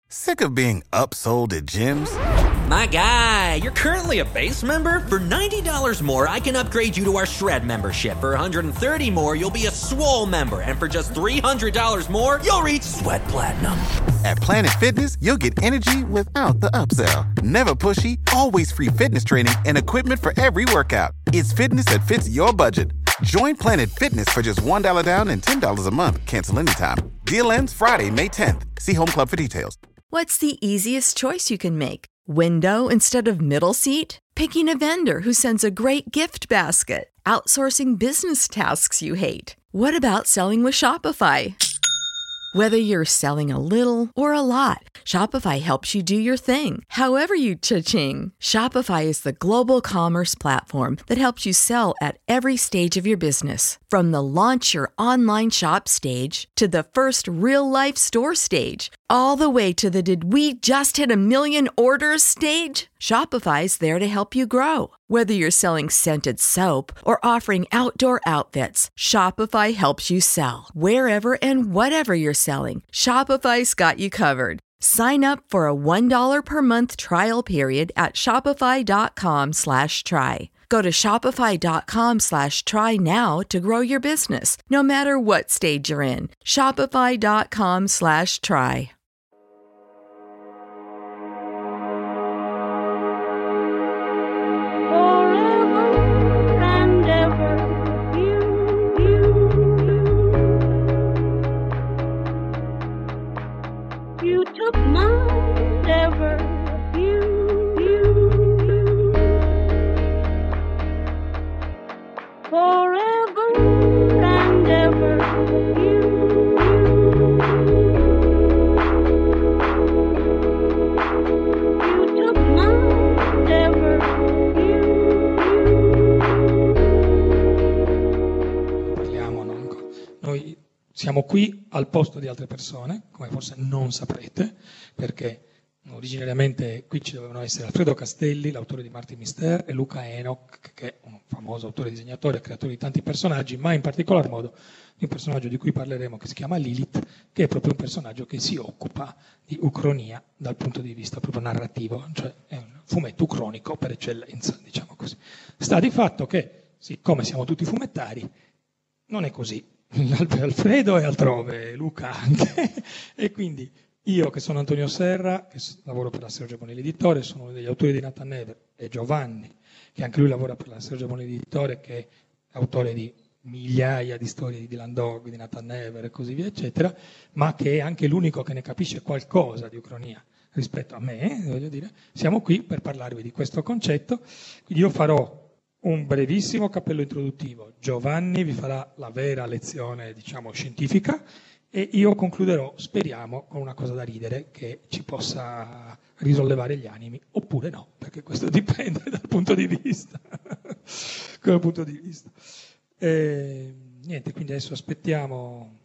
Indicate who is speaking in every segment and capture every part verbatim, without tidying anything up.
Speaker 1: Sick of being upsold at gyms?
Speaker 2: My guy, you're currently a base member? For ninety dollars more, I can upgrade you to our Shred membership. For one hundred thirty dollars more, you'll be a Swole member. And for just three hundred dollars more, you'll reach Sweat Platinum.
Speaker 1: At Planet Fitness, you'll get energy without the upsell. Never pushy, always free fitness training and equipment for every workout. It's fitness that fits your budget. Join Planet Fitness for just one dollar down and ten dollars a month. Cancel anytime. Deal ends Friday, May tenth. See Home Club for details.
Speaker 3: What's the easiest choice you can make? Window instead of middle seat? Picking a vendor who sends a great gift basket? Outsourcing business tasks you hate? What about selling with Shopify? Whether you're selling a little or a lot, Shopify helps you do your thing, however you cha-ching. Shopify is the global commerce platform that helps you sell at every stage of your business. From the launch your online shop stage to the first real-life store stage, all the way to the did we just hit a million orders stage. Shopify's there to help you grow. Whether you're selling scented soap or offering outdoor outfits, Shopify helps you sell. Wherever and whatever you're selling, Shopify's got you covered. Sign up for a one dollar per month trial period at shopify.com slash try. Go to shopify.com slash try now to grow your business, no matter what stage you're in. Shopify.com slash try.
Speaker 4: Siamo qui al posto di altre persone, come forse non saprete, perché originariamente qui ci dovevano essere Alfredo Castelli, l'autore di Martin Mister, e Luca Enoch, che è un famoso autore, disegnatore e creatore di tanti personaggi, ma in particolar modo di un personaggio di cui parleremo che si chiama Lilith, che è proprio un personaggio che si occupa di ucronia dal punto di vista proprio narrativo, cioè è un fumetto ucronico per eccellenza, diciamo così. Sta di fatto che, siccome siamo tutti fumettari, non è così. Alfredo è altrove, Luca anche, e quindi io che sono Antonio Serra, che lavoro per la Sergio Bonelli Editore, sono uno degli autori di Nathan Never, e Giovanni, che anche lui lavora per la Sergio Bonelli Editore, che è autore di migliaia di storie di Dylan Dog, di Nathan Never e così via, eccetera, ma che è anche l'unico che ne capisce qualcosa di ucronia rispetto a me, voglio dire. Siamo qui per parlarvi di questo concetto, quindi io farò un brevissimo cappello introduttivo, Giovanni vi farà la vera lezione, diciamo, scientifica, e io concluderò, speriamo, con una cosa da ridere che ci possa risollevare gli animi, oppure no, perché questo dipende dal punto di vista. dal punto di vista. E, niente, quindi adesso aspettiamo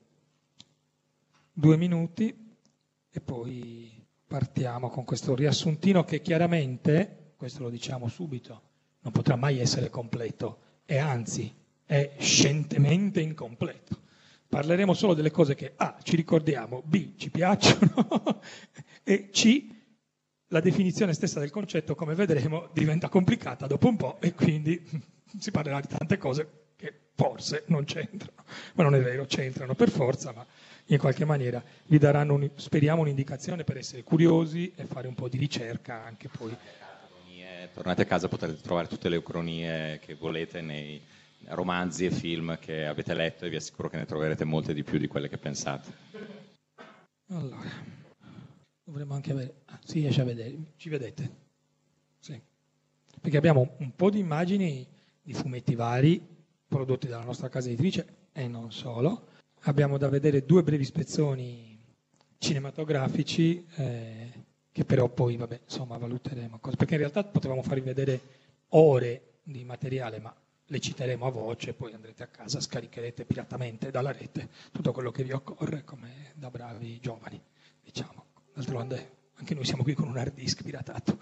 Speaker 4: due minuti e poi partiamo con questo riassuntino che chiaramente, questo lo diciamo subito, non potrà mai essere completo e anzi è scientemente incompleto. Parleremo solo delle cose che A, ci ricordiamo, B, ci piacciono e C, la definizione stessa del concetto, come vedremo, diventa complicata dopo un po' e quindi si parlerà di tante cose che forse non c'entrano. Ma non è vero, c'entrano per forza, ma in qualche maniera vi daranno, un, speriamo, un'indicazione per essere curiosi e fare un po' di ricerca anche poi.
Speaker 5: Tornate a casa, potrete trovare tutte le ucronie che volete nei romanzi e film che avete letto e vi assicuro che ne troverete molte di più di quelle che pensate.
Speaker 4: Allora, dovremmo anche avere... Ah, si riesce a vedere, ci vedete? Sì. Perché abbiamo un po' di immagini di fumetti vari prodotti dalla nostra casa editrice e non solo. Abbiamo da vedere due brevi spezzoni cinematografici eh, che però poi, vabbè, insomma, valuteremo. Perché in realtà potevamo farvi vedere ore di materiale, ma le citeremo a voce, poi andrete a casa, scaricherete piratamente dalla rete tutto quello che vi occorre, come da bravi giovani, diciamo. D'altronde anche noi siamo qui con un hard disk piratato.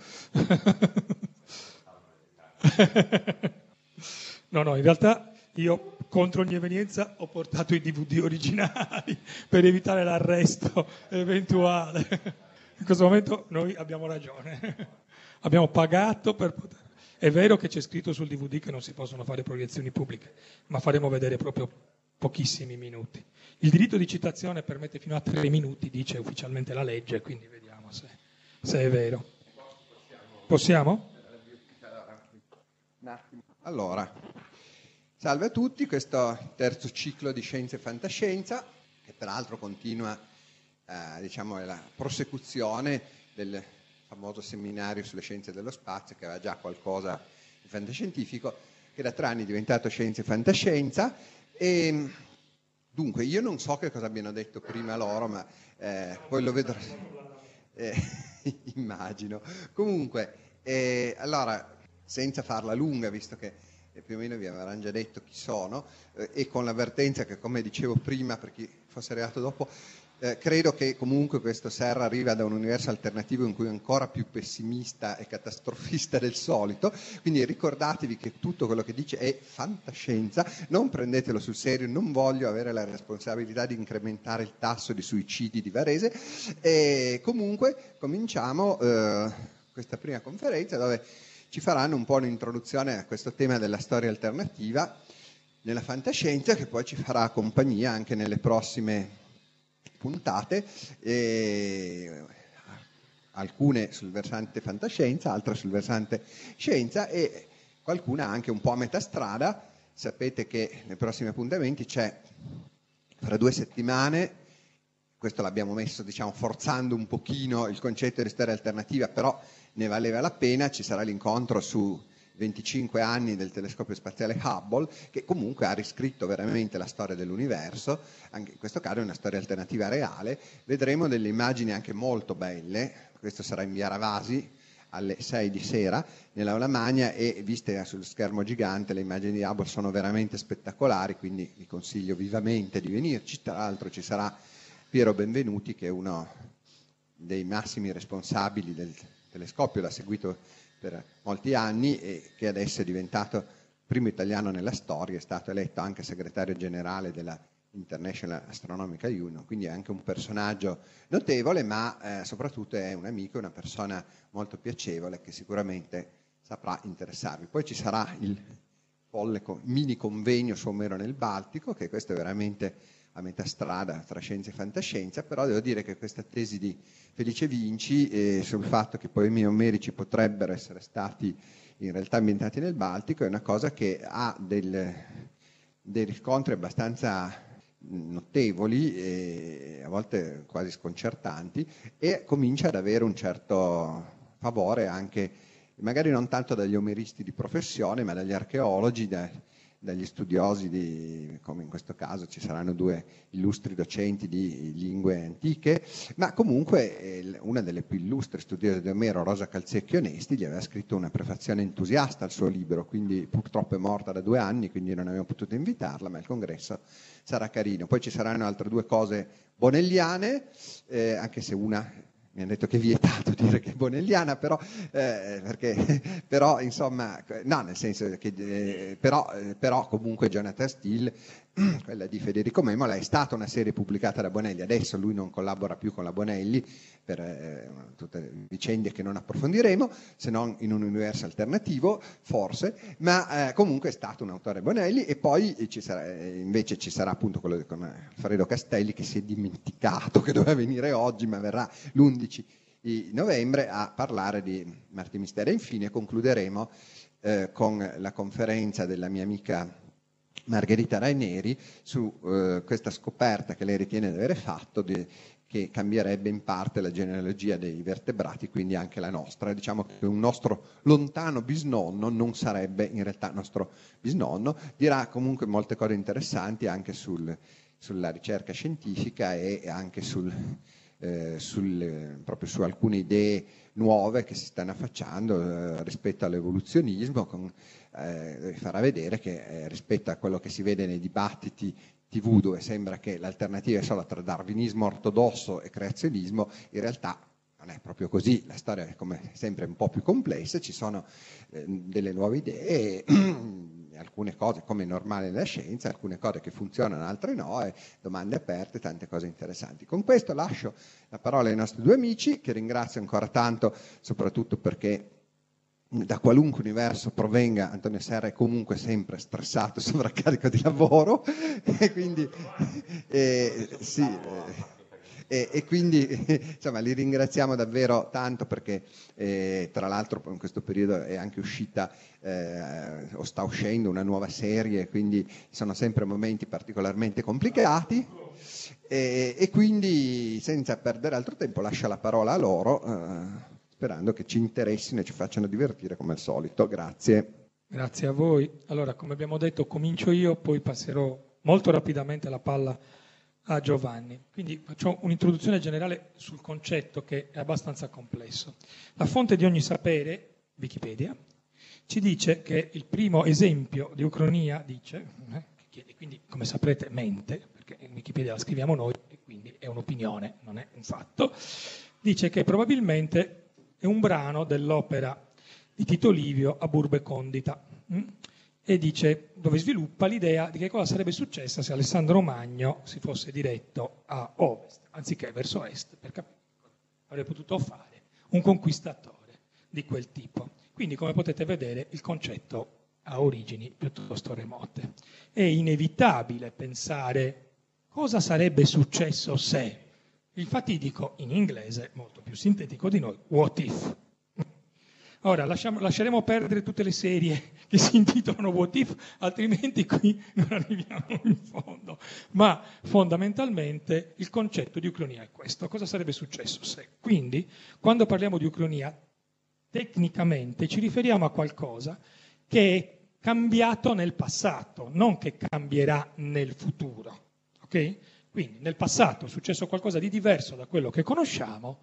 Speaker 4: No, no, in realtà io contro ogni evenienza ho portato i D V D originali per evitare l'arresto eventuale. In questo momento noi abbiamo ragione, abbiamo pagato per poter... È vero che c'è scritto sul D V D che non si possono fare proiezioni pubbliche, ma faremo vedere proprio pochissimi minuti. Il diritto di citazione permette fino a tre minuti, dice ufficialmente la legge, quindi vediamo se, se è vero. Possiamo?
Speaker 6: Allora, salve a tutti, questo terzo ciclo di Scienza e Fantascienza, che peraltro continua, eh, diciamo, è la prosecuzione del famoso seminario sulle scienze dello spazio, che aveva già qualcosa di fantascientifico, che da tre anni è diventato Scienza e Fantascienza. E dunque, io non so che cosa abbiano detto prima loro, ma eh, poi lo vedrò. Eh, immagino. Comunque, eh, allora, senza farla lunga, visto che eh, più o meno vi avranno già detto chi sono, eh, e con l'avvertenza che, come dicevo prima, per chi fosse arrivato dopo, Eh, credo che comunque questo Serra arriva da un universo alternativo in cui è ancora più pessimista e catastrofista del solito, quindi ricordatevi che tutto quello che dice è fantascienza, non prendetelo sul serio, non voglio avere la responsabilità di incrementare il tasso di suicidi di Varese. E comunque cominciamo eh, questa prima conferenza dove ci faranno un po' un'introduzione a questo tema della storia alternativa nella fantascienza, che poi ci farà compagnia anche nelle prossime puntate, eh, alcune sul versante fantascienza, altre sul versante scienza e qualcuna anche un po' a metà strada. Sapete che nei prossimi appuntamenti c'è fra due settimane, questo l'abbiamo messo diciamo forzando un pochino il concetto di storia alternativa, però ne valeva la pena, ci sarà l'incontro su venticinque anni del telescopio spaziale Hubble, che comunque ha riscritto veramente la storia dell'universo, anche in questo caso è una storia alternativa reale. Vedremo delle immagini anche molto belle, questo sarà in via Ravasi alle sei di sera nell'Aula Magna, e viste sullo schermo gigante le immagini di Hubble sono veramente spettacolari, quindi vi consiglio vivamente di venirci. Tra l'altro ci sarà Piero Benvenuti, che è uno dei massimi responsabili del telescopio, l'ha seguito per molti anni e che adesso è diventato primo italiano nella storia, è stato eletto anche segretario generale della International Astronomical Union, quindi è anche un personaggio notevole, ma eh, soprattutto è un amico, una persona molto piacevole che sicuramente saprà interessarvi. Poi ci sarà il folle mini convegno su Omero nel Baltico, che questo è veramente a metà strada tra scienza e fantascienza, però devo dire che questa tesi di Felice Vinci eh, sul fatto che poemi omerici potrebbero essere stati in realtà ambientati nel Baltico è una cosa che ha del, dei riscontri abbastanza notevoli e a volte quasi sconcertanti, e comincia ad avere un certo favore anche, magari non tanto dagli omeristi di professione, ma dagli archeologi, da, dagli studiosi, di, come in questo caso ci saranno due illustri docenti di lingue antiche, ma comunque eh, una delle più illustri studiose di Omero, Rosa Calzecchi Onesti, gli aveva scritto una prefazione entusiasta al suo libro, quindi purtroppo è morta da due anni, quindi non abbiamo potuto invitarla, ma il congresso sarà carino. Poi ci saranno altre due cose bonelliane, eh, anche se una... mi hanno detto che è vietato dire che è bonelliana, però, eh, perché, però insomma, no, nel senso che, eh, però, eh, però comunque Jonathan Steele, quella di Federico Memola, è stata una serie pubblicata da Bonelli, adesso lui non collabora più con la Bonelli per eh, tutte vicende che non approfondiremo, se non in un universo alternativo, forse, ma eh, comunque è stato un autore Bonelli. E poi ci sarà, invece ci sarà appunto quello con Alfredo Castelli, che si è dimenticato che doveva venire oggi, ma verrà l'undici di novembre a parlare di Marti Misteri. E infine concluderemo eh, con la conferenza della mia amica Margherita Raineri su eh, questa scoperta che lei ritiene di avere fatto, di, che cambierebbe in parte la genealogia dei vertebrati, quindi anche la nostra. Diciamo che un nostro lontano bisnonno non sarebbe in realtà nostro bisnonno. Dirà comunque molte cose interessanti anche sul, sulla ricerca scientifica e anche sul, eh, sul, proprio su alcune idee nuove che si stanno affacciando eh, rispetto all'evoluzionismo, con, eh, farà vedere che eh, rispetto a quello che si vede nei dibattiti tivù, dove sembra che l'alternativa è solo tra darwinismo ortodosso e creazionismo, in realtà non è proprio così, la storia è come sempre un po' più complessa, ci sono eh, delle nuove idee, alcune cose come è normale nella scienza, alcune cose che funzionano, altre no, e domande aperte, tante cose interessanti. Con questo lascio la parola ai nostri due amici, che ringrazio ancora tanto, soprattutto perché da qualunque universo provenga, Antonio Serra è comunque sempre stressato, sovraccarico di lavoro, e quindi eh, sì, eh, e, e quindi insomma li ringraziamo davvero tanto, perché eh, tra l'altro in questo periodo è anche uscita eh, o sta uscendo una nuova serie, quindi sono sempre momenti particolarmente complicati, e, e quindi senza perdere altro tempo lascio la parola a loro, eh, sperando che ci interessino e ci facciano divertire come al solito. Grazie.
Speaker 4: Grazie a voi. Allora, come abbiamo detto, comincio io, poi passerò molto rapidamente la palla a Giovanni. Quindi faccio un'introduzione generale sul concetto, che è abbastanza complesso. La fonte di ogni sapere, Wikipedia, ci dice che il primo esempio di ucronia, dice, eh, quindi come saprete mente, perché in Wikipedia la scriviamo noi, e quindi è un'opinione, non è un fatto, dice che probabilmente è un brano dell'opera di Tito Livio A Burbe Condita, mh? e dice, dove sviluppa l'idea di che cosa sarebbe successo se Alessandro Magno si fosse diretto a ovest, anziché verso est, per capire cosa avrebbe potuto fare un conquistatore di quel tipo. Quindi, come potete vedere, il concetto ha origini piuttosto remote. È inevitabile pensare cosa sarebbe successo se. Il fatidico, in inglese, molto più sintetico di noi, what if. Ora, lasciamo, lasceremo perdere tutte le serie che si intitolano What If, altrimenti qui non arriviamo in fondo. Ma fondamentalmente il concetto di ucronia è questo. Cosa sarebbe successo se? Quindi, quando parliamo di ucronia, tecnicamente ci riferiamo a qualcosa che è cambiato nel passato, non che cambierà nel futuro. Ok? Quindi nel passato è successo qualcosa di diverso da quello che conosciamo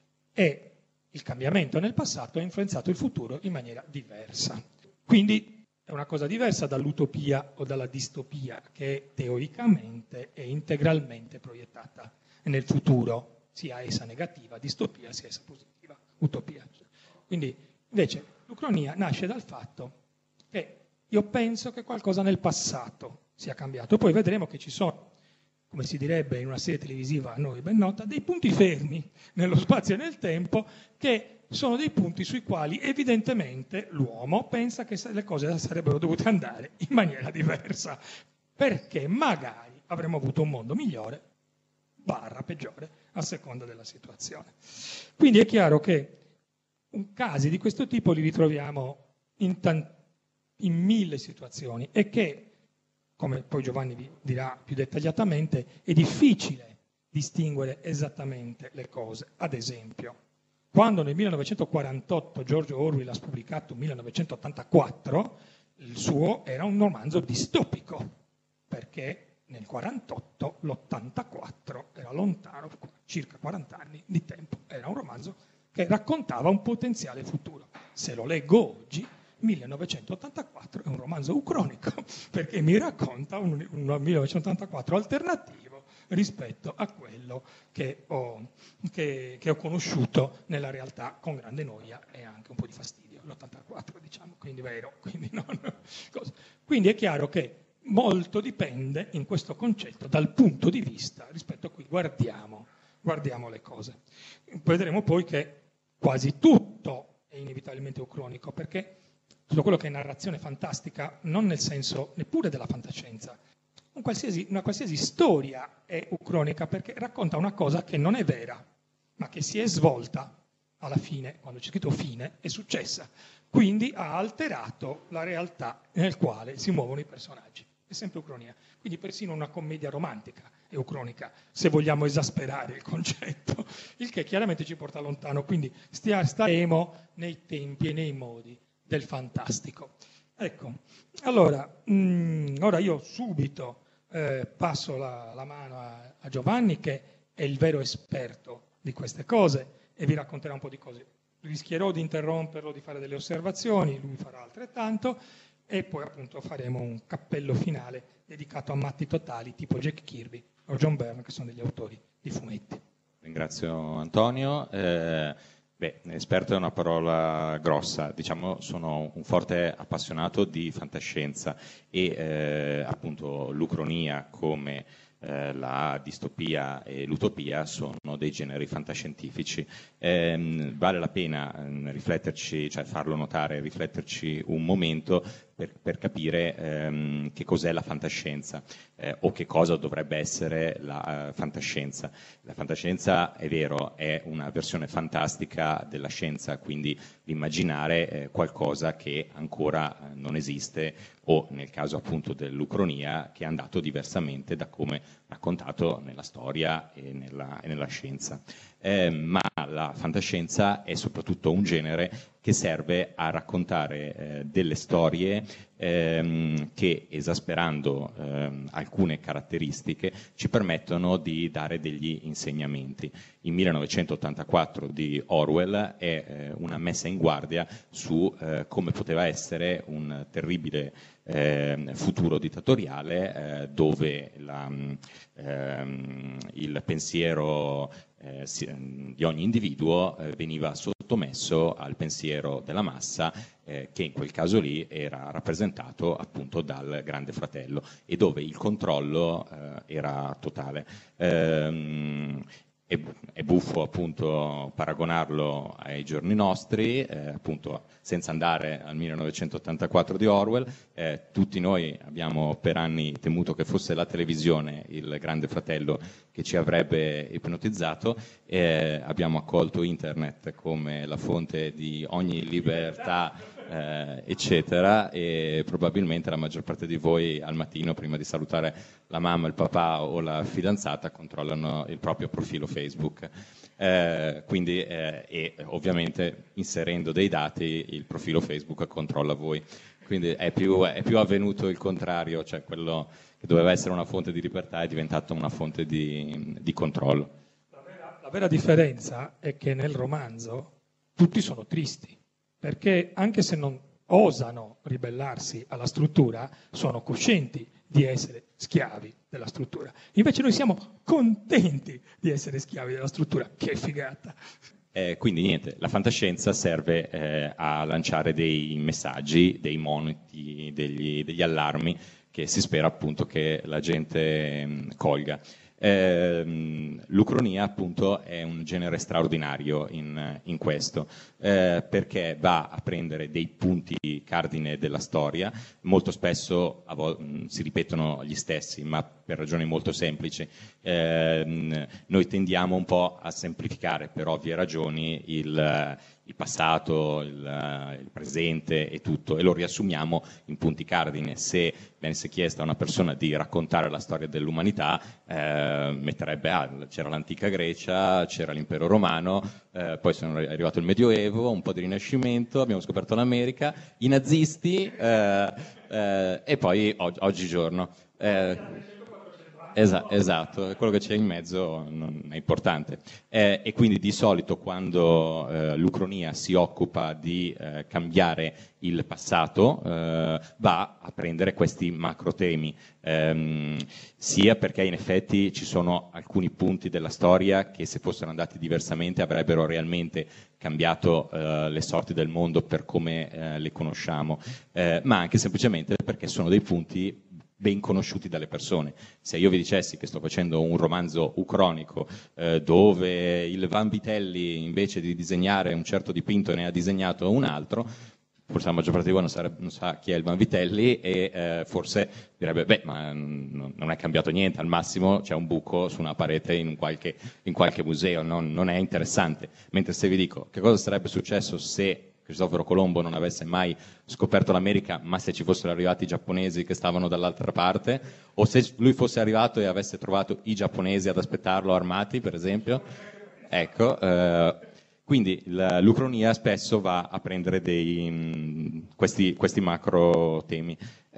Speaker 4: e il cambiamento nel passato ha influenzato il futuro in maniera diversa. Quindi è una cosa diversa dall'utopia o dalla distopia, che teoricamente è integralmente proiettata nel futuro, sia essa negativa, distopia, sia essa positiva, utopia. Quindi invece l'ucronia nasce dal fatto che io penso che qualcosa nel passato sia cambiato. Poi vedremo che ci sono, come si direbbe in una serie televisiva a noi ben nota, dei punti fermi nello spazio e nel tempo, che sono dei punti sui quali evidentemente l'uomo pensa che le cose sarebbero dovute andare in maniera diversa, perché magari avremmo avuto un mondo migliore, barra peggiore, a seconda della situazione. Quindi è chiaro che un casi di questo tipo li ritroviamo in, tant- in mille situazioni, e che, come poi Giovanni vi dirà più dettagliatamente, è difficile distinguere esattamente le cose. Ad esempio, quando nel millenovecentoquarantotto George Orwell ha pubblicato millenovecentottantaquattro, il suo era un romanzo distopico, perché nel quarantotto l'ottantaquattro era lontano, circa quaranta anni di tempo, era un romanzo che raccontava un potenziale futuro. Se lo leggo oggi, millenovecentottantaquattro è un romanzo ucronico, perché mi racconta un, un millenovecentottantaquattro alternativo rispetto a quello che ho, che, che ho conosciuto nella realtà, con grande noia e anche un po' di fastidio, l'ottantaquattro diciamo, quindi vero, quindi, non, cosa. Quindi è chiaro che molto dipende in questo concetto dal punto di vista rispetto a cui guardiamo, guardiamo le cose. Vedremo poi che quasi tutto è inevitabilmente ucronico, perché tutto quello che è narrazione fantastica, non nel senso neppure della fantascienza, un qualsiasi, una qualsiasi storia è ucronica, perché racconta una cosa che non è vera, ma che si è svolta alla fine, quando c'è scritto fine, è successa. Quindi ha alterato la realtà nel quale si muovono i personaggi. È sempre ucronia. Quindi persino una commedia romantica è ucronica, se vogliamo esasperare il concetto, il che chiaramente ci porta lontano. Quindi stia, staremo nei tempi e nei modi del fantastico. Ecco, allora, mh, ora io subito eh, passo la, la mano a, a Giovanni, che è il vero esperto di queste cose, e vi racconterà un po' di cose. Rischierò di interromperlo, di fare delle osservazioni, lui farà altrettanto, e poi appunto faremo un cappello finale dedicato a matti totali tipo Jack Kirby o John Byrne, che sono degli autori di fumetti.
Speaker 5: Ringrazio Antonio. Eh, beh, esperto è una parola grossa, diciamo sono un forte appassionato di fantascienza e eh, appunto l'ucronia come eh, la distopia e l'utopia sono dei generi fantascientifici. Eh, vale la pena eh, rifletterci, cioè farlo notare, rifletterci un momento per, per capire ehm, che cos'è la fantascienza eh, o che cosa dovrebbe essere la uh, fantascienza. La fantascienza, è vero, è una versione fantastica della scienza, quindi l'immaginare eh, qualcosa che ancora eh, non esiste o, nel caso appunto dell'ucronia, che è andato diversamente da come raccontato nella storia e nella, e nella scienza. Eh, ma la fantascienza è soprattutto un genere che serve a raccontare eh, delle storie ehm, che, esasperando ehm, alcune caratteristiche, ci permettono di dare degli insegnamenti. Il millenovecentottantaquattro di Orwell è eh, una messa in guardia su eh, come poteva essere un terribile eh, futuro dittatoriale eh, dove la, ehm, il pensiero Eh, si, di ogni individuo eh, veniva sottomesso al pensiero della massa eh, che in quel caso lì era rappresentato appunto dal Grande Fratello e dove il controllo eh, era totale. Ehm, È, è buffo appunto paragonarlo ai giorni nostri, eh, appunto senza andare al millenovecentottantaquattro di Orwell. Eh, tutti noi abbiamo per anni temuto che fosse la televisione il Grande Fratello che ci avrebbe ipnotizzato, eh, abbiamo accolto internet come la fonte di ogni libertà eh, eccetera, e probabilmente la maggior parte di voi al mattino prima di salutare la mamma, il papà o la fidanzata controllano il proprio profilo Facebook, eh, quindi eh, e ovviamente inserendo dei dati il profilo Facebook controlla voi, quindi è più, è più avvenuto il contrario, cioè quello che doveva essere una fonte di libertà è diventato una fonte di, di controllo.
Speaker 4: La vera, la vera differenza è che nel romanzo tutti sono tristi, perché anche se non osano ribellarsi alla struttura, sono coscienti di essere schiavi della struttura. Invece noi siamo contenti di essere schiavi della struttura. Che figata!
Speaker 5: Eh, quindi niente, la fantascienza serve eh, a lanciare dei messaggi, dei moniti, degli, degli allarmi che si spera appunto che la gente mh, colga. Eh, l'ucronia appunto è un genere straordinario in, in questo, eh, perché va a prendere dei punti cardine della storia, molto spesso a vo- si ripetono gli stessi, ma per ragioni molto semplici. Eh, noi tendiamo un po' a semplificare per ovvie ragioni il, il passato, il, il presente e tutto, e lo riassumiamo in punti cardine. Se venisse chiesta a una persona di raccontare la storia dell'umanità, eh, metterebbe, ah, c'era l'antica Grecia, c'era l'impero romano, eh, poi sono arrivato il Medioevo, un po' di Rinascimento, abbiamo scoperto l'America, i nazisti, eh, eh, e poi og- oggigiorno. Eh, Esa- esatto, quello che c'è in mezzo non è importante. Eh, e quindi di solito quando eh, l'ucronia si occupa di eh, cambiare il passato eh, va a prendere questi macro temi, ehm, sia perché in effetti ci sono alcuni punti della storia che se fossero andati diversamente avrebbero realmente cambiato eh, le sorti del mondo per come eh, le conosciamo, eh, ma anche semplicemente perché sono dei punti ben conosciuti dalle persone. Se io vi dicessi che sto facendo un romanzo ucronico eh, dove il Vanvitelli invece di disegnare un certo dipinto ne ha disegnato un altro, forse la maggior parte di voi non, sarebbe, non sa chi è il Vanvitelli e eh, forse direbbe beh ma n- non è cambiato niente, al massimo c'è un buco su una parete in, un qualche, in qualche museo, non, non è interessante. Mentre se vi dico che cosa sarebbe successo se Cristoforo Colombo non avesse mai scoperto l'America, ma se ci fossero arrivati i giapponesi che stavano dall'altra parte, o se lui fosse arrivato e avesse trovato i giapponesi ad aspettarlo armati, per esempio. Ecco, eh, quindi la, l'ucronia spesso va a prendere dei, mh, questi, questi macro temi.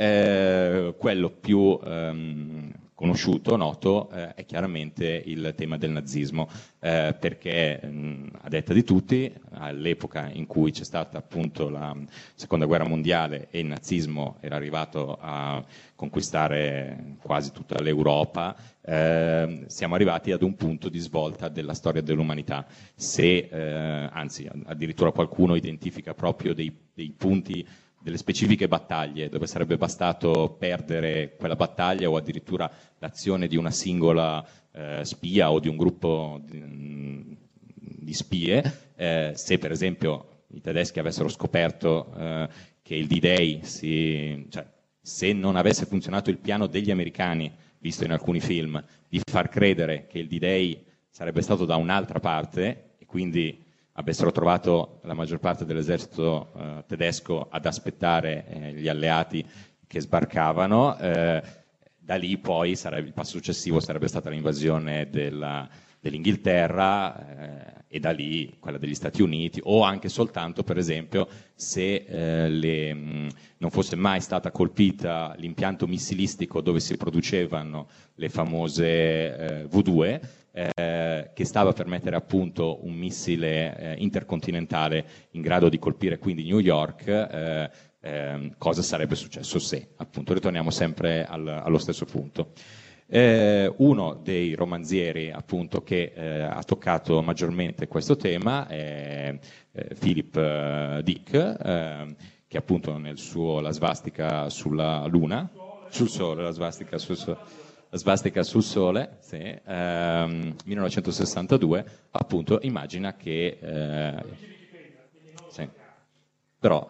Speaker 5: Eh, quello più ehm, conosciuto, noto, eh, è chiaramente il tema del nazismo, eh, perché mh, a detta di tutti, all'epoca in cui c'è stata appunto la seconda guerra mondiale e il nazismo era arrivato a conquistare quasi tutta l'Europa, eh, siamo arrivati ad un punto di svolta della storia dell'umanità. Se, eh, anzi, addirittura qualcuno identifica proprio dei, dei punti, delle specifiche battaglie dove sarebbe bastato perdere quella battaglia o addirittura l'azione di una singola eh, spia o di un gruppo di, di spie, eh, se per esempio i tedeschi avessero scoperto eh, che il D-Day, si, cioè, se non avesse funzionato il piano degli americani, visto in alcuni film, di far credere che il D-Day sarebbe stato da un'altra parte e quindi avessero trovato la maggior parte dell'esercito eh, tedesco ad aspettare eh, gli alleati che sbarcavano, eh, da lì poi sarebbe, il passo successivo sarebbe stata l'invasione della, dell'Inghilterra eh, e da lì quella degli Stati Uniti, o anche soltanto, per esempio, se eh, le, mh, non fosse mai stata colpita l'impianto missilistico dove si producevano le famose eh, V due, Eh, che stava per mettere appunto un missile eh, intercontinentale in grado di colpire quindi New York, eh, eh, cosa sarebbe successo se, appunto, ritorniamo sempre al, allo stesso punto. Eh, uno dei romanzieri appunto che eh, ha toccato maggiormente questo tema è eh, Philip eh, Dick, eh, che appunto nel suo La svastica sulla Luna, sul Sole, la svastica sul Sole, La svastica sul Sole, sì, ehm, millenovecentosessantadue, appunto immagina che eh, sì, però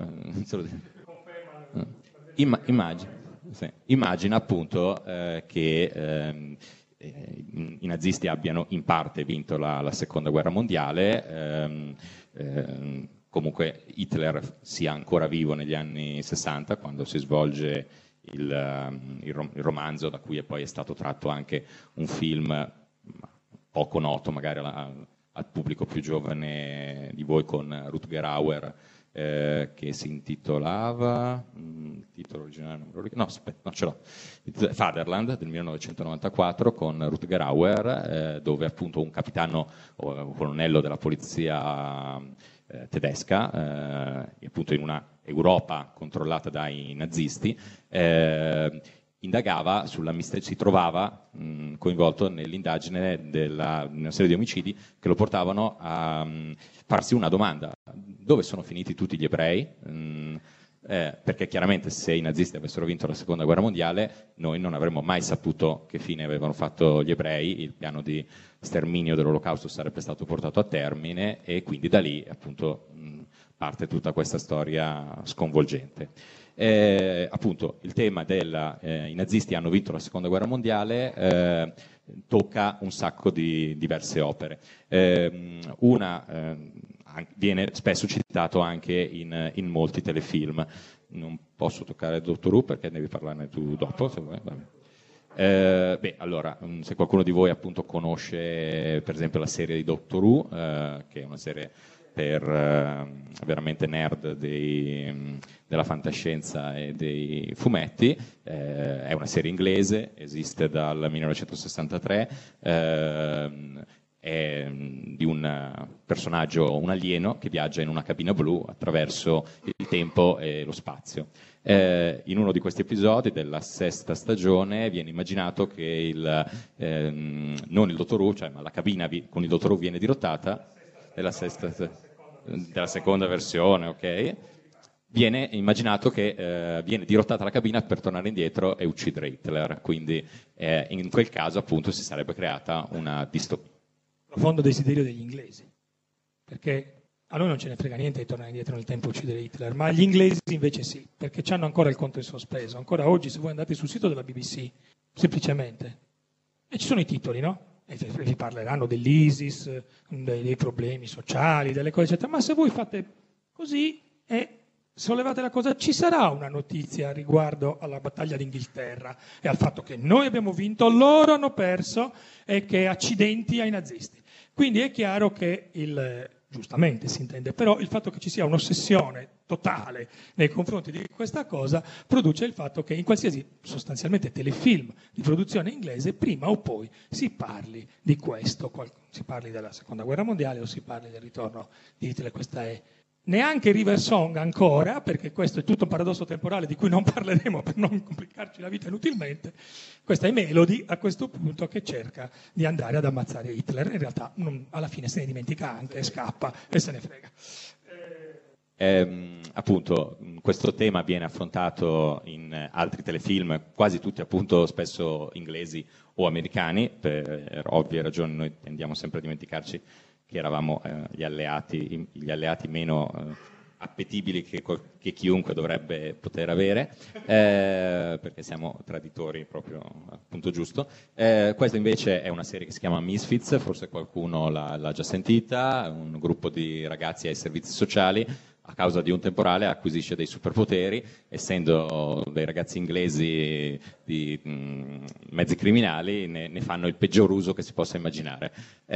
Speaker 5: eh, imm- immagina, sì, immagina appunto eh, che eh, i nazisti abbiano in parte vinto la, la seconda guerra mondiale, ehm, ehm, comunque Hitler sia ancora vivo negli anni sessanta quando si svolge Il, il, il romanzo da cui poi è stato tratto anche un film poco noto magari alla, al pubblico più giovane di voi, con Rutger Hauer, eh, che si intitolava il titolo originale non me lo ricordo, no aspetta, no ce l'ho, Fatherland del millenovecentonovantaquattro, con Rutger Hauer, eh, dove appunto un capitano o un colonnello della polizia eh, tedesca, eh, appunto in una Europa controllata dai nazisti, eh, indagava sulla mister- si trovava mh, coinvolto nell'indagine della, di una serie di omicidi che lo portavano a mh, farsi una domanda: dove sono finiti tutti gli ebrei? Mh, eh, perché chiaramente se i nazisti avessero vinto la seconda guerra mondiale noi non avremmo mai saputo che fine avevano fatto gli ebrei, il piano di sterminio dell'Olocausto sarebbe stato portato a termine e quindi da lì appunto mh, parte tutta questa storia sconvolgente. Eh, appunto il tema del eh, i nazisti hanno vinto la seconda guerra mondiale eh, tocca un sacco di diverse opere. Eh, una eh, viene spesso citato anche in, in molti telefilm. Non posso toccare Doctor Who perché devi parlarne tu dopo, se vuoi. Vabbè. Eh, beh, allora, se qualcuno di voi appunto conosce per esempio la serie di Doctor Who, eh, che è una serie per eh, veramente nerd dei, della fantascienza e dei fumetti, eh, è una serie inglese, esiste dal millenovecentosessantatré, eh, è di un personaggio, un alieno che viaggia in una cabina blu attraverso il tempo e lo spazio. Eh, in uno di questi episodi della sesta stagione viene immaginato che il, ehm, non il Dottor Who, cioè ma la cabina vi, con il Dottor Who viene dirottata, della sesta della seconda versione, ok? Viene immaginato che eh, viene dirottata la cabina per tornare indietro e uccidere Hitler, quindi eh, in quel caso appunto si sarebbe creata una distopia.
Speaker 4: Profondo desiderio degli inglesi, perché a noi non ce ne frega niente di tornare indietro nel tempo e uccidere Hitler, ma gli inglesi invece sì, perché hanno ancora il conto in sospeso. Ancora oggi, se voi andate sul sito della B B C, semplicemente, e ci sono i titoli, no? E vi parleranno dell'ISIS, dei, dei problemi sociali, delle cose eccetera, ma se voi fate così e sollevate la cosa, ci sarà una notizia riguardo alla battaglia d'Inghilterra e al fatto che noi abbiamo vinto, loro hanno perso e che accidenti ai nazisti. Quindi è chiaro che il giustamente si intende, però il fatto che ci sia un'ossessione totale nei confronti di questa cosa produce il fatto che in qualsiasi sostanzialmente telefilm di produzione inglese prima o poi si parli di questo, si parli della seconda guerra mondiale o si parli del ritorno di Hitler. Questa è neanche River Song ancora, perché questo è tutto un paradosso temporale di cui non parleremo per non complicarci la vita inutilmente. Questa è Melody a questo punto che cerca di andare ad ammazzare Hitler, in realtà non, alla fine se ne dimentica anche, scappa e se ne frega.
Speaker 5: Eh, appunto, questo tema viene affrontato in altri telefilm, quasi tutti appunto spesso inglesi o americani, per ovvie ragioni noi tendiamo sempre a dimenticarci che eravamo eh, gli alleati, gli alleati meno eh, appetibili che, che chiunque dovrebbe poter avere, eh, perché siamo traditori proprio al punto giusto. Eh, questa invece è una serie che si chiama Misfits, forse qualcuno l'ha, l'ha già sentita, un gruppo di ragazzi ai servizi sociali a causa di un temporale acquisisce dei superpoteri, essendo dei ragazzi inglesi di mh, mezzi criminali, ne, ne fanno il peggior uso che si possa immaginare.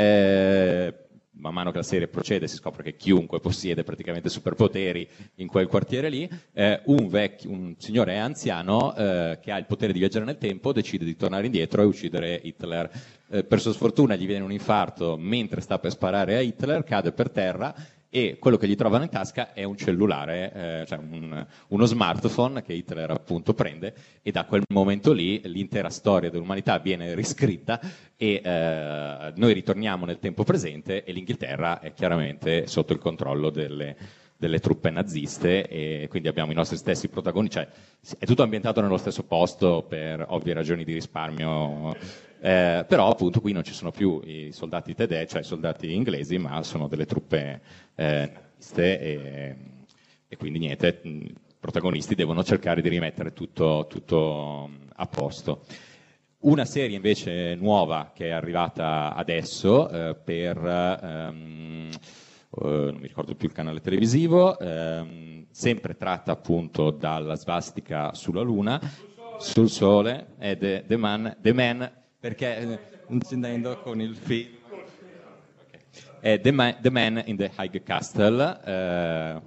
Speaker 5: Eh, man mano che la serie procede si scopre che chiunque possiede praticamente superpoteri in quel quartiere lì. Eh, un, vecchio, un signore anziano eh, che ha il potere di viaggiare nel tempo decide di tornare indietro e uccidere Hitler. Eh, per sua sfortuna gli viene un infarto mentre sta per sparare a Hitler, cade per terra e quello che gli trovano in tasca è un cellulare, eh, cioè un, uno smartphone che Hitler appunto prende, e da quel momento lì l'intera storia dell'umanità viene riscritta e eh, noi ritorniamo nel tempo presente e l'Inghilterra è chiaramente sotto il controllo delle, delle truppe naziste, e quindi abbiamo i nostri stessi protagonisti, cioè è tutto ambientato nello stesso posto per ovvie ragioni di risparmio. Eh, però appunto qui non ci sono più i soldati tedeschi, cioè i soldati inglesi, ma sono delle truppe eh, naziste e, e quindi niente, i protagonisti devono cercare di rimettere tutto, tutto a posto. Una serie invece nuova che è arrivata adesso eh, per ehm, eh, non mi ricordo più il canale televisivo, ehm, sempre tratta appunto dalla svastica sulla Luna, sul Sole, è The, The Man, The Man perché intendendo con il film okay. È The Man, The Man in the High Castle eh,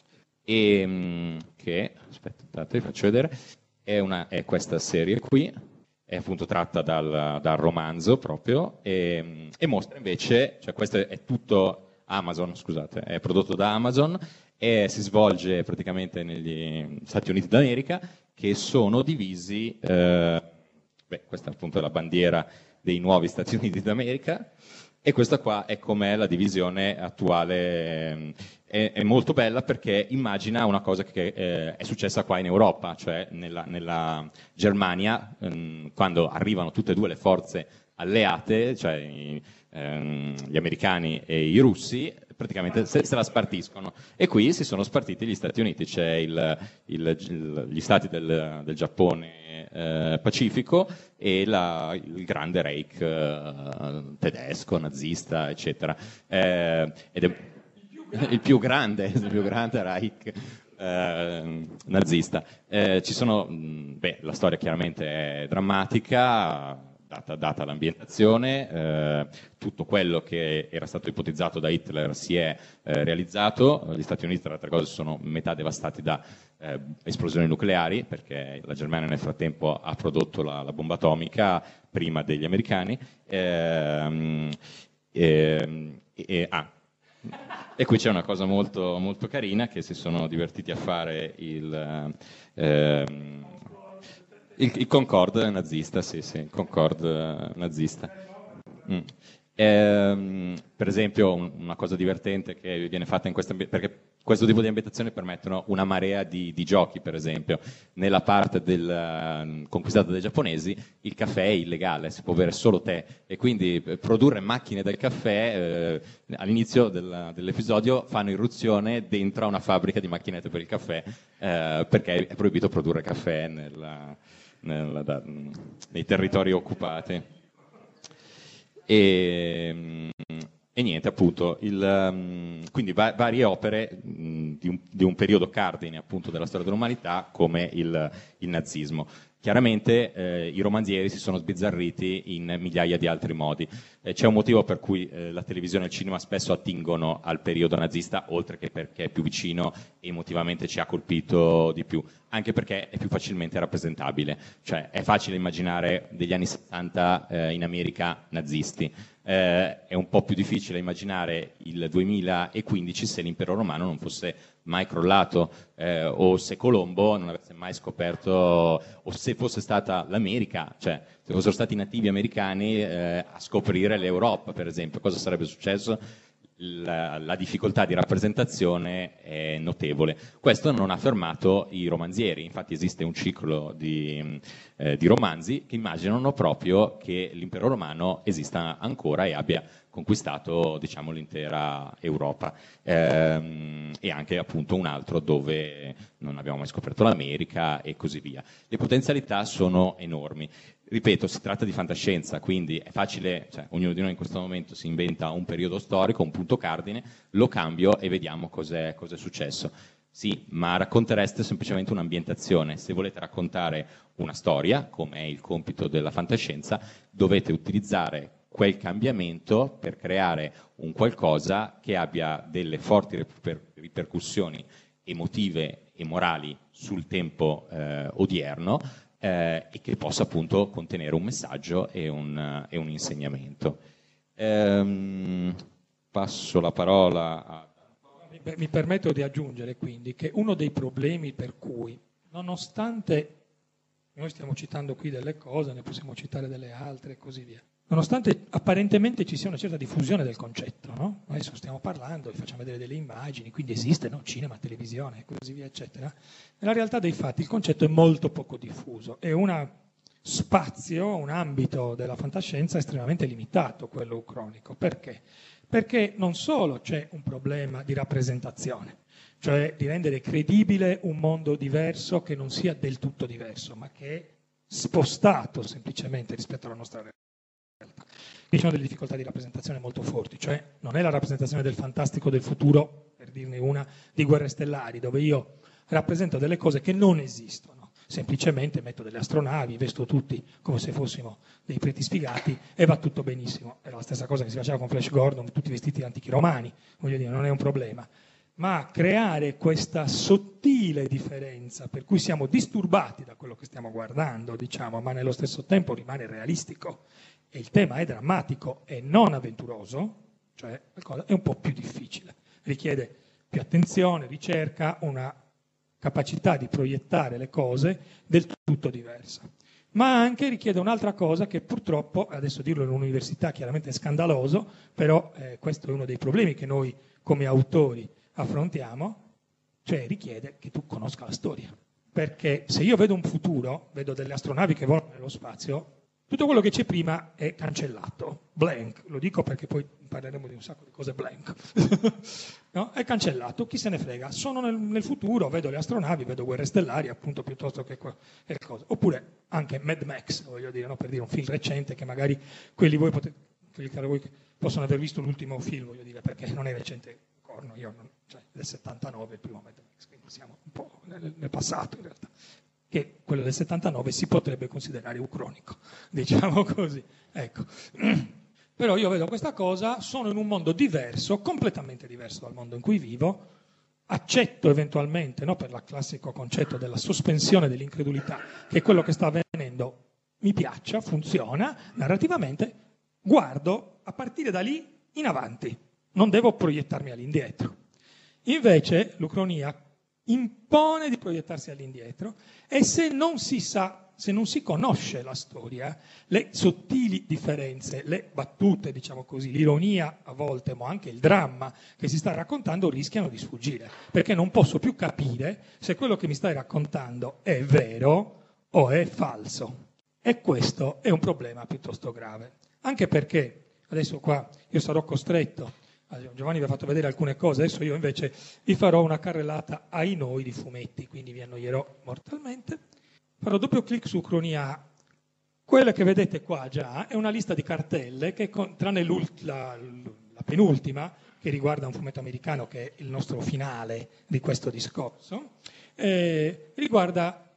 Speaker 5: e che aspettate vi faccio vedere è, una, è questa serie qui, è appunto tratta dal, dal romanzo proprio e, e mostra invece, cioè questo è tutto Amazon, scusate, è prodotto da Amazon e si svolge praticamente negli Stati Uniti d'America, che sono divisi eh, beh, questa appunto è la bandiera dei nuovi Stati Uniti d'America e questa qua è com'è la divisione attuale. È, è molto bella perché immagina una cosa che eh, è successa qua in Europa, cioè nella, nella Germania, ehm, quando arrivano tutte e due le forze alleate, cioè i, ehm, gli americani e i russi, praticamente se, se la spartiscono. E qui si sono spartiti gli Stati Uniti, c'è il, il, il, gli stati del, del Giappone eh, Pacifico e la, il grande Reich eh, tedesco, nazista, eccetera. Eh, ed è il più grande, il più grande Reich eh, nazista. Eh, ci sono, beh, la storia chiaramente è drammatica, Data, data l'ambientazione, eh, tutto quello che era stato ipotizzato da Hitler si è eh, realizzato. Gli Stati Uniti, tra le altre cose, sono metà devastati da eh, esplosioni nucleari, perché la Germania nel frattempo ha prodotto la, la bomba atomica prima degli americani. Eh, eh, eh, ah. E qui c'è una cosa molto, molto carina, che si sono divertiti a fare il... Eh, Il, il Concorde nazista, sì, sì, il Concorde nazista. Mm. Ehm, per esempio, un, una cosa divertente che viene fatta in questa, perché questo tipo di ambientazioni permettono una marea di, di giochi, per esempio. Nella parte del, uh, conquistata dai giapponesi, il caffè è illegale, si può bere solo tè, e quindi produrre macchine del caffè, eh, all'inizio del, dell'episodio fanno irruzione dentro a una fabbrica di macchinette per il caffè, eh, perché è proibito produrre caffè nella... Nella, da, nei territori occupati e, e niente appunto il, quindi va, varie opere mh, di, un, di un periodo cardine appunto della storia dell'umanità come il, il nazismo. Chiaramente eh, i romanzieri si sono sbizzarriti in migliaia di altri modi. Eh, c'è un motivo per cui eh, la televisione e il cinema spesso attingono al periodo nazista, oltre che perché è più vicino e emotivamente ci ha colpito di più, anche perché è più facilmente rappresentabile. Cioè è facile immaginare degli anni settanta eh, in America nazisti. Eh, è un po' più difficile immaginare il duemilaquindici se l'impero romano non fosse mai crollato eh, o se Colombo non avesse mai scoperto, o se fosse stata l'America, cioè se fossero stati i nativi americani eh, a scoprire l'Europa, per esempio, cosa sarebbe successo? La, la difficoltà di rappresentazione è notevole. Questo non ha fermato i romanzieri, infatti esiste un ciclo di, eh, di romanzi che immaginano proprio che l'impero romano esista ancora e abbia conquistato, diciamo, l'intera Europa, ehm, e anche appunto un altro dove non abbiamo mai scoperto l'America e così via. Le potenzialità sono enormi. Ripeto, si tratta di fantascienza, quindi è facile, cioè, ognuno di noi in questo momento si inventa un periodo storico, un punto cardine, lo cambio e vediamo cos'è, cos'è successo. Sì, ma raccontereste semplicemente un'ambientazione. Se volete raccontare una storia, come è il compito della fantascienza, dovete utilizzare quel cambiamento per creare un qualcosa che abbia delle forti riper- ripercussioni emotive e morali sul tempo eh, odierno, Eh, e che possa appunto contenere un messaggio e un, uh, e un insegnamento. Ehm, passo la parola a...
Speaker 4: Mi, mi permetto di aggiungere quindi che uno dei problemi per cui, nonostante noi stiamo citando qui delle cose, ne possiamo citare delle altre e così via, nonostante apparentemente ci sia una certa diffusione del concetto, no? Adesso stiamo parlando, vi facciamo vedere delle immagini, quindi esiste, no? Cinema, televisione e così via, eccetera. Nella realtà dei fatti il concetto è molto poco diffuso, è uno spazio, un ambito della fantascienza estremamente limitato, quello ucronico. Perché? Perché non solo c'è un problema di rappresentazione, cioè di rendere credibile un mondo diverso che non sia del tutto diverso, ma che è spostato semplicemente rispetto alla nostra realtà. Ci sono delle difficoltà di rappresentazione molto forti, cioè non è la rappresentazione del fantastico del futuro, per dirne una, di Guerre Stellari, dove io rappresento delle cose che non esistono, semplicemente metto delle astronavi, vesto tutti come se fossimo dei preti sfigati e va tutto benissimo. Era la stessa cosa che si faceva con Flash Gordon, tutti vestiti antichi romani, voglio dire, non è un problema. Ma creare questa sottile differenza per cui siamo disturbati da quello che stiamo guardando, diciamo, ma nello stesso tempo rimane realistico, e il tema è drammatico e non avventuroso, cioè è un po' più difficile, richiede più attenzione, ricerca, una capacità di proiettare le cose del tutto diversa. Ma anche richiede un'altra cosa che purtroppo, adesso dirlo all'università chiaramente è scandaloso, però eh, questo è uno dei problemi che noi come autori affrontiamo, cioè richiede che tu conosca la storia. Perché se io vedo un futuro, vedo delle astronavi che volano nello spazio, tutto quello che c'è prima è cancellato, blank, lo dico perché poi parleremo di un sacco di cose blank, no? È cancellato, chi se ne frega, sono nel, nel futuro, vedo le astronavi, vedo Guerre Stellari appunto piuttosto che le cose, oppure anche Mad Max, voglio dire, no? Per dire un film recente che magari quelli voi potete, quelli che voi possono aver visto l'ultimo film, voglio dire, perché non è recente, corno, io non, cioè del settantanove il primo Mad Max, quindi siamo un po' nel, nel passato in realtà, che quello del settantanove si potrebbe considerare ucronico, diciamo così. Ecco. Però io vedo questa cosa, sono in un mondo diverso, completamente diverso dal mondo in cui vivo, accetto eventualmente, no, per il classico concetto della sospensione dell'incredulità, che quello che sta avvenendo mi piaccia, funziona, narrativamente, guardo a partire da lì in avanti, non devo proiettarmi all'indietro. Invece l'ucronia impone di proiettarsi all'indietro e se non si sa, se non si conosce la storia, le sottili differenze, le battute, diciamo così, l'ironia a volte, ma anche il dramma che si sta raccontando rischiano di sfuggire, perché non posso più capire se quello che mi stai raccontando è vero o è falso. E questo è un problema piuttosto grave, anche perché adesso qua io sarò costretto, Giovanni vi ha fatto vedere alcune cose, adesso io invece vi farò una carrellata ai noi di fumetti, quindi vi annoierò mortalmente. Farò doppio clic su Ucronia. Quella che vedete qua già è una lista di cartelle che, tranne la, la penultima, che riguarda un fumetto americano che è il nostro finale di questo discorso, eh, riguarda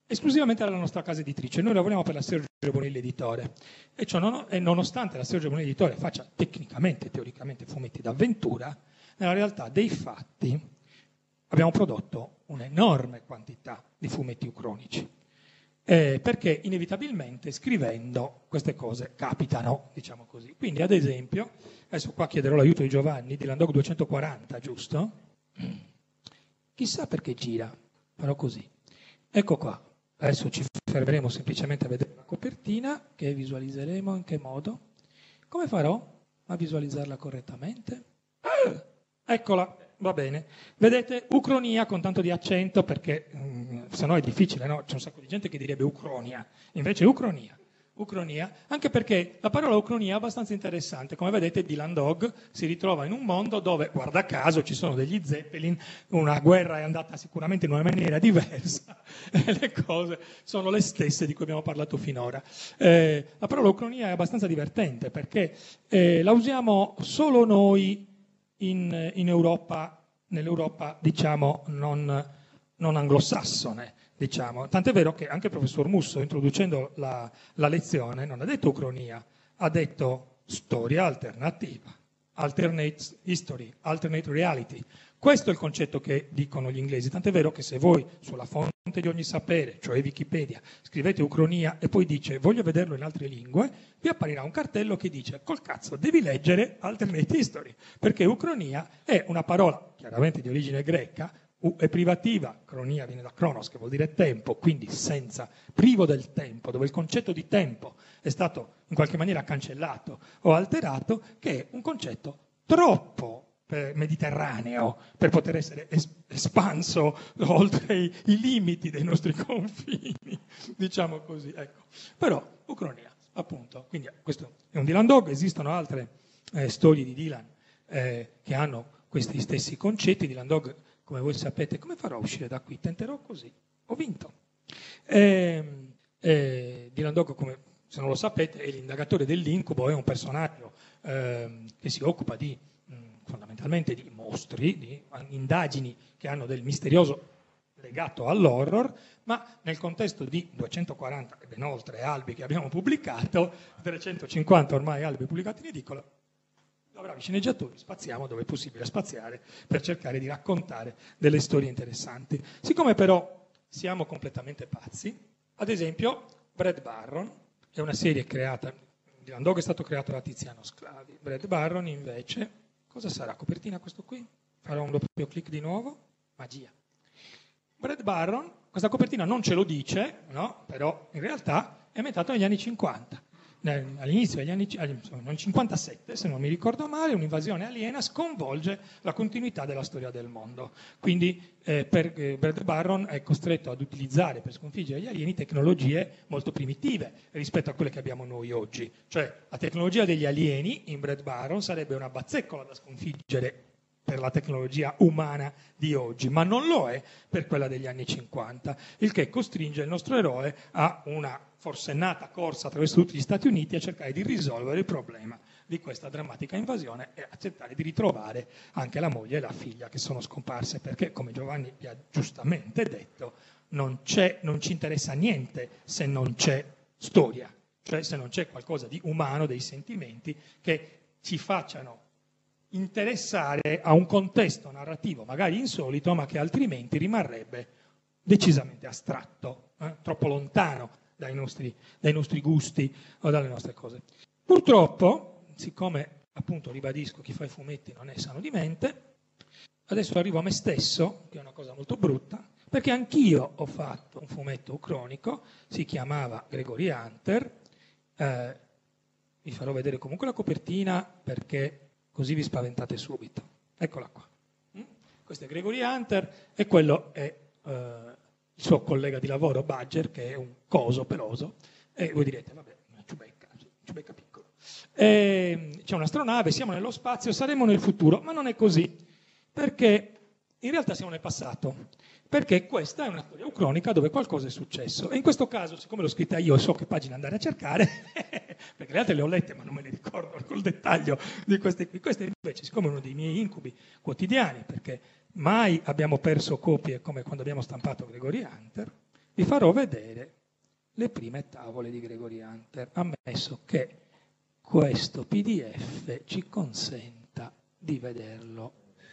Speaker 4: esclusivamente alla nostra casa editrice. Noi lavoriamo per la Sergio Bonelli Editore e, ciò non, e nonostante la Sergio Bonelli Editore faccia tecnicamente, teoricamente fumetti d'avventura, nella realtà dei fatti abbiamo prodotto un'enorme quantità di fumetti ucronici, eh, perché inevitabilmente scrivendo queste cose capitano, diciamo così. Quindi ad esempio, adesso qua chiederò l'aiuto di Giovanni, di Landog duecentoquaranta, giusto? Chissà perché gira, farò così. Ecco qua, adesso ci fermeremo semplicemente a vedere la copertina, che visualizzeremo in che modo. Come farò a visualizzarla correttamente? Ah, eccola, va bene. Vedete, Ucronia con tanto di accento, perché mh, se no è difficile, no? C'è un sacco di gente che direbbe Ucronia, invece Ucronia. Ucronia, anche perché la parola Ucronia è abbastanza interessante. Come vedete, Dylan Dog si ritrova in un mondo dove, guarda caso, ci sono degli Zeppelin, una guerra è andata sicuramente in una maniera diversa e le cose sono le stesse di cui abbiamo parlato finora. Eh, la parola Ucronia è abbastanza divertente perché eh, la usiamo solo noi in, in Europa, nell'Europa diciamo non, non anglosassone. Diciamo. Tant'è vero che anche il professor Musso, introducendo la, la lezione, non ha detto Ucronia, ha detto storia alternativa, alternate history, alternate reality. Questo è il concetto che dicono gli inglesi, tant'è vero che se voi sulla fonte di ogni sapere, cioè Wikipedia, scrivete Ucronia e poi dice voglio vederlo in altre lingue, vi apparirà un cartello che dice col cazzo devi leggere alternate history, perché Ucronia è una parola chiaramente di origine greca, U è privativa, cronia viene da chronos che vuol dire tempo, quindi senza, privo del tempo, dove il concetto di tempo è stato in qualche maniera cancellato o alterato, che è un concetto troppo eh, mediterraneo per poter essere es- espanso oltre i, i limiti dei nostri confini, diciamo così. Ecco. Però, Ucronia, appunto, quindi questo è un Dylan Dog, esistono altre eh, storie di Dylan eh, che hanno questi stessi concetti. Dylan Dog, come voi sapete, come farò a uscire da qui? Tenterò così. Ho vinto. Eh, eh, Dylan Dog, come se non lo sapete, è l'indagatore dell'incubo, è un personaggio eh, che si occupa di, mh, fondamentalmente di mostri, di indagini che hanno del misterioso legato all'horror, ma nel contesto di duecentoquaranta e ben oltre albi che abbiamo pubblicato, trecentocinquanta ormai albi pubblicati in edicola, da bravi sceneggiatori spaziamo dove è possibile spaziare per cercare di raccontare delle storie interessanti. Siccome però siamo completamente pazzi, ad esempio Brad Barron è una serie creata, Dylan Dog è stato creato da Tiziano Sclavi, Brad Barron invece, cosa sarà? Copertina questo qui? Farò un doppio clic di nuovo? Magia. Brad Barron, questa copertina non ce lo dice, no? Però in realtà è ambientato negli anni cinquanta. All'inizio degli anni nel cinquantasette, se non mi ricordo male, un'invasione aliena sconvolge la continuità della storia del mondo. Quindi eh, per, eh, Brad Barron è costretto ad utilizzare per sconfiggere gli alieni tecnologie molto primitive rispetto a quelle che abbiamo noi oggi. Cioè la tecnologia degli alieni in Brad Barron sarebbe una bazzeccola da sconfiggere per la tecnologia umana di oggi, ma non lo è per quella degli anni cinquanta, il che costringe il nostro eroe a una forsennata corsa attraverso tutti gli Stati Uniti a cercare di risolvere il problema di questa drammatica invasione e a cercare di ritrovare anche la moglie e la figlia che sono scomparse, perché, come Giovanni vi ha giustamente detto, non, c'è, non ci interessa niente se non c'è storia, cioè se non c'è qualcosa di umano, dei sentimenti che ci facciano interessare a un contesto narrativo magari insolito, ma che altrimenti rimarrebbe decisamente astratto, eh? troppo lontano dai nostri, dai nostri gusti o dalle nostre cose. Purtroppo, siccome appunto ribadisco chi fa i fumetti non è sano di mente, adesso arrivo a me stesso, che è una cosa molto brutta, perché anch'io ho fatto un fumetto ucronico, si chiamava Gregory Hunter, eh, vi farò vedere comunque la copertina perché così vi spaventate subito. Eccola qua. Mm? Questo è Gregory Hunter e quello è eh, il suo collega di lavoro Badger, che è un coso peloso, e voi direte, vabbè, una ciubecca, ciubecca piccolo. E c'è un'astronave, siamo nello spazio, saremo nel futuro, ma non è così, perché in realtà siamo nel passato, perché questa è una storia ucronica dove qualcosa è successo. E in questo caso, siccome l'ho scritta io e so che pagine andare a cercare, perché le altre le ho lette ma non me le ricordo col dettaglio di queste qui, queste invece, siccome è uno dei miei incubi quotidiani, perché mai abbiamo perso copie come quando abbiamo stampato Gregory Hunter, vi farò vedere le prime tavole di Gregory Hunter, ammesso che questo P D F ci consenta di vederlo.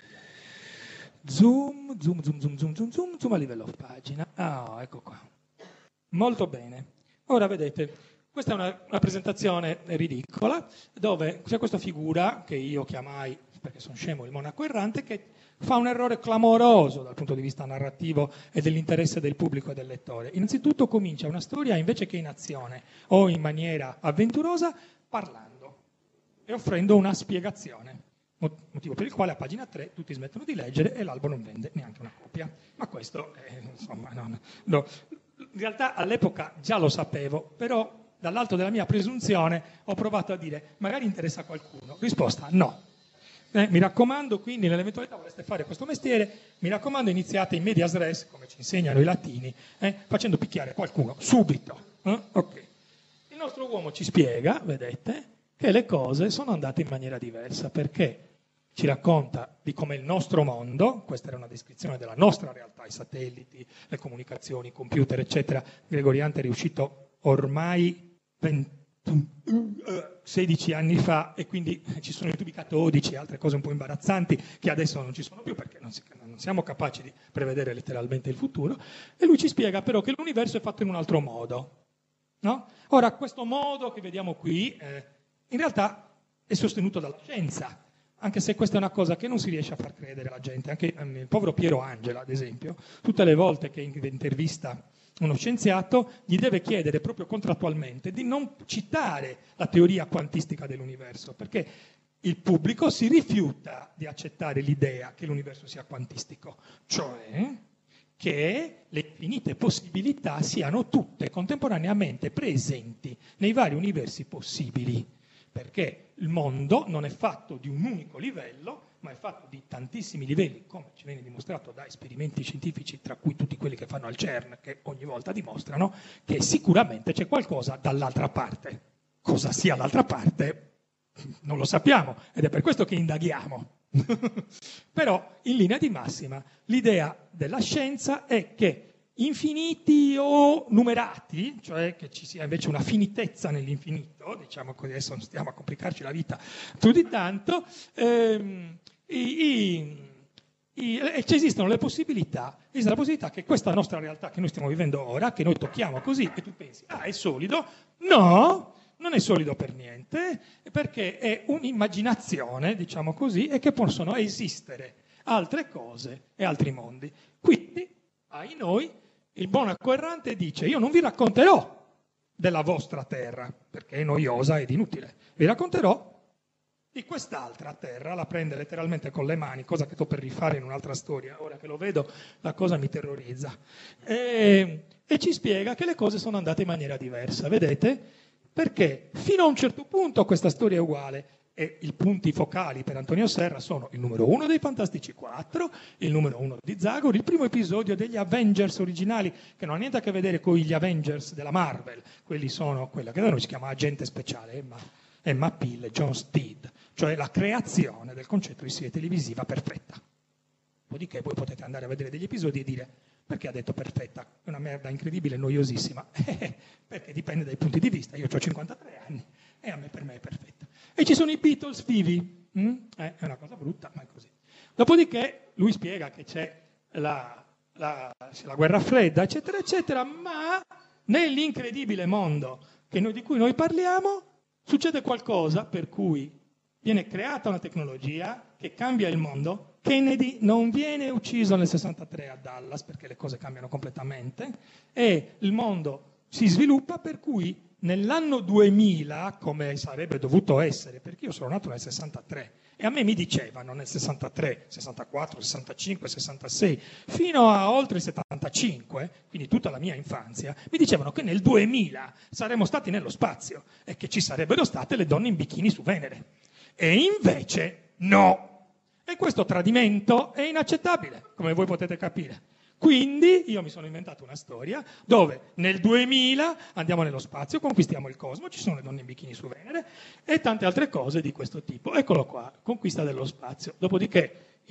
Speaker 4: Zoom, zoom, zoom, zoom, zoom, zoom, zoom, zoom a livello pagina. Ah, ecco qua. Molto bene. Ora vedete, questa è una, una presentazione ridicola, dove c'è questa figura che io chiamai, perché sono scemo, il monaco errante, che fa un errore clamoroso dal punto di vista narrativo e dell'interesse del pubblico e del lettore. Innanzitutto comincia una storia invece che in azione o in maniera avventurosa, parlando e offrendo una spiegazione, motivo per il quale a pagina tre tutti smettono di leggere e l'albo non vende neanche una copia. Ma questo, eh, insomma, no, no. In realtà all'epoca già lo sapevo, però dall'alto della mia presunzione ho provato a dire magari interessa a qualcuno. Risposta no. Eh, mi raccomando, quindi, nell'eventualità voleste fare questo mestiere, mi raccomando, iniziate in medias res, come ci insegnano i latini, eh, facendo picchiare qualcuno, subito. Eh? Okay. Il nostro uomo ci spiega, vedete, che le cose sono andate in maniera diversa, perché ci racconta di come il nostro mondo, questa era una descrizione della nostra realtà, i satelliti, le comunicazioni, i computer, eccetera. Gregory Hunter è riuscito ormai venti sedici anni fa, e quindi ci sono i tubi catodici e altre cose un po' imbarazzanti che adesso non ci sono più perché non, si, non siamo capaci di prevedere letteralmente il futuro, e lui ci spiega però che l'universo è fatto in un altro modo, no? Ora, questo modo che vediamo qui eh, in realtà è sostenuto dalla scienza, anche se questa è una cosa che non si riesce a far credere alla gente. Anche eh, il povero Piero Angela, ad esempio, tutte le volte che intervista uno scienziato gli deve chiedere proprio contrattualmente di non citare la teoria quantistica dell'universo, perché il pubblico si rifiuta di accettare l'idea che l'universo sia quantistico, cioè che le infinite possibilità siano tutte contemporaneamente presenti nei vari universi possibili, perché il mondo non è fatto di un unico livello, ma è fatto di tantissimi livelli, come ci viene dimostrato da esperimenti scientifici, tra cui tutti quelli che fanno al CERN, che ogni volta dimostrano che sicuramente c'è qualcosa dall'altra parte. Cosa sia l'altra parte non lo sappiamo, ed è per questo che indaghiamo. Però, in linea di massima, l'idea della scienza è che infiniti o numerati, cioè che ci sia invece una finitezza nell'infinito, diciamo così, adesso non stiamo a complicarci la vita più di tanto, ehm, i, i, i, e ci esistono le possibilità, esiste la possibilità che questa nostra realtà che noi stiamo vivendo ora, che noi tocchiamo così, e tu pensi, ah, è solido? No, non è solido per niente, perché è un'immaginazione, diciamo così, e che possono esistere altre cose e altri mondi. Quindi, ai noi, il monaco errante dice, io non vi racconterò della vostra terra, perché è noiosa ed inutile, vi racconterò di quest'altra terra, la prende letteralmente con le mani, cosa che sto per rifare in un'altra storia, ora che lo vedo la cosa mi terrorizza, e, e ci spiega che le cose sono andate in maniera diversa, vedete? Perché fino a un certo punto questa storia è uguale, e i punti focali per Antonio Serra sono il numero uno dei Fantastici quattro, il numero uno di Zagor, il primo episodio degli Avengers originali, che non ha niente a che vedere con gli Avengers della Marvel, quelli sono quella che da noi si chiama Agente Speciale, Emma, Emma Peel e John Steed, cioè la creazione del concetto di serie televisiva perfetta. Dopodiché voi potete andare a vedere degli episodi e dire, perché ha detto perfetta? È una merda incredibile, noiosissima. Perché dipende dai punti di vista, io ho cinquantatré anni e a me, per me è perfetta. E ci sono i Beatles vivi, mm? eh, è una cosa brutta, ma è così. Dopodiché lui spiega che c'è la, la, la guerra fredda, eccetera, eccetera, ma nell'incredibile mondo che noi, di cui noi parliamo succede qualcosa per cui viene creata una tecnologia che cambia il mondo. Kennedy non viene ucciso nel sessantatré a Dallas perché le cose cambiano completamente e il mondo si sviluppa, per cui nell'anno duemila, come sarebbe dovuto essere, perché io sono nato nel sessantatré e a me mi dicevano nel sessantatré, sessantaquattro, sessantacinque, sessantasei, fino a oltre il settantacinque, quindi tutta la mia infanzia, mi dicevano che nel duemila saremmo stati nello spazio e che ci sarebbero state le donne in bikini su Venere. E invece no! E questo tradimento è inaccettabile, come voi potete capire. Quindi io mi sono inventato una storia dove nel duemila andiamo nello spazio, conquistiamo il cosmo, ci sono le donne in bikini su Venere e tante altre cose di questo tipo. Eccolo qua, conquista dello spazio. Dopodiché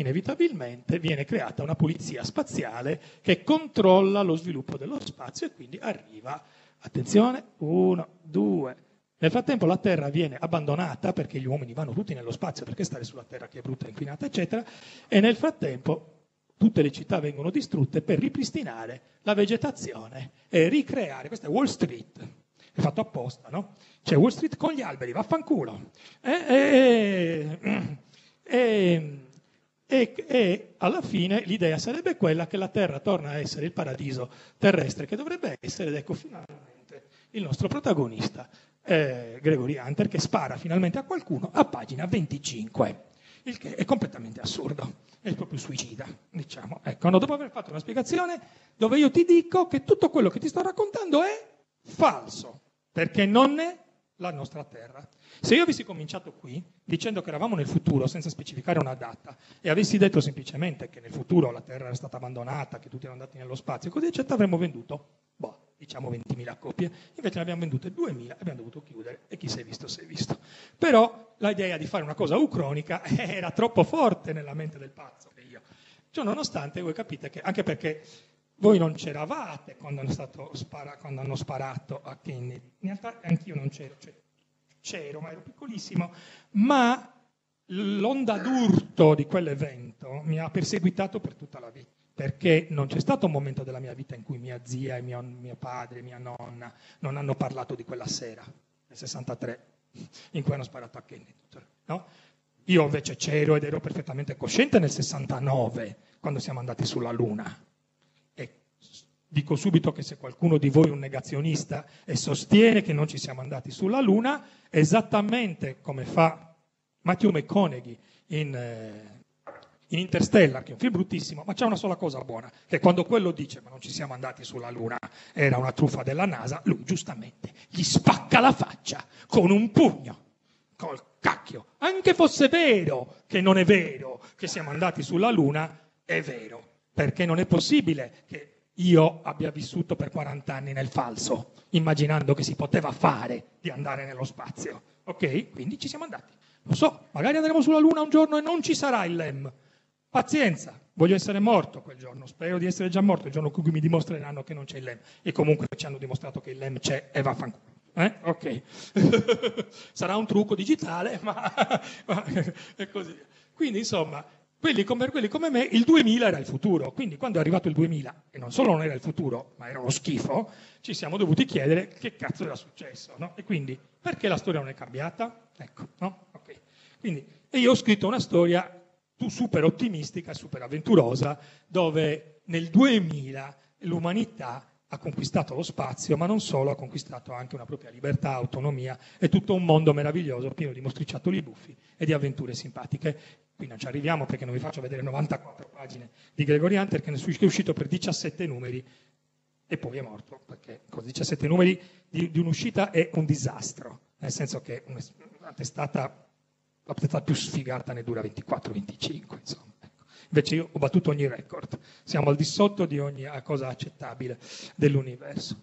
Speaker 4: inevitabilmente viene creata una polizia spaziale che controlla lo sviluppo dello spazio e quindi arriva, attenzione, uno, due. Nel frattempo la Terra viene abbandonata perché gli uomini vanno tutti nello spazio, perché stare sulla Terra che è brutta, inquinata, eccetera, e nel frattempo tutte le città vengono distrutte per ripristinare la vegetazione e ricreare. Questa è Wall Street, è fatto apposta, no? C'è Wall Street con gli alberi, vaffanculo. E, e, e, e, e alla fine l'idea sarebbe quella che la Terra torna a essere il paradiso terrestre che dovrebbe essere, ed ecco finalmente il nostro protagonista, eh, Gregory Hunter, che spara finalmente a qualcuno a pagina venticinque, il che è completamente assurdo. È proprio suicida, diciamo. Ecco, no, dopo aver fatto una spiegazione dove io ti dico che tutto quello che ti sto raccontando è falso, perché non è la nostra Terra. Se io avessi cominciato qui dicendo che eravamo nel futuro senza specificare una data e avessi detto semplicemente che nel futuro la Terra era stata abbandonata, che tutti erano andati nello spazio e così eccetera, avremmo venduto, boh, diciamo ventimila copie, invece ne abbiamo vendute duemila e abbiamo dovuto chiudere e chi si è visto si è visto. Però l'idea di fare una cosa ucronica era troppo forte nella mente del pazzo che io. Ciò nonostante voi capite che, anche perché voi non c'eravate quando hanno, stato spara, quando hanno sparato a Kennedy, in realtà anch'io non c'ero, cioè, c'ero ma ero piccolissimo, ma l'onda d'urto di quell'evento mi ha perseguitato per tutta la vita, perché non c'è stato un momento della mia vita in cui mia zia e mio, mio padre, mia nonna non hanno parlato di quella sera, nel sessantatré, in cui hanno sparato a Kennedy. No? Io invece c'ero ed ero perfettamente cosciente nel sessantanove, quando siamo andati sulla Luna. E dico subito che se qualcuno di voi è un negazionista e sostiene che non ci siamo andati sulla Luna, esattamente come fa Matthew McConaughey in, eh, in Interstellar, che è un film bruttissimo, ma c'è una sola cosa buona, che quando quello dice ma non ci siamo andati sulla Luna, era una truffa della NASA, lui giustamente gli spacca la faccia con un pugno, col cacchio. Anche fosse vero che non è vero che siamo andati sulla Luna, è vero, perché non è possibile che io abbia vissuto per quaranta anni nel falso, immaginando che si poteva fare di andare nello spazio. Ok? Quindi ci siamo andati. Lo so, magari andremo sulla Luna un giorno e non ci sarà il L E M. Pazienza, voglio essere morto quel giorno, spero di essere già morto il giorno in cui mi dimostreranno che non c'è il L E M. E comunque ci hanno dimostrato che il L E M c'è e vaffanculo. Eh? Ok. Sarà un trucco digitale, ma, ma è così. Quindi, insomma, quelli come, quelli come me, il duemila era il futuro. Quindi, quando è arrivato il duemila, e non solo non era il futuro, ma era uno schifo, ci siamo dovuti chiedere che cazzo era successo, no? E quindi, perché la storia non è cambiata? Ecco, no? Ok. Quindi, e io ho scritto una storia super ottimistica, super avventurosa, dove nel duemila l'umanità ha conquistato lo spazio, ma non solo, ha conquistato anche una propria libertà, autonomia e tutto un mondo meraviglioso, pieno di mostriciattoli buffi e di avventure simpatiche. Qui non ci arriviamo perché non vi faccio vedere novantaquattro pagine di Gregory Hunter, che è uscito per diciassette numeri e poi è morto, perché con diciassette numeri di, di un'uscita è un disastro, nel senso che una testata, la testata più sfigata ne dura ventiquattro venticinque, insomma. Invece io ho battuto ogni record, siamo al di sotto di ogni cosa accettabile dell'universo.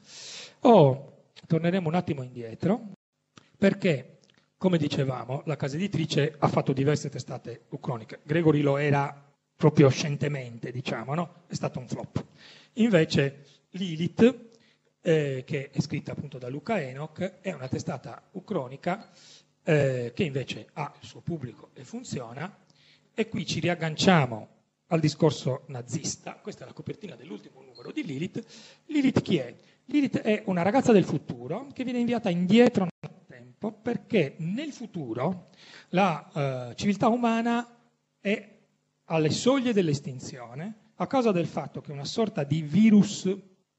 Speaker 4: Oh, torneremo un attimo indietro, perché, come dicevamo, la casa editrice ha fatto diverse testate ucroniche. Gregory lo era proprio scientemente, diciamo, no? È stato un flop. Invece Lilith, eh, che è scritta appunto da Luca Enoch, è una testata ucronica eh, che invece ha il suo pubblico e funziona, e qui ci riagganciamo al discorso nazista. Questa è la copertina dell'ultimo numero di Lilith. Lilith chi è? Lilith è una ragazza del futuro che viene inviata indietro nel tempo perché nel futuro la uh, civiltà umana è alle soglie dell'estinzione a causa del fatto che una sorta di virus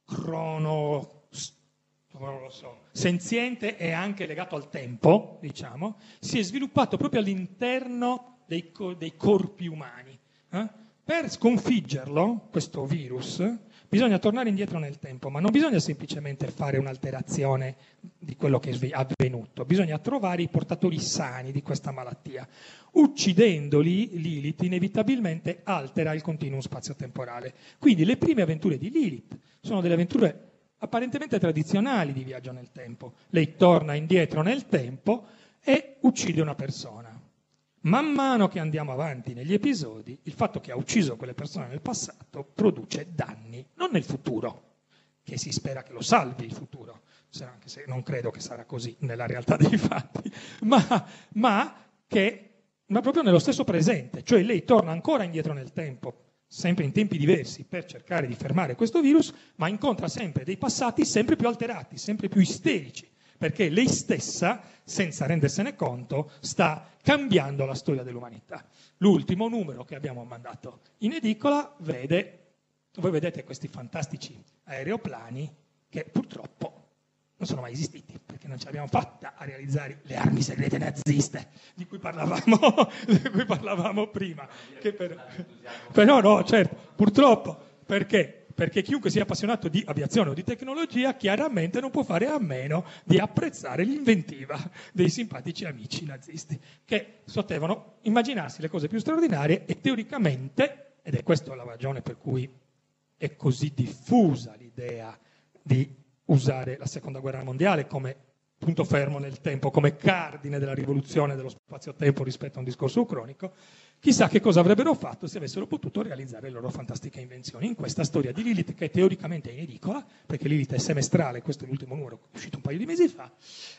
Speaker 4: crono, non lo so, senziente e anche legato al tempo, diciamo, si è sviluppato proprio all'interno dei, dei corpi umani. Eh? Per sconfiggerlo, questo virus, bisogna tornare indietro nel tempo, ma non bisogna semplicemente fare un'alterazione di quello che è avvenuto, bisogna trovare i portatori sani di questa malattia. Uccidendoli, Lilith inevitabilmente altera il continuum spazio-temporale. Quindi le prime avventure di Lilith sono delle avventure apparentemente tradizionali di viaggio nel tempo. Lei torna indietro nel tempo e uccide una persona. Man mano che andiamo avanti negli episodi, il fatto che ha ucciso quelle persone nel passato produce danni, non nel futuro, che si spera che lo salvi il futuro, anche se non credo che sarà così nella realtà dei fatti, ma, ma che ma proprio nello stesso presente, cioè lei torna ancora indietro nel tempo, sempre in tempi diversi, per cercare di fermare questo virus, ma incontra sempre dei passati sempre più alterati, sempre più isterici, perché lei stessa, senza rendersene conto, sta cambiando la storia dell'umanità. L'ultimo numero che abbiamo mandato in edicola vede, voi vedete questi fantastici aeroplani che purtroppo non sono mai esistiti, perché non ce l'abbiamo fatta a realizzare le armi segrete naziste di cui parlavamo, di cui parlavamo prima. Che per... Però no, certo, purtroppo, perché? Perché chiunque sia appassionato di aviazione o di tecnologia chiaramente non può fare a meno di apprezzare l'inventiva dei simpatici amici nazisti, che potevano immaginarsi le cose più straordinarie e teoricamente, ed è questa la ragione per cui è così diffusa l'idea di usare la seconda guerra mondiale come punto fermo nel tempo, come cardine della rivoluzione dello spazio-tempo rispetto a un discorso ucronico, chissà che cosa avrebbero fatto se avessero potuto realizzare le loro fantastiche invenzioni. In questa storia di Lilith, che teoricamente è in edicola, perché Lilith è semestrale, questo è l'ultimo numero, è uscito un paio di mesi fa,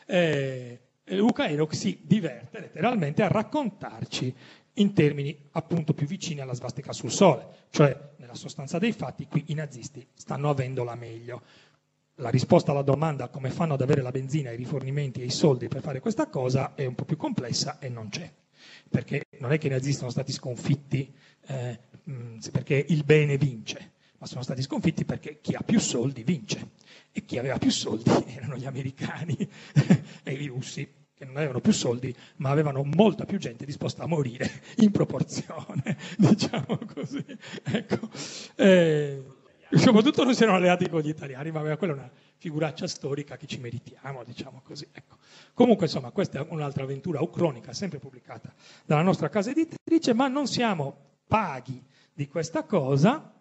Speaker 4: eh, Luca Enoch si diverte letteralmente a raccontarci in termini appunto più vicini alla svastica sul Sole, cioè nella sostanza dei fatti qui i nazisti stanno avendola meglio. La risposta alla domanda come fanno ad avere la benzina, i rifornimenti e i soldi per fare questa cosa è un po' più complessa e non c'è. Perché non è che i nazisti sono stati sconfitti eh, perché il bene vince, ma sono stati sconfitti perché chi ha più soldi vince. E chi aveva più soldi erano gli americani e i russi, che non avevano più soldi, ma avevano molta più gente disposta a morire in proporzione, diciamo così. Ecco. Eh, Soprattutto non si erano alleati con gli italiani, ma quella è una figuraccia storica che ci meritiamo, diciamo così. Ecco. Comunque, insomma, questa è un'altra avventura ucronica, sempre pubblicata dalla nostra casa editrice, ma non siamo paghi di questa cosa.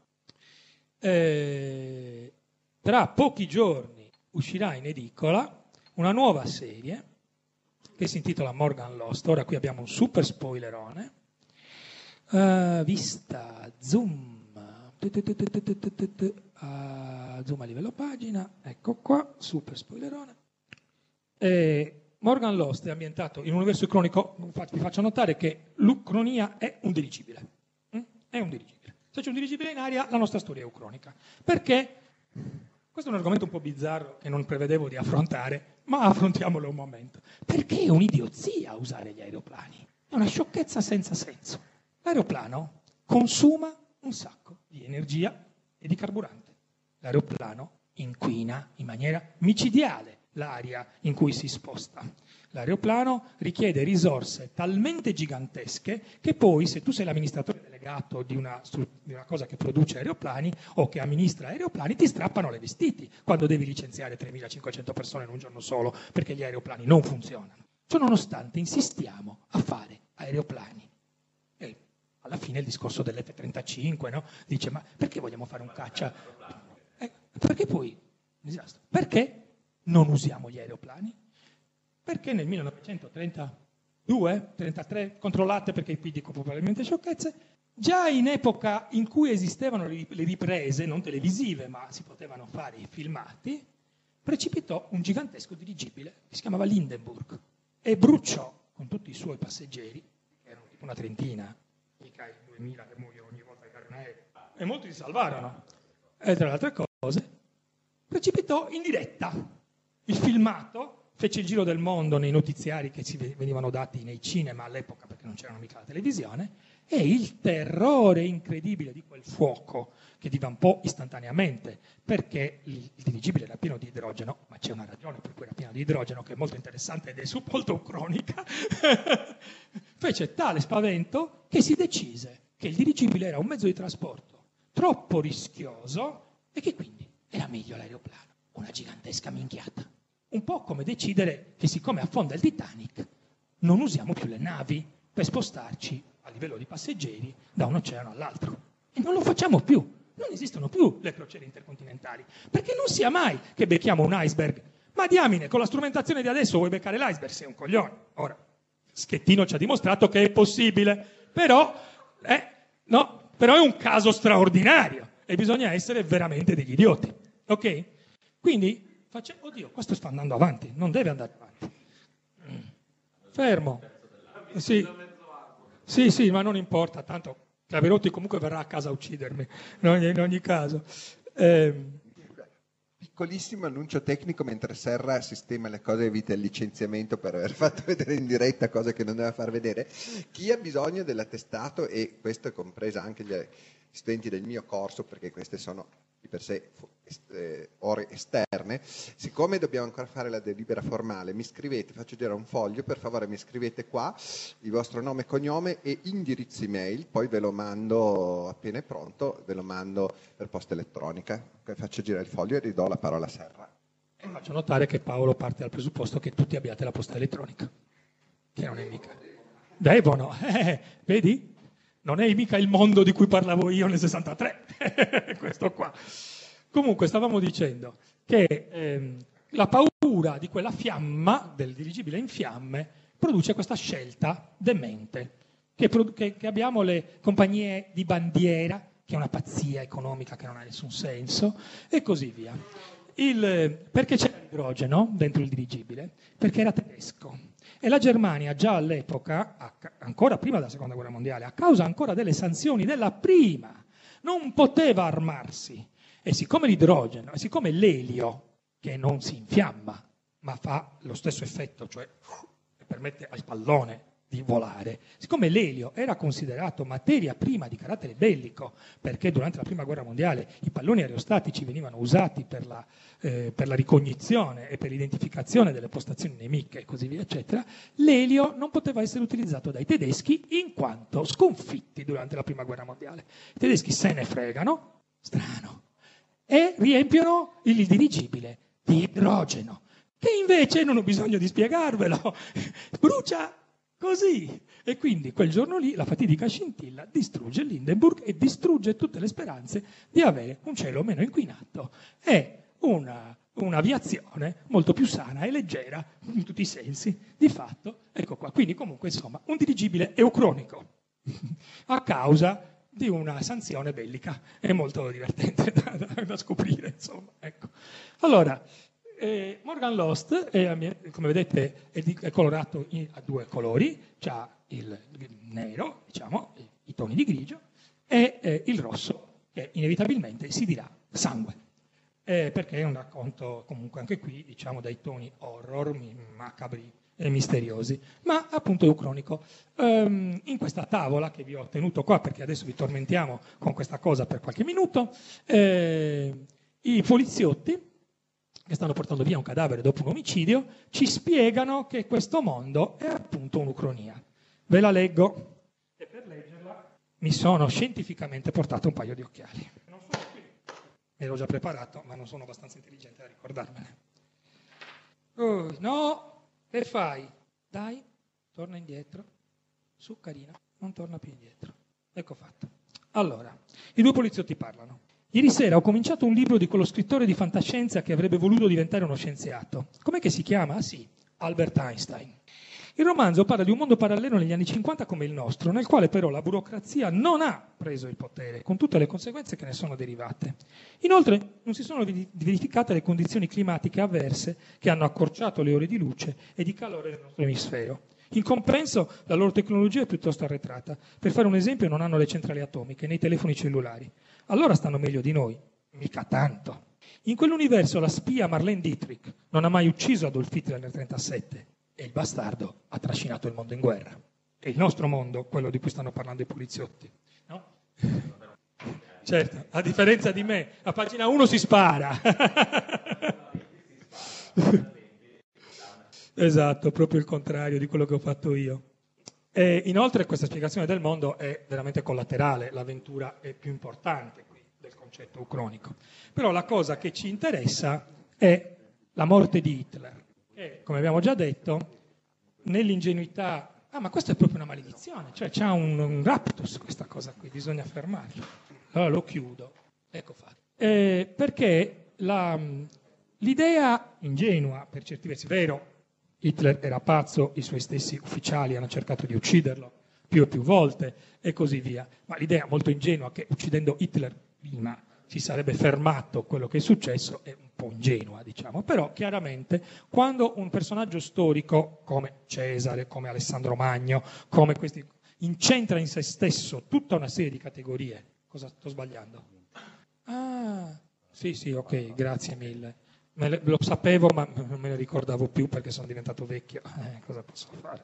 Speaker 4: Eh, tra pochi giorni uscirà in edicola una nuova serie che si intitola Morgan Lost. Ora qui abbiamo un super spoilerone. Uh, vista, zoom. Uh, zoom a livello pagina, ecco qua, super spoilerone. Eh, Morgan Lost è ambientato in un universo ucronico. Infatti vi faccio notare che l'Ucronia è un dirigibile. Mm? È un dirigibile. Se c'è un dirigibile in aria, la nostra storia è ucronica. Perché? Questo è un argomento un po' bizzarro che non prevedevo di affrontare, ma affrontiamolo un momento. Perché è un'idiozia usare gli aeroplani? È una sciocchezza senza senso. L'aeroplano consuma un sacco di energia e di carburante. L'aeroplano inquina in maniera micidiale l'aria in cui si sposta. L'aeroplano richiede risorse talmente gigantesche che poi, se tu sei l'amministratore delegato di una, di una cosa che produce aeroplani o che amministra aeroplani, ti strappano le vestiti quando devi licenziare tremilacinquecento persone in un giorno solo perché gli aeroplani non funzionano. Ciononostante insistiamo a fare aeroplani. E alla fine il discorso dell'F trentacinque, no? Dice, ma perché vogliamo fare un caccia? Eh, perché poi, disastro, perché non usiamo gli aeroplani? Perché nel millenovecentotrentadue, trentatré, controllate perché qui dico probabilmente sciocchezze, già in epoca in cui esistevano le riprese, non televisive, ma si potevano fare i filmati, precipitò un gigantesco dirigibile che si chiamava Hindenburg e bruciò con tutti i suoi passeggeri, che erano tipo una trentina, mica i duemila che muoiono ogni volta che caricano aerei, e molti si salvarono. E tra le altre cose, precipitò in diretta. Il filmato fece il giro del mondo nei notiziari che ci venivano dati nei cinema all'epoca, perché non c'era mica la televisione, e il terrore incredibile di quel fuoco che divampò istantaneamente, perché il dirigibile era pieno di idrogeno, ma c'è una ragione per cui era pieno di idrogeno che è molto interessante ed è su molto ucronica, fece tale spavento che si decise che il dirigibile era un mezzo di trasporto troppo rischioso e che quindi era meglio l'aeroplano, una gigantesca minchiata. Un po' come decidere che siccome affonda il Titanic non usiamo più le navi per spostarci a livello di passeggeri da un oceano all'altro. E non lo facciamo più. Non esistono più le crociere intercontinentali. Perché non sia mai che becchiamo un iceberg. Ma diamine, con la strumentazione di adesso vuoi beccare l'iceberg? Sei un coglione. Ora, Schettino ci ha dimostrato che è possibile, però, eh, no, però è un caso straordinario e bisogna essere veramente degli idioti, ok? Quindi, face... oddio, questo sta andando avanti, non deve andare avanti. Fermo. Sì, sì, sì, ma non importa, tanto Claverotti comunque verrà a casa a uccidermi, in ogni, in ogni caso. Eh...
Speaker 6: Piccolissimo annuncio tecnico mentre Serra sistema le cose e evita il licenziamento per aver fatto vedere in diretta cose che non doveva far vedere. Chi ha bisogno dell'attestato, e questo è compresa anche gli studenti del mio corso, perché queste sono di per sé eh, ore esterne, siccome dobbiamo ancora fare la delibera formale, mi scrivete, faccio girare un foglio, per favore mi scrivete qua il vostro nome, cognome e indirizzo email, poi ve lo mando appena è pronto, ve lo mando per posta elettronica. Okay, faccio girare il foglio e ridò la parola a Serra.
Speaker 4: E faccio notare che Paolo parte dal presupposto che tutti abbiate la posta elettronica, che non è mica. Devono, eh, vedi? Non è mica il mondo di cui parlavo io nel sessantatré, questo qua. Comunque stavamo dicendo che ehm, la paura di quella fiamma, del dirigibile in fiamme, produce questa scelta demente, che, che, che abbiamo le compagnie di bandiera, che è una pazzia economica che non ha nessun senso, e così via. Il, perché c'era l'idrogeno dentro il dirigibile? Perché era tedesco. E la Germania già all'epoca, ancora prima della seconda guerra mondiale, a causa ancora delle sanzioni della prima, non poteva armarsi. E siccome l'idrogeno, e siccome l'elio, che non si infiamma, ma fa lo stesso effetto, cioè permette al pallone di volare, siccome l'elio era considerato materia prima di carattere bellico, perché durante la prima guerra mondiale i palloni aerostatici venivano usati per la, eh, per la ricognizione e per l'identificazione delle postazioni nemiche e così via, eccetera, l'elio non poteva essere utilizzato dai tedeschi in quanto sconfitti durante la prima guerra mondiale. I tedeschi se ne fregano, strano, e riempiono il dirigibile di idrogeno, che invece non ho bisogno di spiegarvelo, brucia così. E quindi quel giorno lì la fatidica scintilla distrugge l'Hindenburg e distrugge tutte le speranze di avere un cielo meno inquinato e una, un'aviazione molto più sana e leggera in tutti i sensi. Di fatto, ecco qua. Quindi comunque insomma un dirigibile eucronico a causa di una sanzione bellica. È molto divertente da, da, da scoprire, insomma. Ecco. Allora, Eh, Morgan Lost, è, come vedete, è, di, è colorato in, a due colori, c'ha il, il nero, diciamo, i, i toni di grigio, e eh, il rosso, che inevitabilmente si dirà sangue, eh, perché è un racconto comunque anche qui, diciamo, dai toni horror, macabri e misteriosi, ma appunto eucronico. Um, in questa tavola che vi ho tenuto qua, perché adesso vi tormentiamo con questa cosa per qualche minuto, eh, i poliziotti che stanno portando via un cadavere dopo un omicidio, ci spiegano che questo mondo è appunto un'ucronia. Ve la leggo e per leggerla mi sono scientificamente portato un paio di occhiali. Non sono qui, me l'ho già preparato, ma non sono abbastanza intelligente da ricordarmene. Oh, no, che fai? Dai, torna indietro. Su, carina, non torna più indietro. Ecco fatto. Allora, i due poliziotti parlano. Ieri sera ho cominciato un libro di quello scrittore di fantascienza che avrebbe voluto diventare uno scienziato. Com'è che si chiama? Ah sì, Albert Einstein. Il romanzo parla di un mondo parallelo negli anni cinquanta come il nostro, nel quale però la burocrazia non ha preso il potere, con tutte le conseguenze che ne sono derivate. Inoltre non si sono verificate le condizioni climatiche avverse che hanno accorciato le ore di luce e di calore del nostro emisfero. In compenso, la loro tecnologia è piuttosto arretrata. Per fare un esempio, non hanno le centrali atomiche né i telefoni cellulari. Allora stanno meglio di noi. Mica tanto. In quell'universo la spia Marlene Dietrich non ha mai ucciso Adolf Hitler nel trentasette e il bastardo ha trascinato il mondo in guerra. È il nostro mondo quello di cui stanno parlando i poliziotti. No? Certo, a differenza di me, a pagina uno si spara. Esatto, proprio il contrario di quello che ho fatto io. E inoltre questa spiegazione del mondo è veramente collaterale, l'avventura è più importante qui del concetto ucronico. Però la cosa che ci interessa è la morte di Hitler, che, come abbiamo già detto, nell'ingenuità... Ah, ma questa è proprio una maledizione, cioè c'ha un, un raptus questa cosa qui, bisogna fermarlo. Allora lo chiudo, ecco fatto. Eh, perché la, l'idea ingenua, per certi versi, vero, Hitler era pazzo, i suoi stessi ufficiali hanno cercato di ucciderlo più e più volte e così via. Ma l'idea molto ingenua che uccidendo Hitler prima si sarebbe fermato quello che è successo è un po' ingenua, diciamo. Però chiaramente quando un personaggio storico come Cesare, come Alessandro Magno, come questi, incentra in se stesso tutta una serie di categorie. Cosa sto sbagliando? Ah, sì, sì, ok, grazie mille. Me le, lo sapevo, ma non me ne ricordavo più perché sono diventato vecchio. Eh, cosa posso fare?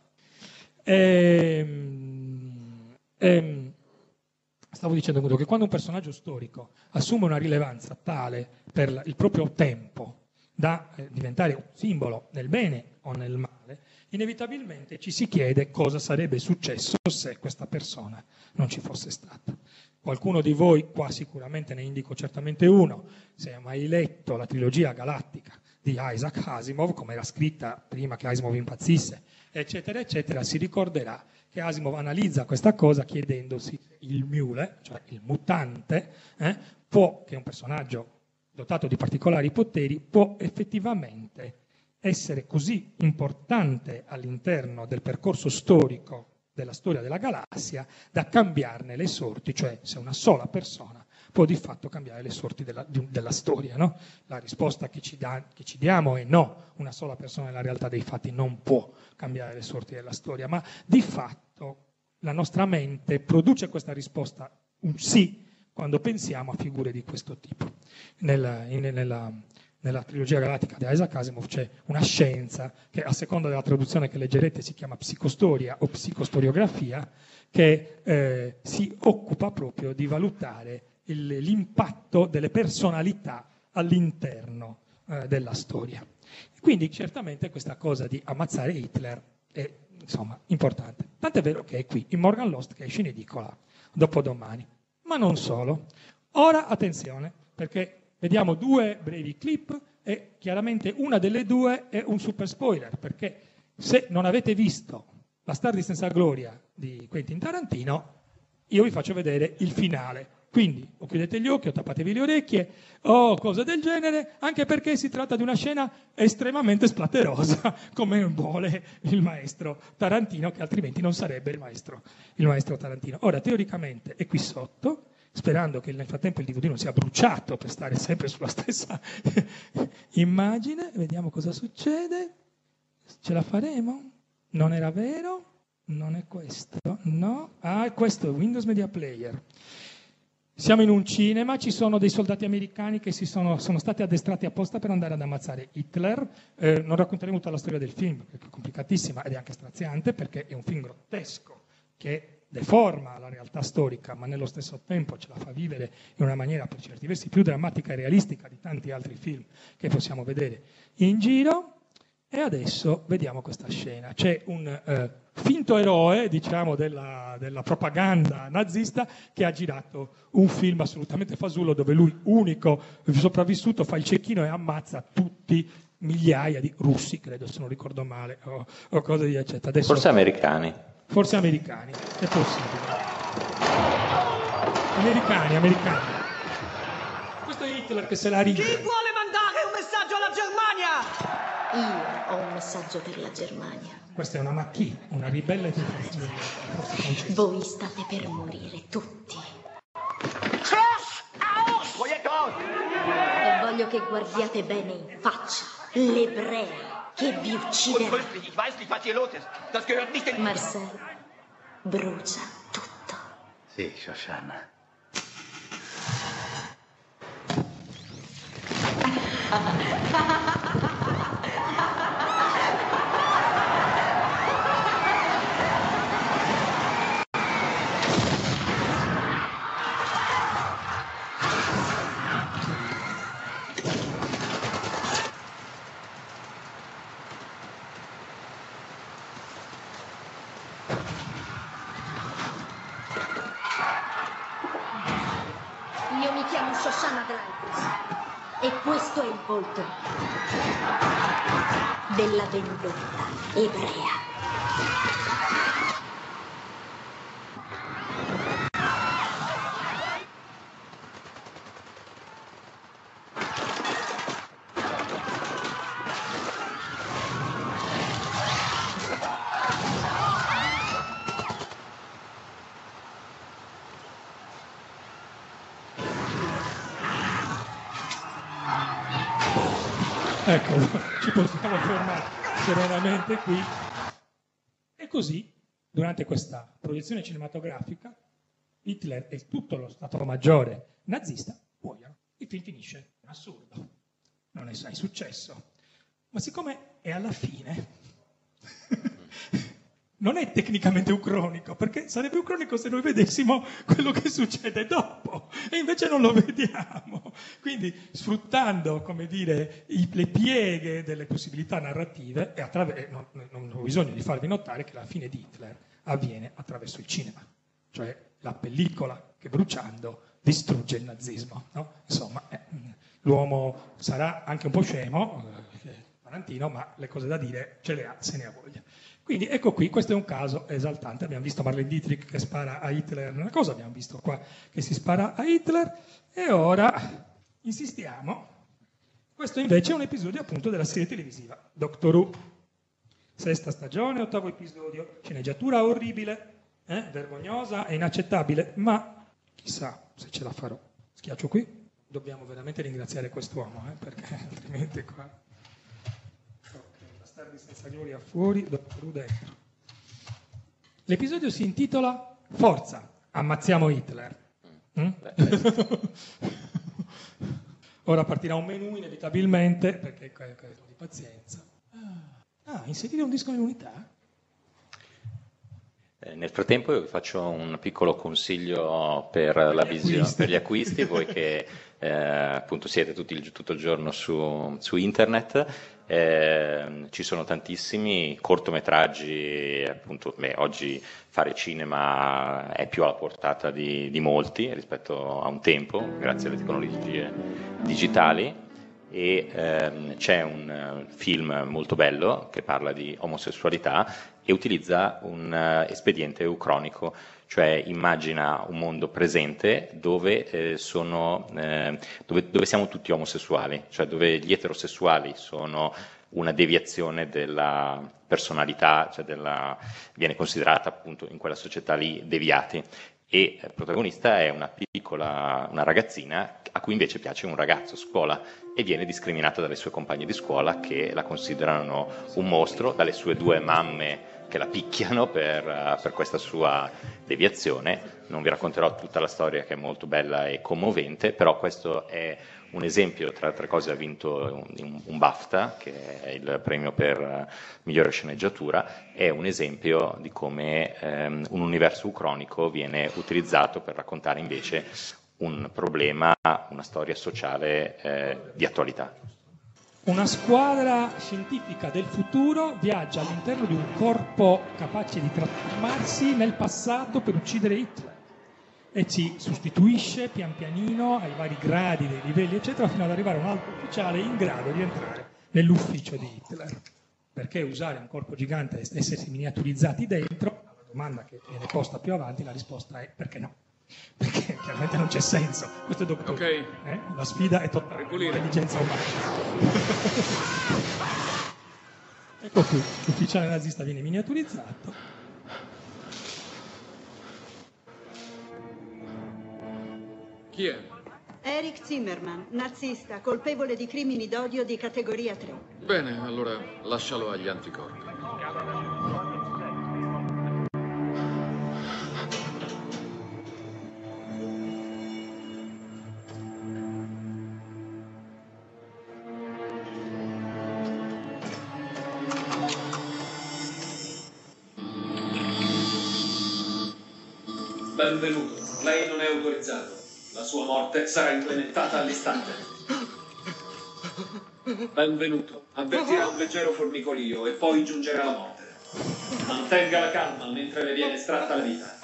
Speaker 4: Ehm, ehm, stavo dicendo che quando un personaggio storico assume una rilevanza tale per il proprio tempo da eh, diventare un simbolo nel bene o nel male, inevitabilmente ci si chiede cosa sarebbe successo se questa persona non ci fosse stata. Qualcuno di voi, qua sicuramente ne indico certamente uno, se ha mai letto la trilogia galattica di Isaac Asimov, come era scritta prima che Asimov impazzisse, eccetera, eccetera, si ricorderà che Asimov analizza questa cosa chiedendosi il mule, cioè il mutante, eh, può, che è un personaggio dotato di particolari poteri, può effettivamente essere così importante all'interno del percorso storico della storia della galassia da cambiarne le sorti, cioè se una sola persona può di fatto cambiare le sorti della, di, della storia. No? La risposta che ci, da, che ci diamo è no, una sola persona nella realtà dei fatti non può cambiare le sorti della storia, ma di fatto la nostra mente produce questa risposta, un sì, quando pensiamo a figure di questo tipo. Nella, in, nella, nella trilogia galattica di Isaac Asimov c'è una scienza che a seconda della traduzione che leggerete si chiama psicostoria o psicostoriografia, che eh, si occupa proprio di valutare il, l'impatto delle personalità all'interno eh, della storia. Quindi certamente questa cosa di ammazzare Hitler è insomma importante. Tant'è vero che è qui, in Morgan Lost, che esce in edicola dopodomani. Ma non solo. Ora attenzione, perché vediamo due brevi clip e chiaramente una delle due è un super spoiler, perché se non avete visto Bastardi senza gloria di Quentin Tarantino, io vi faccio vedere il finale. Quindi o chiudete gli occhi o tappatevi le orecchie o cose del genere, anche perché si tratta di una scena estremamente splatterosa, come vuole il maestro Tarantino, che altrimenti non sarebbe il maestro, il maestro Tarantino. Ora, teoricamente è qui sotto, sperando che nel frattempo il D V D non sia bruciato per stare sempre sulla stessa immagine. Vediamo cosa succede. Ce la faremo? Non era vero? Non è questo? No? Ah, questo è Windows Media Player. Siamo in un cinema, ci sono dei soldati americani che si sono, sono stati addestrati apposta per andare ad ammazzare Hitler. Eh, non racconteremo tutta la storia del film, perché è complicatissima ed è anche straziante, perché è un film grottesco che deforma la realtà storica, ma nello stesso tempo ce la fa vivere in una maniera per certi versi più drammatica e realistica di tanti altri film che possiamo vedere in giro. E adesso vediamo questa scena. C'è un eh, finto eroe, diciamo, della, della propaganda nazista che ha girato un film assolutamente fasullo dove lui, unico sopravvissuto, fa il cecchino e ammazza tutti migliaia di russi, credo, se non ricordo male, o, o cose di eccetera. Adesso,
Speaker 5: forse americani. Forse
Speaker 4: americani, è possibile. Americani, americani. Questo è Hitler che se la ride.
Speaker 7: Chi vuole mandare un messaggio alla Germania?
Speaker 8: Io ho un messaggio per la Germania.
Speaker 4: Questa è una macchina, una ribelle di
Speaker 8: Voi state per morire tutti. E voglio che guardiate bene in faccia l'ebrea che vi ucciderà. Marcel, brucia tutto.
Speaker 9: Sì, Shoshana.
Speaker 8: Io mi chiamo Shoshana Dreyfus e questo è il volto della vendetta ebrea.
Speaker 4: Ecco, ci possiamo fermare serenamente qui. E così, durante questa proiezione cinematografica, Hitler e tutto lo Stato Maggiore nazista muoiono. Il film finisce. Assurdo. Non è mai successo. Ma siccome è alla fine, non è tecnicamente ucronico, perché sarebbe ucronico se noi vedessimo quello che succede dopo, e invece non lo vediamo. Quindi, sfruttando, come dire, i, le pieghe delle possibilità narrative, e attraver- non, non ho bisogno di farvi notare che la fine di Hitler avviene attraverso il cinema, cioè la pellicola che bruciando distrugge il nazismo. No? Insomma, eh, l'uomo sarà anche un po' scemo, eh, Tarantino, ma le cose da dire ce le ha, se ne ha voglia. Quindi ecco qui, questo è un caso esaltante. Abbiamo visto Marlene Dietrich che spara a Hitler una cosa, abbiamo visto qua che si spara a Hitler, e ora insistiamo. Questo invece è un episodio appunto della serie televisiva Doctor Who. Sesta stagione, ottavo episodio, sceneggiatura orribile, eh? vergognosa e inaccettabile, ma chissà se ce la farò. Schiaccio qui, dobbiamo veramente ringraziare quest'uomo, eh? perché altrimenti qua... Bastardi senza gloria fuori, Doctor Who dentro. L'episodio si intitola Forza, ammazziamo Hitler. Mm? Ora partirà un menù inevitabilmente, perché di pazienza. Ah, inserire un disco in unità?
Speaker 5: Eh, nel frattempo io vi faccio un piccolo consiglio per, per la visione, per gli acquisti, voi che eh, appunto siete tutti il, tutto il giorno su, su internet. Eh, ci sono tantissimi cortometraggi, appunto, beh, oggi fare cinema è più alla portata di, di molti rispetto a un tempo, grazie alle tecnologie digitali, e ehm, c'è un uh, film molto bello che parla di omosessualità e utilizza un uh, espediente ucronico, cioè immagina un mondo presente dove, eh, sono, eh, dove, dove siamo tutti omosessuali, cioè dove gli eterosessuali sono una deviazione della personalità, cioè della, viene considerata appunto in quella società lì deviati, e il protagonista è una piccola, una ragazzina a cui invece piace un ragazzo a scuola e viene discriminata dalle sue compagne di scuola che la considerano un mostro, dalle sue due mamme che la picchiano per, per questa sua deviazione. Non vi racconterò tutta la storia, che è molto bella e commovente, però questo è un esempio. Tra altre cose ha vinto un, un BAFTA, che è il premio per migliore sceneggiatura. È un esempio di come ehm, un universo ucronico viene utilizzato per raccontare invece un problema, una storia sociale eh, di attualità.
Speaker 4: Una squadra scientifica del futuro viaggia all'interno di un corpo capace di trasformarsi nel passato per uccidere Hitler e ci sostituisce pian pianino ai vari gradi dei livelli eccetera fino ad arrivare a un alto ufficiale in grado di entrare nell'ufficio di Hitler. Perché usare un corpo gigante e essersi miniaturizzati dentro? La domanda che viene posta più avanti, la risposta è perché no? Perché chiaramente non c'è senso. Questo è Doctor Who. Okay. Eh? La sfida è totale, l'intelligenza umana. Ecco qui, l'ufficiale nazista viene miniaturizzato.
Speaker 10: Chi è?
Speaker 11: Erich Zimmermann, nazista, colpevole di crimini d'odio di categoria tre.
Speaker 10: Bene, allora lascialo agli anticorpi.
Speaker 12: Benvenuto. Lei non è autorizzato. La sua morte sarà implementata all'istante. Benvenuto. Avvertirà un leggero formicolio e poi giungerà la morte. Mantenga la calma mentre le viene estratta la vita.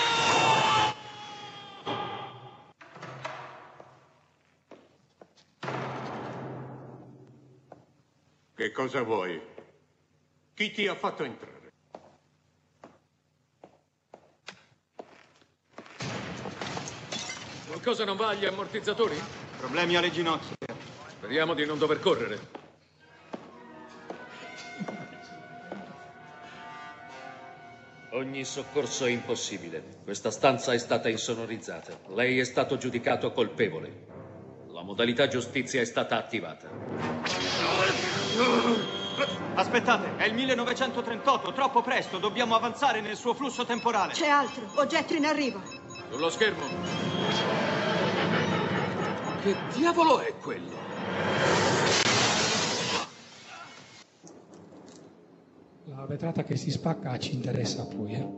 Speaker 13: Che cosa vuoi? Chi ti ha fatto entrare?
Speaker 10: Qualcosa non va agli ammortizzatori?
Speaker 14: Problemi alle ginocchia.
Speaker 10: Speriamo di non dover correre.
Speaker 12: Ogni soccorso è impossibile. Questa stanza è stata insonorizzata. Lei è stato giudicato colpevole. La modalità giustizia è stata attivata.
Speaker 14: Aspettate, è il millenovecentotrentotto, troppo presto, dobbiamo avanzare nel suo flusso temporale.
Speaker 11: C'è altro, oggetto in arrivo.
Speaker 12: Sullo schermo. Che diavolo è quello?
Speaker 4: La vetrata che si spacca ci interessa poi, eh.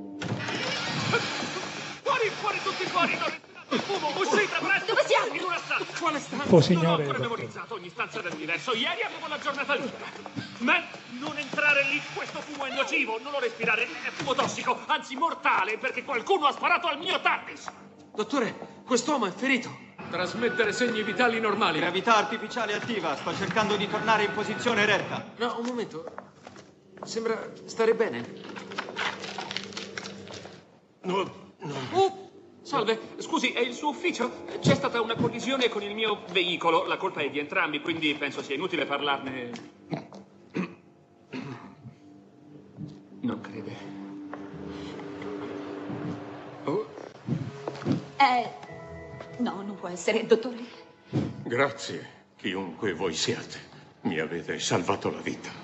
Speaker 15: Fuori, fuori, tutti fuori! Non respirate il fumo! Uscite, presto!
Speaker 8: Dove siamo?
Speaker 15: In una stanza! Quale stanza?
Speaker 4: Oh, signore,
Speaker 15: non ho ancora
Speaker 4: dottore.
Speaker 15: memorizzato ogni stanza dell'universo. Ieri avevo la giornata libera. Ma non entrare lì, questo fumo è nocivo. Non lo respirare, è fumo tossico, anzi mortale, perché qualcuno ha sparato al mio TARDIS.
Speaker 12: Dottore, quest'uomo è ferito. Trasmettere segni vitali normali.
Speaker 14: Gravità artificiale attiva, sto cercando di tornare in posizione eretta.
Speaker 12: No, un momento. Sembra stare bene.
Speaker 15: No.
Speaker 12: Oh, salve, scusi, è il suo ufficio? C'è stata una collisione con il mio veicolo, la colpa è di entrambi, quindi penso sia inutile parlarne. Non crede. Oh.
Speaker 8: Eh, no, non può essere, dottore.
Speaker 13: Grazie, chiunque voi siate. Mi avete salvato la vita.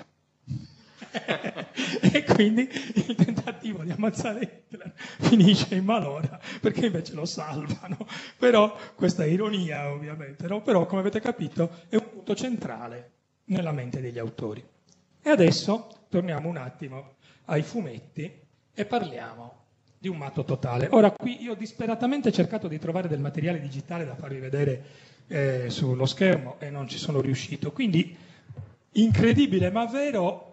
Speaker 4: E quindi il tentativo di ammazzare Hitler finisce in malora perché invece lo salvano. Però questa è ironia, ovviamente, no? Però come avete capito è un punto centrale nella mente degli autori. E adesso torniamo un attimo ai fumetti e parliamo di un matto totale. Ora qui io ho disperatamente cercato di trovare del materiale digitale da farvi vedere eh, sullo schermo e non ci sono riuscito, quindi incredibile ma vero,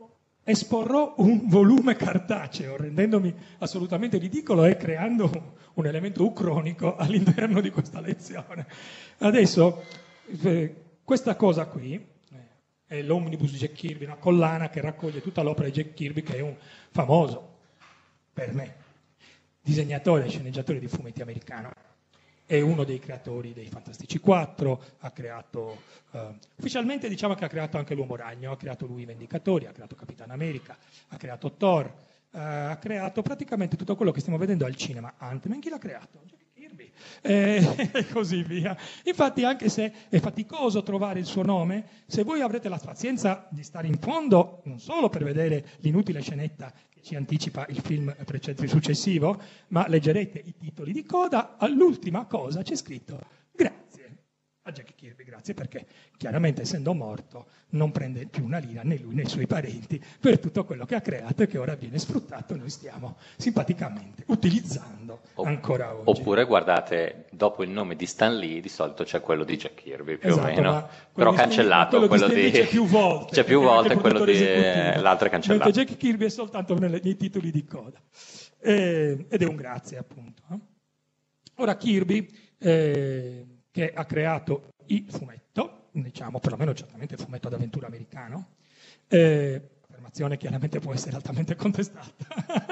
Speaker 4: esporrò un volume cartaceo, rendendomi assolutamente ridicolo e creando un elemento ucronico all'interno di questa lezione. Adesso, eh, questa cosa qui eh, è l'Omnibus Jack Kirby, una collana che raccoglie tutta l'opera di Jack Kirby, che è un famoso, per me, disegnatore e sceneggiatore di fumetti americano. È uno dei creatori dei Fantastici quattro, ha creato, eh, ufficialmente diciamo che ha creato anche l'Uomo Ragno, ha creato lui i Vendicatori, ha creato Capitan America, ha creato Thor, eh, ha creato praticamente tutto quello che stiamo vedendo al cinema. Ant-Man chi l'ha creato? Jack Kirby. E eh, così via. Infatti anche se è faticoso trovare il suo nome, se voi avrete la pazienza di stare in fondo, non solo per vedere l'inutile scenetta ci anticipa il film precedente successivo, ma leggerete i titoli di coda, all'ultima cosa c'è scritto grazie a Jack Kirby, grazie perché chiaramente essendo morto non prende più una lira né lui né i suoi parenti per tutto quello che ha creato e che ora viene sfruttato e noi stiamo simpaticamente utilizzando ancora oggi.
Speaker 5: Oppure guardate, dopo il nome di Stan Lee di solito c'è quello di Jack Kirby più
Speaker 4: esatto,
Speaker 5: o meno,
Speaker 4: ma
Speaker 5: però cancellato
Speaker 4: quello,
Speaker 5: quello
Speaker 4: di,
Speaker 5: di...
Speaker 4: c'è più volte,
Speaker 5: c'è più volte quello di...
Speaker 4: esecutivo.
Speaker 5: l'altro è cancellato.
Speaker 4: Mentre Jack Kirby è soltanto nelle, nei titoli di coda. Eh, ed è un grazie appunto. Eh. Ora Kirby, eh, che ha creato il fumetto, diciamo perlomeno certamente il fumetto d'avventura americano, eh, affermazione chiaramente può essere altamente contestata.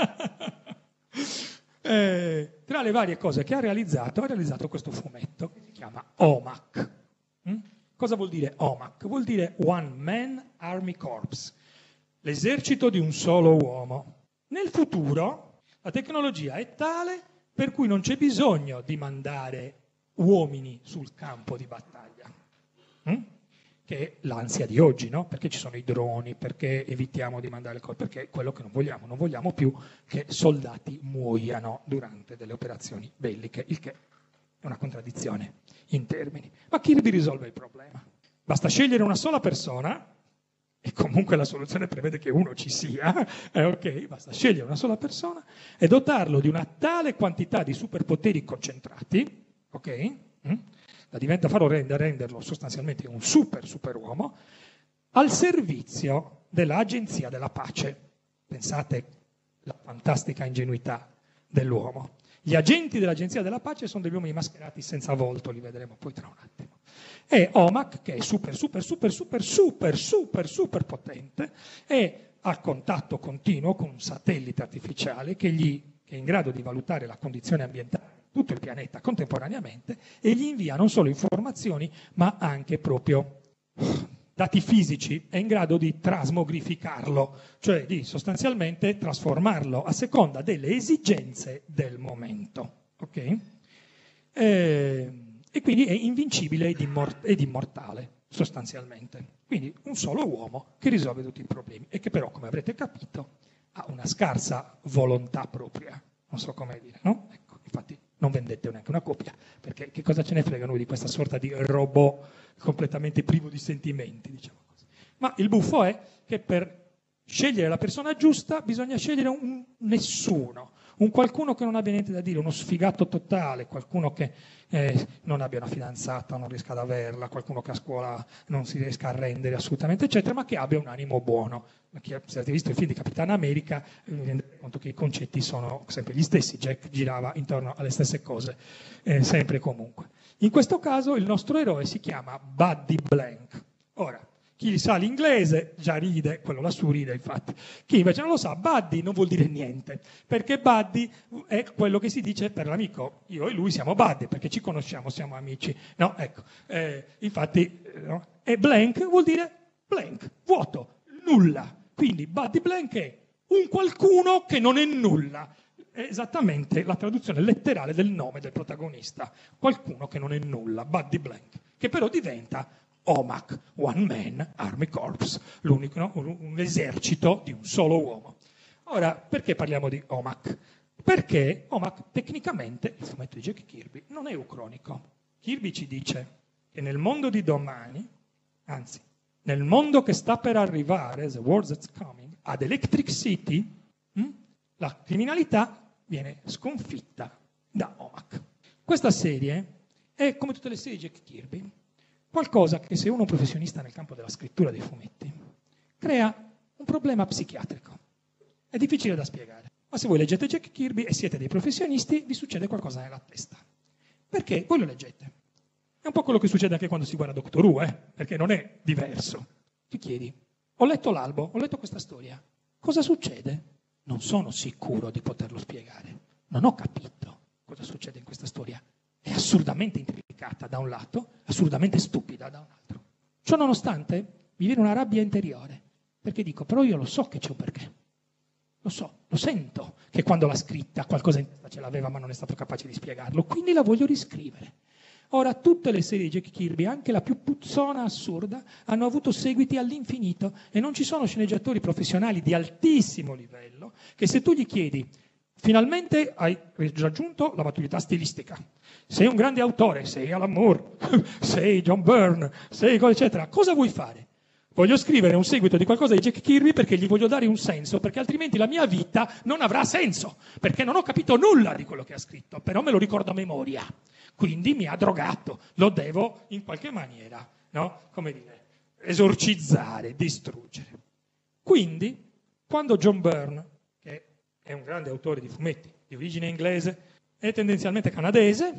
Speaker 4: eh, tra le varie cose che ha realizzato, ha realizzato questo fumetto che si chiama O M A C. Mm? Cosa vuol dire O M A C? Vuol dire One Man Army Corps, l'esercito di un solo uomo. Nel futuro la tecnologia è tale per cui non c'è bisogno di mandare uomini sul campo di battaglia, mm? che è l'ansia di oggi, no? Perché ci sono i droni, perché evitiamo di mandare le cose, perché è quello che non vogliamo, non vogliamo più che soldati muoiano durante delle operazioni belliche, il che è una contraddizione in termini. Ma Kirby risolve il problema. Basta scegliere una sola persona, e comunque la soluzione prevede che uno ci sia, eh, ok, basta scegliere una sola persona e dotarlo di una tale quantità di superpoteri concentrati, ok? Mm? Da diventa farlo render, renderlo sostanzialmente un super superuomo al servizio dell'agenzia della pace. Pensate alla fantastica ingenuità dell'uomo. Gli agenti dell'agenzia della pace sono degli uomini mascherati senza volto, li vedremo poi tra un attimo. E O M A C, che è super, super, super, super, super, super, super potente, è a contatto continuo con un satellite artificiale che, gli, che è in grado di valutare la condizione ambientale di tutto il pianeta contemporaneamente e gli invia non solo informazioni, ma anche proprio dati fisici, è in grado di trasmogrificarlo, cioè di sostanzialmente trasformarlo a seconda delle esigenze del momento. Okay? E, e quindi è invincibile ed, immor- ed immortale, sostanzialmente. Quindi un solo uomo che risolve tutti i problemi e che però, come avrete capito, ha una scarsa volontà propria. Non so come dire, no? Ecco, infatti non vendete neanche una copia, perché che cosa ce ne frega noi di questa sorta di robot completamente privo di sentimenti, diciamo così. Ma il buffo è che per scegliere la persona giusta bisogna scegliere un nessuno, un qualcuno che non abbia niente da dire, uno sfigato totale, qualcuno che eh, non abbia una fidanzata, non riesca ad averla, qualcuno che a scuola non si riesca a rendere assolutamente, eccetera, ma che abbia un animo buono. Se avete visto il film di Capitan America, vi rendete conto che i concetti sono sempre gli stessi, Jack girava intorno alle stesse cose, eh, sempre e comunque. In questo caso il nostro eroe si chiama Buddy Blank. Ora, chi sa l'inglese già ride, quello lassù ride infatti. Chi invece non lo sa, Buddy non vuol dire niente, perché Buddy è quello che si dice per l'amico. Io e lui siamo Buddy, perché ci conosciamo, siamo amici. No, ecco, eh, infatti, eh, no? E blank vuol dire blank, vuoto, nulla. Quindi Buddy Blank è un qualcuno che non è nulla. È esattamente la traduzione letterale del nome del protagonista. Qualcuno che non è nulla, Buddy Blank, che però diventa O M A C, One Man Army Corps, l'unico, no? un, un esercito di un solo uomo. Ora, perché parliamo di O M A C? Perché O M A C tecnicamente, il fumetto di Jack Kirby, non è ucronico. Kirby ci dice che nel mondo di domani, anzi, nel mondo che sta per arrivare, the world that's coming, ad Electric City, hm, la criminalità viene sconfitta da O M A C. Questa serie è, come tutte le serie di Jack Kirby, qualcosa che, se uno è un professionista nel campo della scrittura dei fumetti, crea un problema psichiatrico. È difficile da spiegare, ma se voi leggete Jack Kirby e siete dei professionisti, vi succede qualcosa nella testa. Perché? Voi lo leggete. È un po' quello che succede anche quando si guarda Doctor Who, eh? Perché non è diverso. Ti chiedi, ho letto l'albo, ho letto questa storia, cosa succede? Non sono sicuro di poterlo spiegare. Non ho capito cosa succede in questa storia. È assurdamente intricata da un lato, assurdamente stupida da un altro. Ciò nonostante, mi viene una rabbia interiore, perché dico, però io lo so che c'è un perché. Lo so, lo sento, che quando l'ha scritta qualcosa in testa ce l'aveva ma non è stato capace di spiegarlo, quindi la voglio riscrivere. Ora, tutte le serie di Jack Kirby, anche la più puzzona assurda, hanno avuto seguiti all'infinito e non ci sono sceneggiatori professionali di altissimo livello che, se tu gli chiedi, finalmente hai raggiunto la maturità stilistica, sei un grande autore, sei Alan Moore, sei John Byrne, sei eccetera, cosa vuoi fare? Voglio scrivere un seguito di qualcosa di Jack Kirby perché gli voglio dare un senso, perché altrimenti la mia vita non avrà senso, perché non ho capito nulla di quello che ha scritto, però me lo ricordo a memoria. Quindi mi ha drogato, lo devo in qualche maniera, no? Come dire, esorcizzare, distruggere. Quindi, quando John Byrne, che è un grande autore di fumetti di origine inglese e tendenzialmente canadese,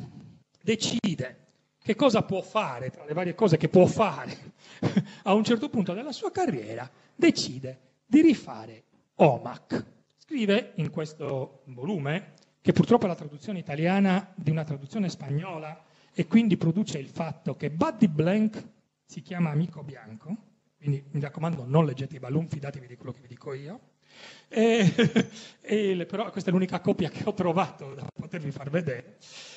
Speaker 4: decide che cosa può fare, tra le varie cose che può fare, a un certo punto della sua carriera, decide di rifare O M A C. Scrive in questo volume, che purtroppo è la traduzione italiana di una traduzione spagnola e quindi produce il fatto che Buddy Blank si chiama Amico Bianco, quindi mi raccomando non leggete i balloon, fidatevi di quello che vi dico io, e, e, però questa è l'unica copia che ho trovato da potervi far vedere.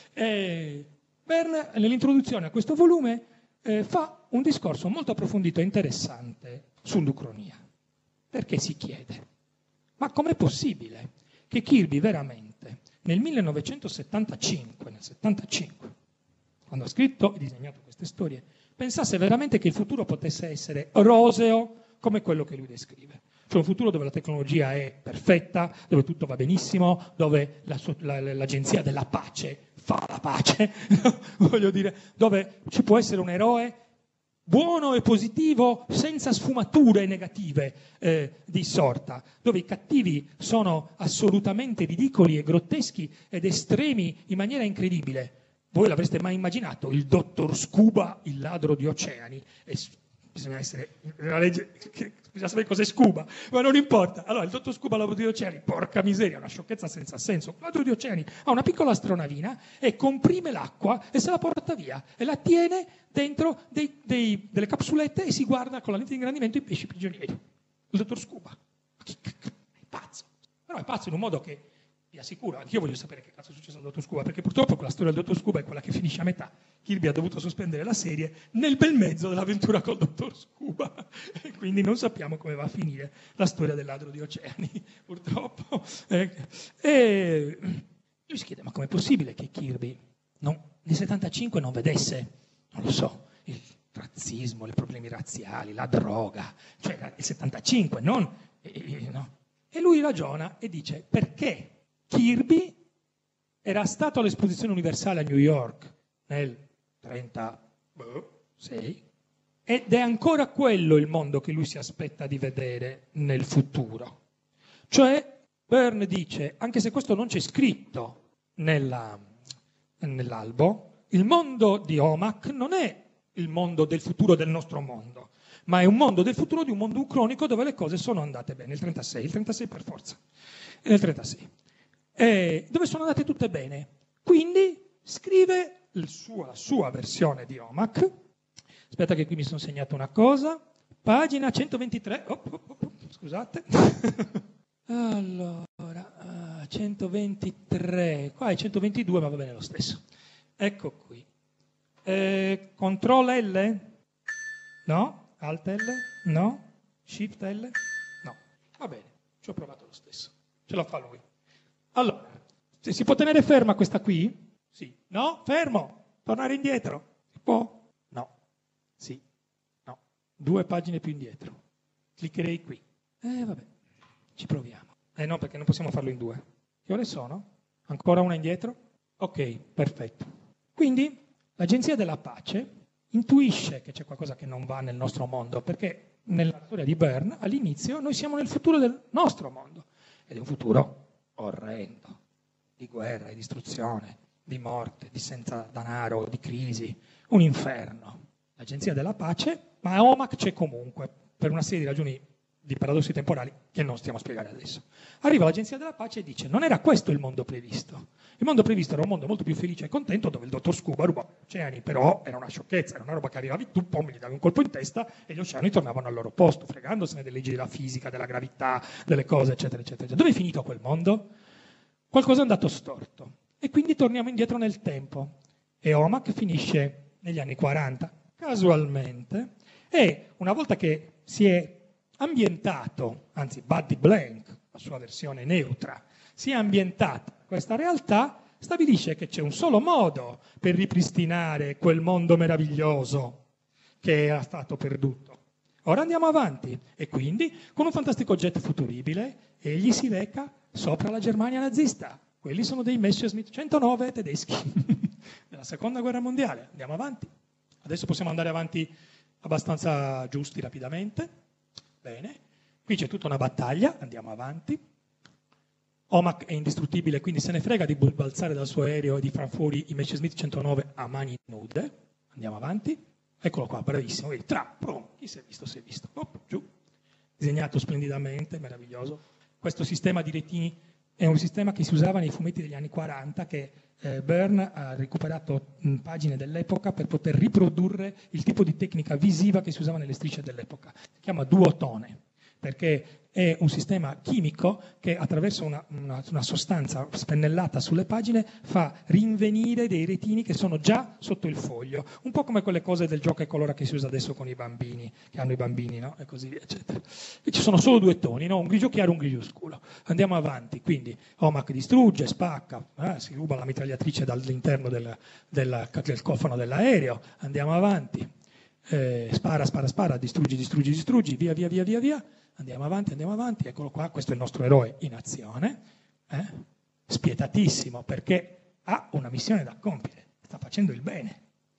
Speaker 4: E Byrne, nell'introduzione a questo volume, eh, fa un discorso molto approfondito e interessante sull'ucronia, perché si chiede, ma com'è possibile che Kirby veramente nel millenovecentosettantacinque, nel settantacinque, quando ha scritto e disegnato queste storie, pensasse veramente che il futuro potesse essere roseo come quello che lui descrive. Cioè un futuro dove la tecnologia è perfetta, dove tutto va benissimo, dove la, la, l'agenzia della pace fa la pace, voglio dire, dove ci può essere un eroe buono e positivo, senza sfumature negative eh, di sorta, dove i cattivi sono assolutamente ridicoli e grotteschi ed estremi in maniera incredibile. Voi l'avreste mai immaginato? Il dottor Scuba, il ladro di oceani. E bisogna essere la legge, che, bisogna sapere cos'è Scuba, ma non importa. Allora, il dottor Scuba, ladro di oceani, porca miseria, una sciocchezza senza senso. Il ladro di oceani ha una piccola astronavina e comprime l'acqua e se la porta via e la tiene dentro dei, dei, delle capsulette e si guarda con la lente di ingrandimento i pesci prigionieri. Il dottor Scuba. È pazzo. Però è pazzo in un modo che vi assicuro, anch'io voglio sapere che cazzo è successo al dottor Scuba, perché purtroppo quella storia del dottor Scuba è quella che finisce a metà. Kirby ha dovuto sospendere la serie nel bel mezzo dell'avventura col dottor Scuba, e quindi non sappiamo come va a finire la storia del ladro di oceani, purtroppo. E lui si chiede, ma com'è possibile che Kirby non, nel settantacinque non vedesse, non lo so, il razzismo, i problemi razziali, la droga, cioè era il settantacinque, non... Eh, no. E lui ragiona e dice, perché Kirby era stato all'Esposizione Universale a New York nel trentasei ed è ancora quello il mondo che lui si aspetta di vedere nel futuro. Cioè, Byrne dice, anche se questo non c'è scritto nella, nell'albo, il mondo di Omak non è il mondo del futuro del nostro mondo, ma è un mondo del futuro di un mondo ucronico dove le cose sono andate bene. Il trentasei, il trentasei per forza. E nel trentasei. Eh, dove sono andate tutte bene. Quindi scrive il suo, la sua versione di Omak. Aspetta che qui mi sono segnato una cosa. Pagina centoventitré. Oh, oh, oh, scusate. Allora, uh, centoventitré. Qua è centoventidue, ma va bene lo stesso. Ecco qui. Eh, Control L? No? Alt L? No? Shift L? No. Va bene, ci ho provato lo stesso. Ce la fa lui. Allora, se si può tenere ferma questa qui? Sì. No? Fermo. Tornare indietro. Si può? No. Sì. No. Due pagine più indietro. Cliccherei qui. Eh, vabbè. Ci proviamo. Eh no, perché non possiamo farlo in due. Che ore sono? Ancora una indietro? Ok, perfetto. Quindi, l'Agenzia della Pace intuisce che c'è qualcosa che non va nel nostro mondo, perché nella storia di Byrne, all'inizio, noi siamo nel futuro del nostro mondo. Ed è un futuro orrendo, di guerra, di distruzione, di morte, di senza denaro, di crisi, un inferno. L'Agenzia della Pace, ma Omak c'è comunque, per una serie di ragioni di paradossi temporali che non stiamo a spiegare adesso. Arriva l'Agenzia della Pace e dice, non era questo il mondo previsto. Il mondo previsto era un mondo molto più felice e contento dove il dottor Scuba rubava gli oceani, però era una sciocchezza, era una roba che arrivavi tu, poi gli davi un colpo in testa e gli oceani tornavano al loro posto, fregandosene delle leggi della fisica, della gravità, delle cose, eccetera, eccetera, eccetera. Dove è finito quel mondo? Qualcosa è andato storto. E quindi torniamo indietro nel tempo. E Omak finisce negli anni quaranta, casualmente, e una volta che si è ambientato, anzi Buddy Blank, la sua versione neutra, si è ambientata questa realtà, stabilisce che c'è un solo modo per ripristinare quel mondo meraviglioso che era stato perduto. Ora andiamo avanti e quindi con un fantastico jet futuribile egli si reca sopra la Germania nazista. Quelli sono dei Messerschmitt centonove tedeschi della seconda guerra mondiale. Andiamo avanti. Adesso possiamo andare avanti abbastanza giusti rapidamente. Bene. Qui c'è tutta una battaglia. Andiamo avanti. Omak è indistruttibile, quindi se ne frega di balzare dal suo aereo e di far fuori i Messerschmitt centonove a mani nude. Andiamo avanti. Eccolo qua, bravissimo. Vedi, tra, pronto. Chi si è visto, si è visto. Op, giù. Disegnato splendidamente, meraviglioso. Questo sistema di retini è un sistema che si usava nei fumetti degli anni quaranta, che eh, Byrne ha recuperato in pagine dell'epoca per poter riprodurre il tipo di tecnica visiva che si usava nelle strisce dell'epoca. Si chiama duotone, perché è un sistema chimico che attraverso una, una, una sostanza spennellata sulle pagine fa rinvenire dei retini che sono già sotto il foglio, un po' come quelle cose del gioco e colora che si usa adesso con i bambini, che hanno i bambini, no? E così via, eccetera. E ci sono solo due toni, no? Un grigio chiaro e un grigio scuro. Andiamo avanti, quindi Omak distrugge, spacca, eh? Si ruba la mitragliatrice dall'interno del, del, del cofano dell'aereo, andiamo avanti, eh, spara, spara, spara, distruggi, distruggi, distruggi, via, via, via, via, via. Andiamo avanti, andiamo avanti, eccolo qua, questo è il nostro eroe in azione, eh? Spietatissimo perché ha una missione da compiere, sta facendo il bene.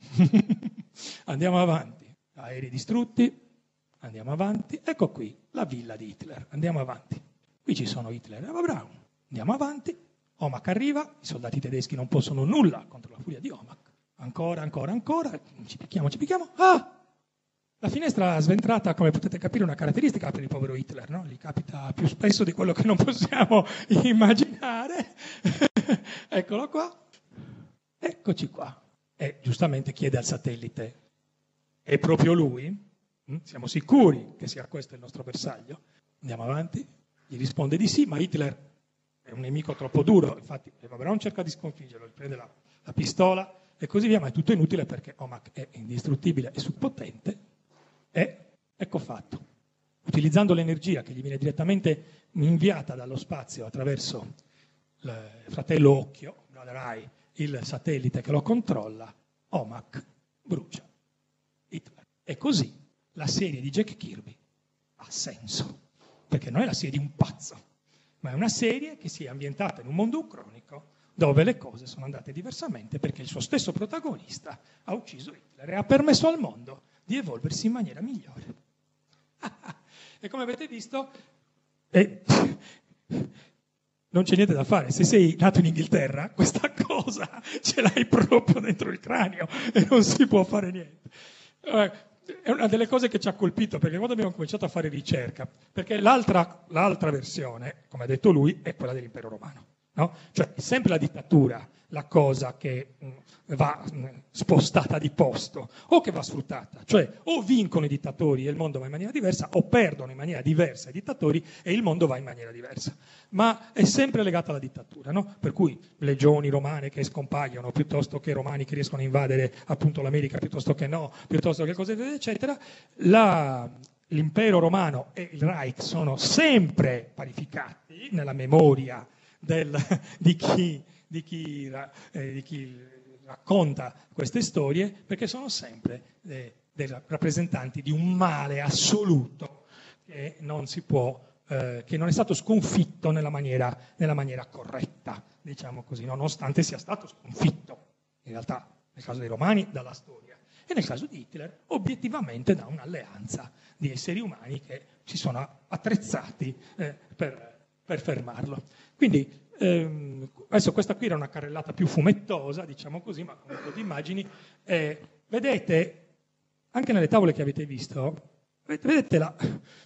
Speaker 4: Andiamo avanti, aerei distrutti, andiamo avanti, ecco qui la villa di Hitler, andiamo avanti. Qui ci sono Hitler e Eva Braun, andiamo avanti, Omak arriva, i soldati tedeschi non possono nulla contro la furia di Omak, ancora, ancora, ancora, ci picchiamo, ci picchiamo, ah! La finestra sventrata, come potete capire, è una caratteristica per il povero Hitler, no? Gli capita più spesso di quello che non possiamo immaginare. Eccolo qua. Eccoci qua. E giustamente chiede al satellite, è proprio lui? Siamo sicuri che sia questo il nostro bersaglio? Andiamo avanti. Gli risponde di sì, ma Hitler è un nemico troppo duro, infatti Eva Braun cerca di sconfiggerlo, prende la, la pistola e così via, ma è tutto inutile perché Omak è indistruttibile e superpotente e ecco fatto. Utilizzando l'energia che gli viene direttamente inviata dallo spazio attraverso il fratello Occhio, Brother Eye, il satellite che lo controlla, Omak brucia Hitler. E così la serie di Jack Kirby ha senso, perché non è la serie di un pazzo, ma è una serie che si è ambientata in un mondo ucronico dove le cose sono andate diversamente perché il suo stesso protagonista ha ucciso Hitler e ha permesso al mondo di evolversi in maniera migliore. E come avete visto, eh, non c'è niente da fare. Se sei nato in Inghilterra, questa cosa ce l'hai proprio dentro il cranio e non si può fare niente. Eh, è una delle cose che ci ha colpito, perché quando abbiamo cominciato a fare ricerca, perché l'altra, l'altra versione, come ha detto lui, è quella dell'impero romano. No? Cioè è sempre la dittatura la cosa che mh, va mh, spostata di posto o che va sfruttata, cioè o vincono i dittatori e il mondo va in maniera diversa o perdono in maniera diversa i dittatori e il mondo va in maniera diversa, ma è sempre legata alla dittatura, no? Per cui legioni romane che scompaiono piuttosto che romani che riescono a invadere appunto l'America piuttosto che no, piuttosto che cose eccetera, la, l'impero romano e il Reich sono sempre parificati nella memoria Del, di, chi, di, chi, eh, di chi racconta queste storie, perché sono sempre eh, dei rappresentanti di un male assoluto che non si può, eh, che non è stato sconfitto nella maniera, nella maniera corretta, diciamo così, nonostante sia stato sconfitto, in realtà nel caso dei Romani dalla storia e nel caso di Hitler obiettivamente da un'alleanza di esseri umani che si sono attrezzati eh, per per fermarlo. Quindi ehm, adesso questa qui era una carrellata più fumettosa, diciamo così, ma con un po' di immagini. Eh, vedete, anche nelle tavole che avete visto, vedete la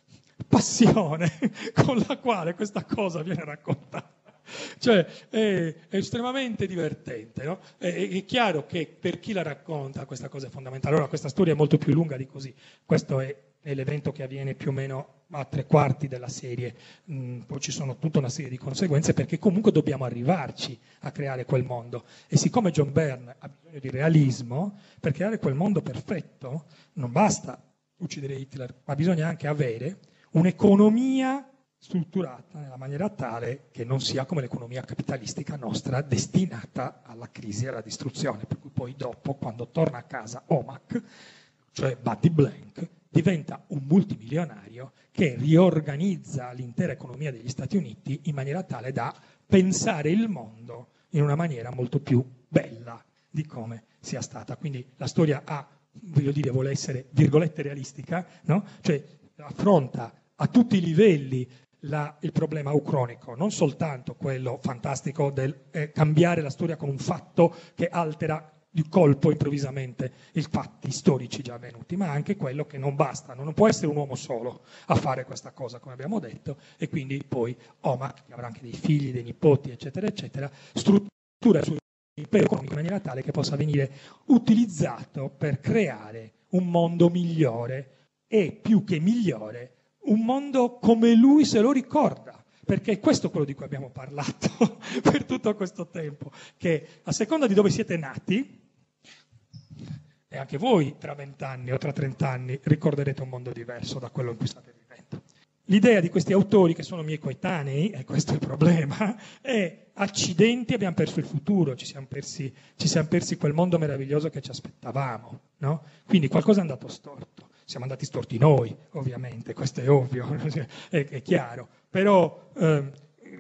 Speaker 4: passione con la quale questa cosa viene raccontata. Cioè è, è estremamente divertente, no? È, è chiaro che per chi la racconta questa cosa è fondamentale. Allora questa storia è molto più lunga di così, questo è, è l'evento che avviene più o meno a tre quarti della serie, mm, poi ci sono tutta una serie di conseguenze perché comunque dobbiamo arrivarci a creare quel mondo e siccome John Byrne ha bisogno di realismo, per creare quel mondo perfetto non basta uccidere Hitler, ma bisogna anche avere un'economia strutturata nella maniera tale che non sia come l'economia capitalistica nostra destinata alla crisi e alla distruzione, per cui poi dopo quando torna a casa Omak, cioè Buddy Blank, diventa un multimilionario che riorganizza l'intera economia degli Stati Uniti in maniera tale da pensare il mondo in una maniera molto più bella di come sia stata. Quindi la storia ha, voglio dire, vuole essere virgolette realistica, no? Cioè affronta a tutti i livelli la, il problema ucronico, non soltanto quello fantastico del eh, cambiare la storia con un fatto che altera di colpo improvvisamente i fatti storici già avvenuti, ma anche quello che non basta, non può essere un uomo solo a fare questa cosa, come abbiamo detto, e quindi poi Omak, che avrà anche dei figli, dei nipoti, eccetera, eccetera, struttura il suo impero economico in maniera tale che possa venire utilizzato per creare un mondo migliore e, più che migliore, un mondo come lui se lo ricorda. Perché è questo quello di cui abbiamo parlato per tutto questo tempo, che a seconda di dove siete nati, e anche voi tra vent'anni o tra trent'anni ricorderete un mondo diverso da quello in cui state vivendo. L'idea di questi autori, che sono miei coetanei, e questo è il problema, è accidenti, abbiamo perso il futuro, ci siamo persi, ci siamo persi quel mondo meraviglioso che ci aspettavamo, no? Quindi qualcosa è andato storto. Siamo andati storti noi, ovviamente, questo è ovvio, è, è chiaro. Però eh,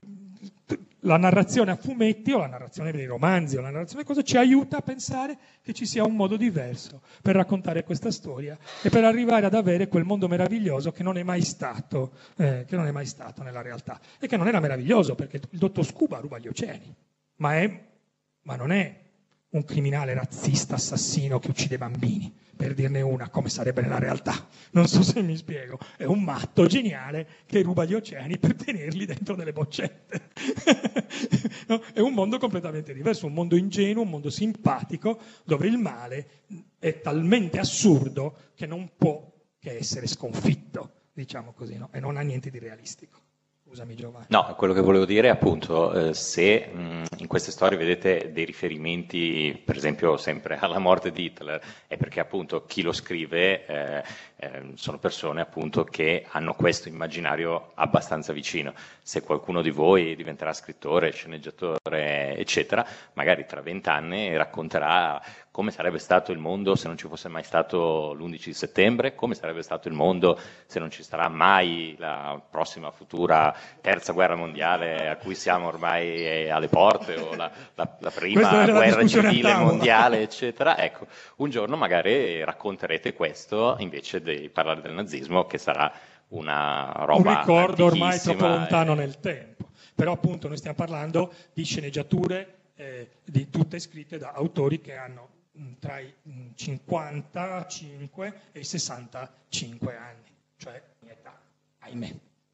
Speaker 4: la narrazione a fumetti o la narrazione dei romanzi o la narrazione cosa ci aiuta a pensare che ci sia un modo diverso per raccontare questa storia e per arrivare ad avere quel mondo meraviglioso che non è mai stato, eh, che non è mai stato nella realtà. E che non era meraviglioso perché il dottor Scuba ruba gli oceani, ma, è, ma non è un criminale razzista, assassino che uccide bambini, per dirne una, come sarebbe nella realtà. Non so se mi spiego. È un matto geniale che ruba gli oceani per tenerli dentro delle boccette. No? È un mondo completamente diverso, un mondo ingenuo, un mondo simpatico, dove il male è talmente assurdo che non può che essere sconfitto, diciamo così, no? E non ha niente di realistico. Scusami Giovanni.
Speaker 5: No, quello che volevo dire è appunto eh, se mh, in queste storie vedete dei riferimenti, per esempio sempre alla morte di Hitler, è perché appunto chi lo scrive eh, eh, sono persone appunto che hanno questo immaginario abbastanza vicino. Se qualcuno di voi diventerà scrittore, sceneggiatore, eccetera, magari tra vent'anni racconterà come sarebbe stato il mondo se non ci fosse mai stato l'undici di settembre, come sarebbe stato il mondo se non ci sarà mai la prossima futura terza guerra mondiale a cui siamo ormai alle porte, o la, la, la prima guerra civile mondiale, eccetera. Ecco, un giorno magari racconterete questo invece di parlare del nazismo, che sarà una roba
Speaker 4: un ricordo ormai
Speaker 5: antichissima
Speaker 4: troppo lontano
Speaker 5: e...
Speaker 4: nel tempo. Però appunto noi stiamo parlando di sceneggiature eh, di tutte scritte da autori che hanno tra i cinquantacinque e i sessantacinque anni, cioè in età, ahimè,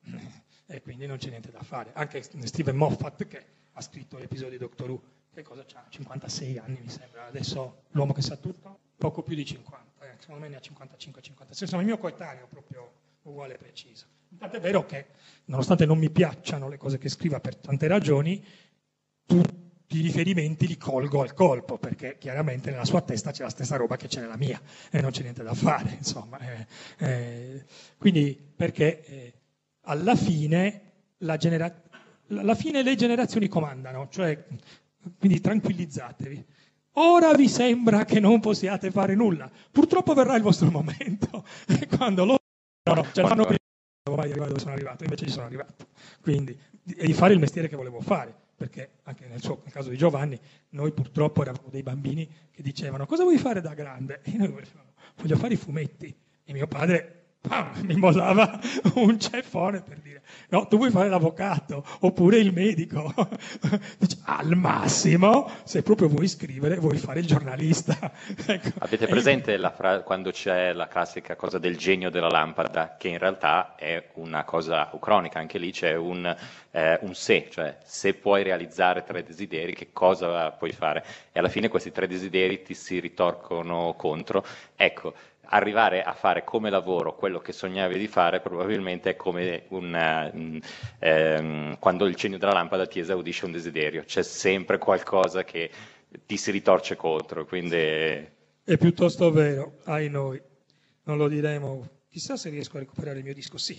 Speaker 4: e quindi non c'è niente da fare. Anche Steven Moffat, che ha scritto gli episodi di Doctor Who, che cosa c'ha? cinquantasei anni mi sembra, adesso l'uomo che sa tutto, poco più di cinquanta, eh, secondo me ne ha cinquantacinque cinquantasei, insomma il mio coetaneo proprio uguale e preciso. Tanto è vero che, nonostante non mi piacciono le cose che scriva per tante ragioni, tutti i riferimenti li colgo al colpo, perché chiaramente nella sua testa c'è la stessa roba che c'è nella mia e non c'è niente da fare, insomma. Eh, eh, quindi perché eh, alla fine, la genera- alla fine le generazioni comandano, cioè, quindi tranquillizzatevi. Ora vi sembra che non possiate fare nulla, purtroppo verrà il vostro momento, quando loro no, no, ce la fanno prima, ormai arrivare dove sono arrivato, invece ci sono arrivato, quindi e di fare il mestiere che volevo fare. Perché anche nel, suo, nel caso di Giovanni, noi purtroppo eravamo dei bambini che dicevano cosa vuoi fare da grande? E noi dicevamo, voglio fare i fumetti. E mio padre pam, mi mollava un ceffone per dire, no, tu vuoi fare l'avvocato oppure il medico. Dice, al massimo, se proprio vuoi scrivere, vuoi fare il giornalista. Ecco.
Speaker 5: Avete presente la fra- quando c'è la classica cosa del genio della lampada, che in realtà è una cosa ucronica, anche lì c'è un, eh, un se, cioè se puoi realizzare tre desideri, che cosa puoi fare? E alla fine questi tre desideri ti si ritorcono contro. Ecco, arrivare a fare come lavoro quello che sognavi di fare probabilmente è come un, um, ehm, quando il genio della lampada ti esaudisce un desiderio, c'è sempre qualcosa che ti si ritorce contro, quindi
Speaker 4: è piuttosto vero, ai noi, non lo diremo, chissà se riesco a recuperare il mio disco, sì,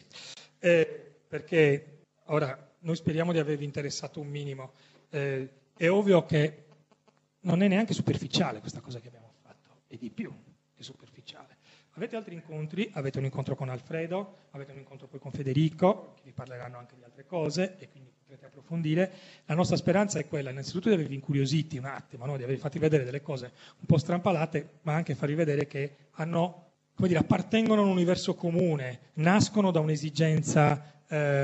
Speaker 4: eh, perché ora noi speriamo di avervi interessato un minimo, eh, è ovvio che non è neanche superficiale questa cosa che abbiamo fatto, è di più che superficiale. Avete altri incontri, avete un incontro con Alfredo, avete un incontro poi con Federico, che vi parleranno anche di altre cose e quindi potrete approfondire. La nostra speranza è quella, innanzitutto, di avervi incuriositi un attimo, no? Di avervi fatti vedere delle cose un po' strampalate, ma anche farvi vedere che hanno, come dire, appartengono a un universo comune, nascono da un'esigenza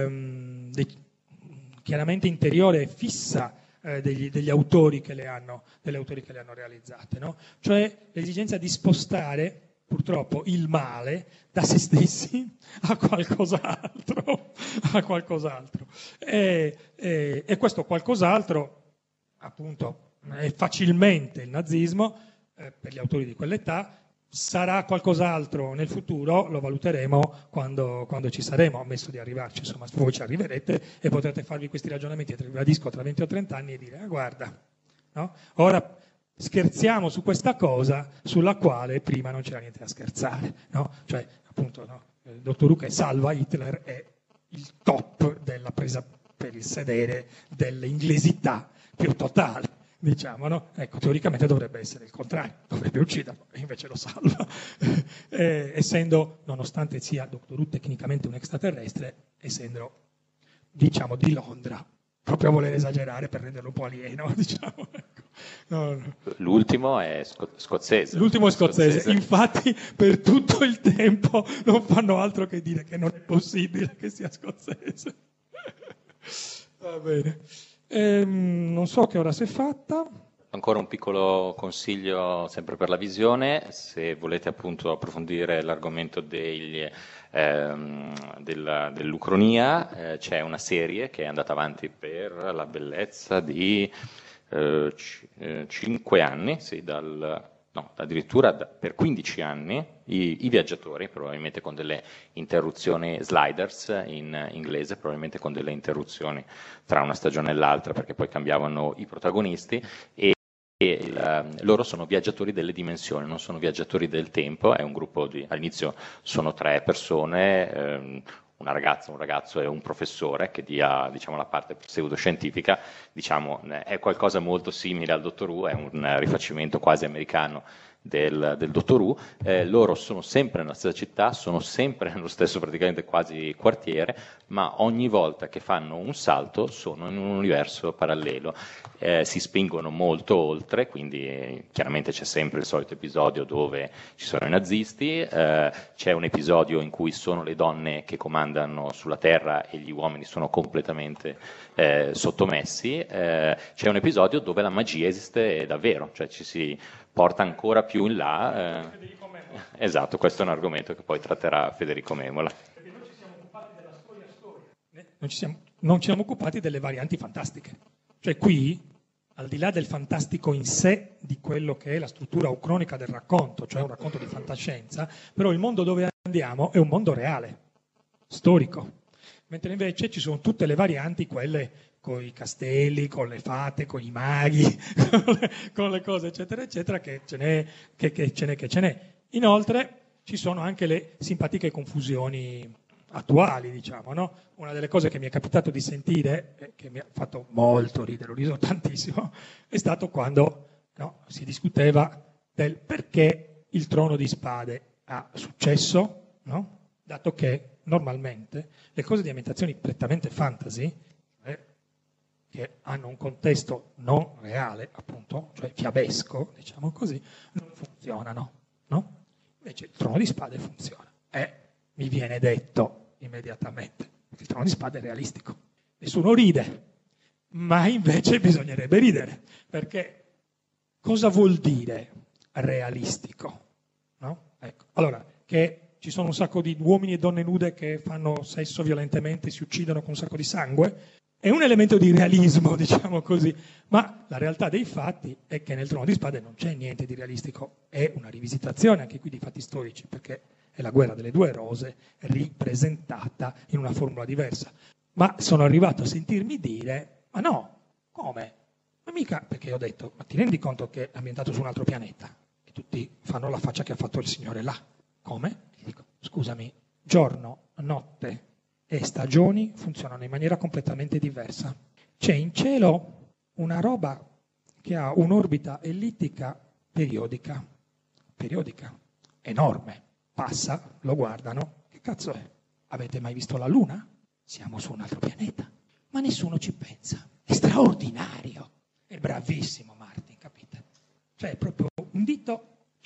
Speaker 4: ehm, de- chiaramente interiore e fissa eh, degli, degli autori che le hanno, degli autori che le hanno realizzate, no? Cioè l'esigenza di spostare purtroppo il male da se stessi a qualcos'altro, a qualcos'altro. E, e, e questo qualcos'altro, appunto, è facilmente il nazismo, eh, per gli autori di quell'età. Sarà qualcos'altro nel futuro, lo valuteremo quando, quando ci saremo, ammesso di arrivarci, insomma, voi ci arriverete e potrete farvi questi ragionamenti, ribadisco, tra venti o trenta anni e dire, ah, guarda, no? Ora scherziamo su questa cosa sulla quale prima non c'era niente da scherzare, no? Cioè, appunto, no? Il dottor Who che salva Hitler è il top della presa per il sedere dell'inglesità più totale, diciamo, no? Ecco, teoricamente dovrebbe essere il contrario, dovrebbe ucciderlo, e invece lo salva. eh, essendo, nonostante sia dottor Who tecnicamente un extraterrestre, essendo, diciamo, di Londra, proprio a voler esagerare per renderlo un po' alieno, diciamo. Ecco. No, no.
Speaker 5: L'ultimo è sco- scozzese.
Speaker 4: L'ultimo è scozzese. scozzese, infatti per tutto il tempo non fanno altro che dire che non è possibile che sia scozzese. Va bene. Ehm, non so che ora si è fatta.
Speaker 5: Ancora un piccolo consiglio sempre per la visione, se volete appunto approfondire l'argomento degli, ehm, della, dell'Ucronia, eh, c'è una serie che è andata avanti per la bellezza di eh, c- eh, cinque anni, sì, dal no, addirittura da, per quindici anni i, i viaggiatori, probabilmente con delle interruzioni sliders in inglese, probabilmente con delle interruzioni tra una stagione e l'altra, perché poi cambiavano i protagonisti, e E il, loro sono viaggiatori delle dimensioni, non sono viaggiatori del tempo. È un gruppo di, all'inizio sono tre persone, ehm, una ragazza, un ragazzo e un professore che dia, diciamo, la parte pseudoscientifica, diciamo, è qualcosa molto simile al Dottor Who, è un rifacimento quasi americano del, del Dottor Who. Eh, loro sono sempre nella stessa città, sono sempre nello stesso praticamente quasi quartiere, ma ogni volta che fanno un salto sono in un universo parallelo. Eh, si spingono molto oltre, quindi eh, chiaramente c'è sempre il solito episodio dove ci sono i nazisti, eh, c'è un episodio in cui sono le donne che comandano sulla Terra e gli uomini sono completamente eh, sottomessi, eh, c'è un episodio dove la magia esiste davvero, cioè ci si porta ancora più in là. Eh, esatto, questo è un argomento che poi tratterà Federico Memola.
Speaker 4: Perché noi ci siamo occupati della storia storia, non ci siamo, non ci siamo occupati delle varianti fantastiche. Cioè qui, al di là del fantastico in sé, di quello che è la struttura ucronica del racconto, cioè un racconto di fantascienza, però il mondo dove andiamo è un mondo reale, storico. Mentre invece ci sono tutte le varianti, quelle con i castelli, con le fate, con i maghi, con, le, con le cose eccetera eccetera, che ce n'è, che, che ce n'è, che ce n'è. Inoltre ci sono anche le simpatiche confusioni attuali, diciamo, no? Una delle cose che mi è capitato di sentire, eh, che mi ha fatto molto ridere, ho riso tantissimo, è stato quando, no, si discuteva del perché il Trono di Spade ha successo, no? Dato che normalmente le cose di ambientazioni prettamente fantasy, eh, che hanno un contesto non reale, appunto, cioè fiabesco, diciamo così, non funzionano, no? Invece il Trono di Spade funziona. E mi viene detto immediatamente, il Trono di Spade è realistico. Nessuno ride, ma invece bisognerebbe ridere, perché cosa vuol dire realistico? No? Ecco. Allora, che ci sono un sacco di uomini e donne nude che fanno sesso violentemente, si uccidono con un sacco di sangue, è un elemento di realismo, diciamo così, ma la realtà dei fatti è che nel Trono di Spade non c'è niente di realistico, è una rivisitazione anche qui di fatti storici, perché è la guerra delle due rose ripresentata in una formula diversa. Ma sono arrivato a sentirmi dire, ma no, come? Ma mica, perché ho detto, ma ti rendi conto che è ambientato su un altro pianeta? E tutti fanno la faccia che ha fatto il Signore là. Come? Gli dico, scusami, giorno, notte e stagioni funzionano in maniera completamente diversa. C'è in cielo una roba che ha un'orbita ellittica periodica, periodica, enorme. Passa, lo guardano, che cazzo è? Avete mai visto la Luna? Siamo su un altro pianeta, ma nessuno ci pensa. È straordinario, è bravissimo Martin, capite? Cioè è proprio un dito,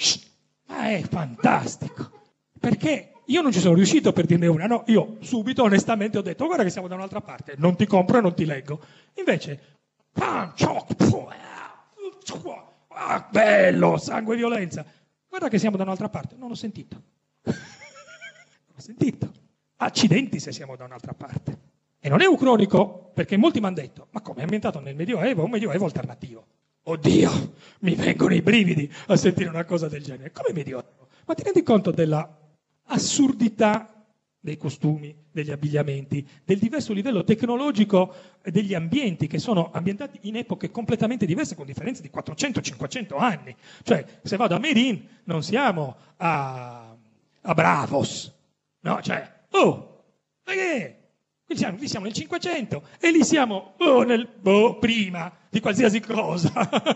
Speaker 4: ma è fantastico. Perché io non ci sono riuscito per dirne una, no? Io subito, onestamente, ho detto, guarda che siamo da un'altra parte, non ti compro e non ti leggo. Invece, pam, cioc, puh, ah, bello, sangue e violenza. Guarda che siamo da un'altra parte, non l'ho sentito. Non l'ho sentito. Accidenti se siamo da un'altra parte. E non è ucronico, perché molti mi hanno detto, ma come è ambientato nel Medioevo, un Medioevo alternativo. Oddio, mi vengono i brividi a sentire una cosa del genere. Come Medioevo? Ma ti rendi conto della assurdità dei costumi, degli abbigliamenti, del diverso livello tecnologico degli ambienti che sono ambientati in epoche completamente diverse con differenze di quattrocento cinquecento anni. Cioè, se vado a Merin non siamo a, a Bravos, no? Cioè, oh, perché? Qui siamo, qui siamo nel Cinquecento e lì siamo oh, nel boh, prima di qualsiasi cosa.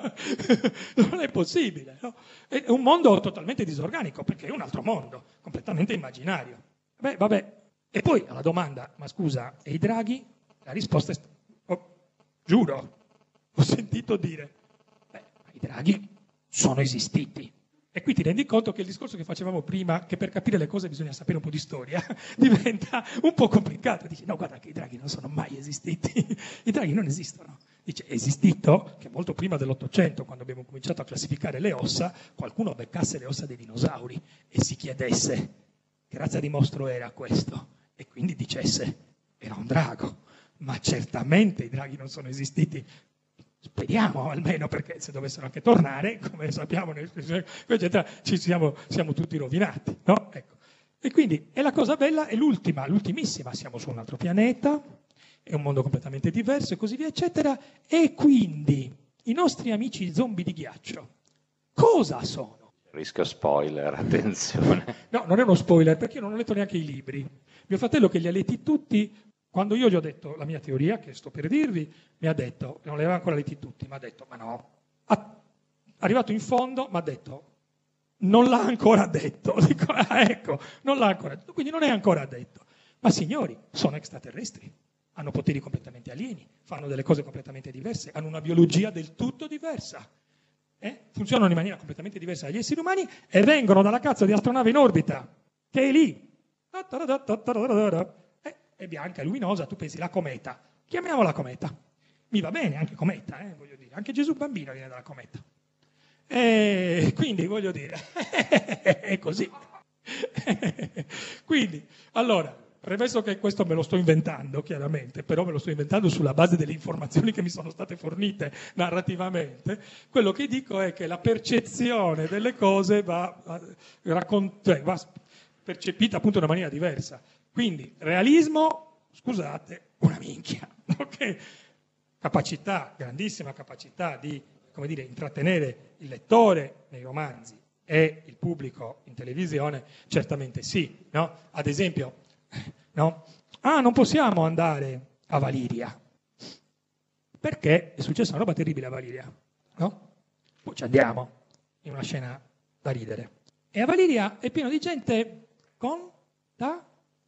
Speaker 4: Non è possibile, no? È un mondo totalmente disorganico perché è un altro mondo, completamente immaginario. Beh, vabbè. E poi alla domanda, ma scusa, e i draghi? La risposta è, oh, giuro, ho sentito dire, beh, i draghi sono esistiti. E qui ti rendi conto che il discorso che facevamo prima, che per capire le cose bisogna sapere un po' di storia, diventa un po' complicato. Dici, no, guarda che i draghi non sono mai esistiti. I draghi non esistono. Dice, è esistito che molto prima dell'Ottocento, quando abbiamo cominciato a classificare le ossa, qualcuno beccasse le ossa dei dinosauri e si chiedesse che razza di mostro era questo. E quindi dicesse, era un drago. Ma certamente i draghi non sono esistiti. Speriamo almeno, perché se dovessero anche tornare, come sappiamo, eccetera, ci siamo, siamo tutti rovinati, no? Ecco. E quindi è la cosa bella, è l'ultima, l'ultimissima, siamo su un altro pianeta, è un mondo completamente diverso e così via, eccetera, e quindi i nostri amici zombie di ghiaccio, cosa sono?
Speaker 5: Rischio spoiler, attenzione.
Speaker 4: No, non è uno spoiler, perché io non ho letto neanche i libri. Mio fratello, che li ha letti tutti, quando io gli ho detto la mia teoria, che sto per dirvi, mi ha detto, non li aveva ancora letti tutti, mi ha detto, ma no. Ha, arrivato in fondo, mi ha detto, non l'ha ancora detto. Dico, ah, ecco, non l'ha ancora detto, quindi non è ancora detto. Ma signori, sono extraterrestri, hanno poteri completamente alieni, fanno delle cose completamente diverse, hanno una biologia del tutto diversa. Eh? Funzionano in maniera completamente diversa dagli esseri umani e vengono dalla cazzo di astronave in orbita, che è lì. Eh, è bianca, è luminosa, tu pensi la cometa. Chiamiamola cometa. Mi va bene anche cometa, eh, voglio dire. Anche Gesù bambino viene dalla cometa. E quindi voglio dire, è così. Quindi, allora, premesso che questo me lo sto inventando, chiaramente, però me lo sto inventando sulla base delle informazioni che mi sono state fornite narrativamente, quello che dico è che la percezione delle cose va, raccont- cioè, va percepita appunto in una maniera diversa. Quindi, realismo, scusate, una minchia, ok? Capacità, grandissima capacità di, come dire, intrattenere il lettore nei romanzi e il pubblico in televisione, certamente sì, no? Ad esempio, no? Ah, non possiamo andare a Valiria, perché è successa una roba terribile a Valiria, no? Poi ci andiamo, in una scena da ridere. E a Valiria è pieno di gente contaminata,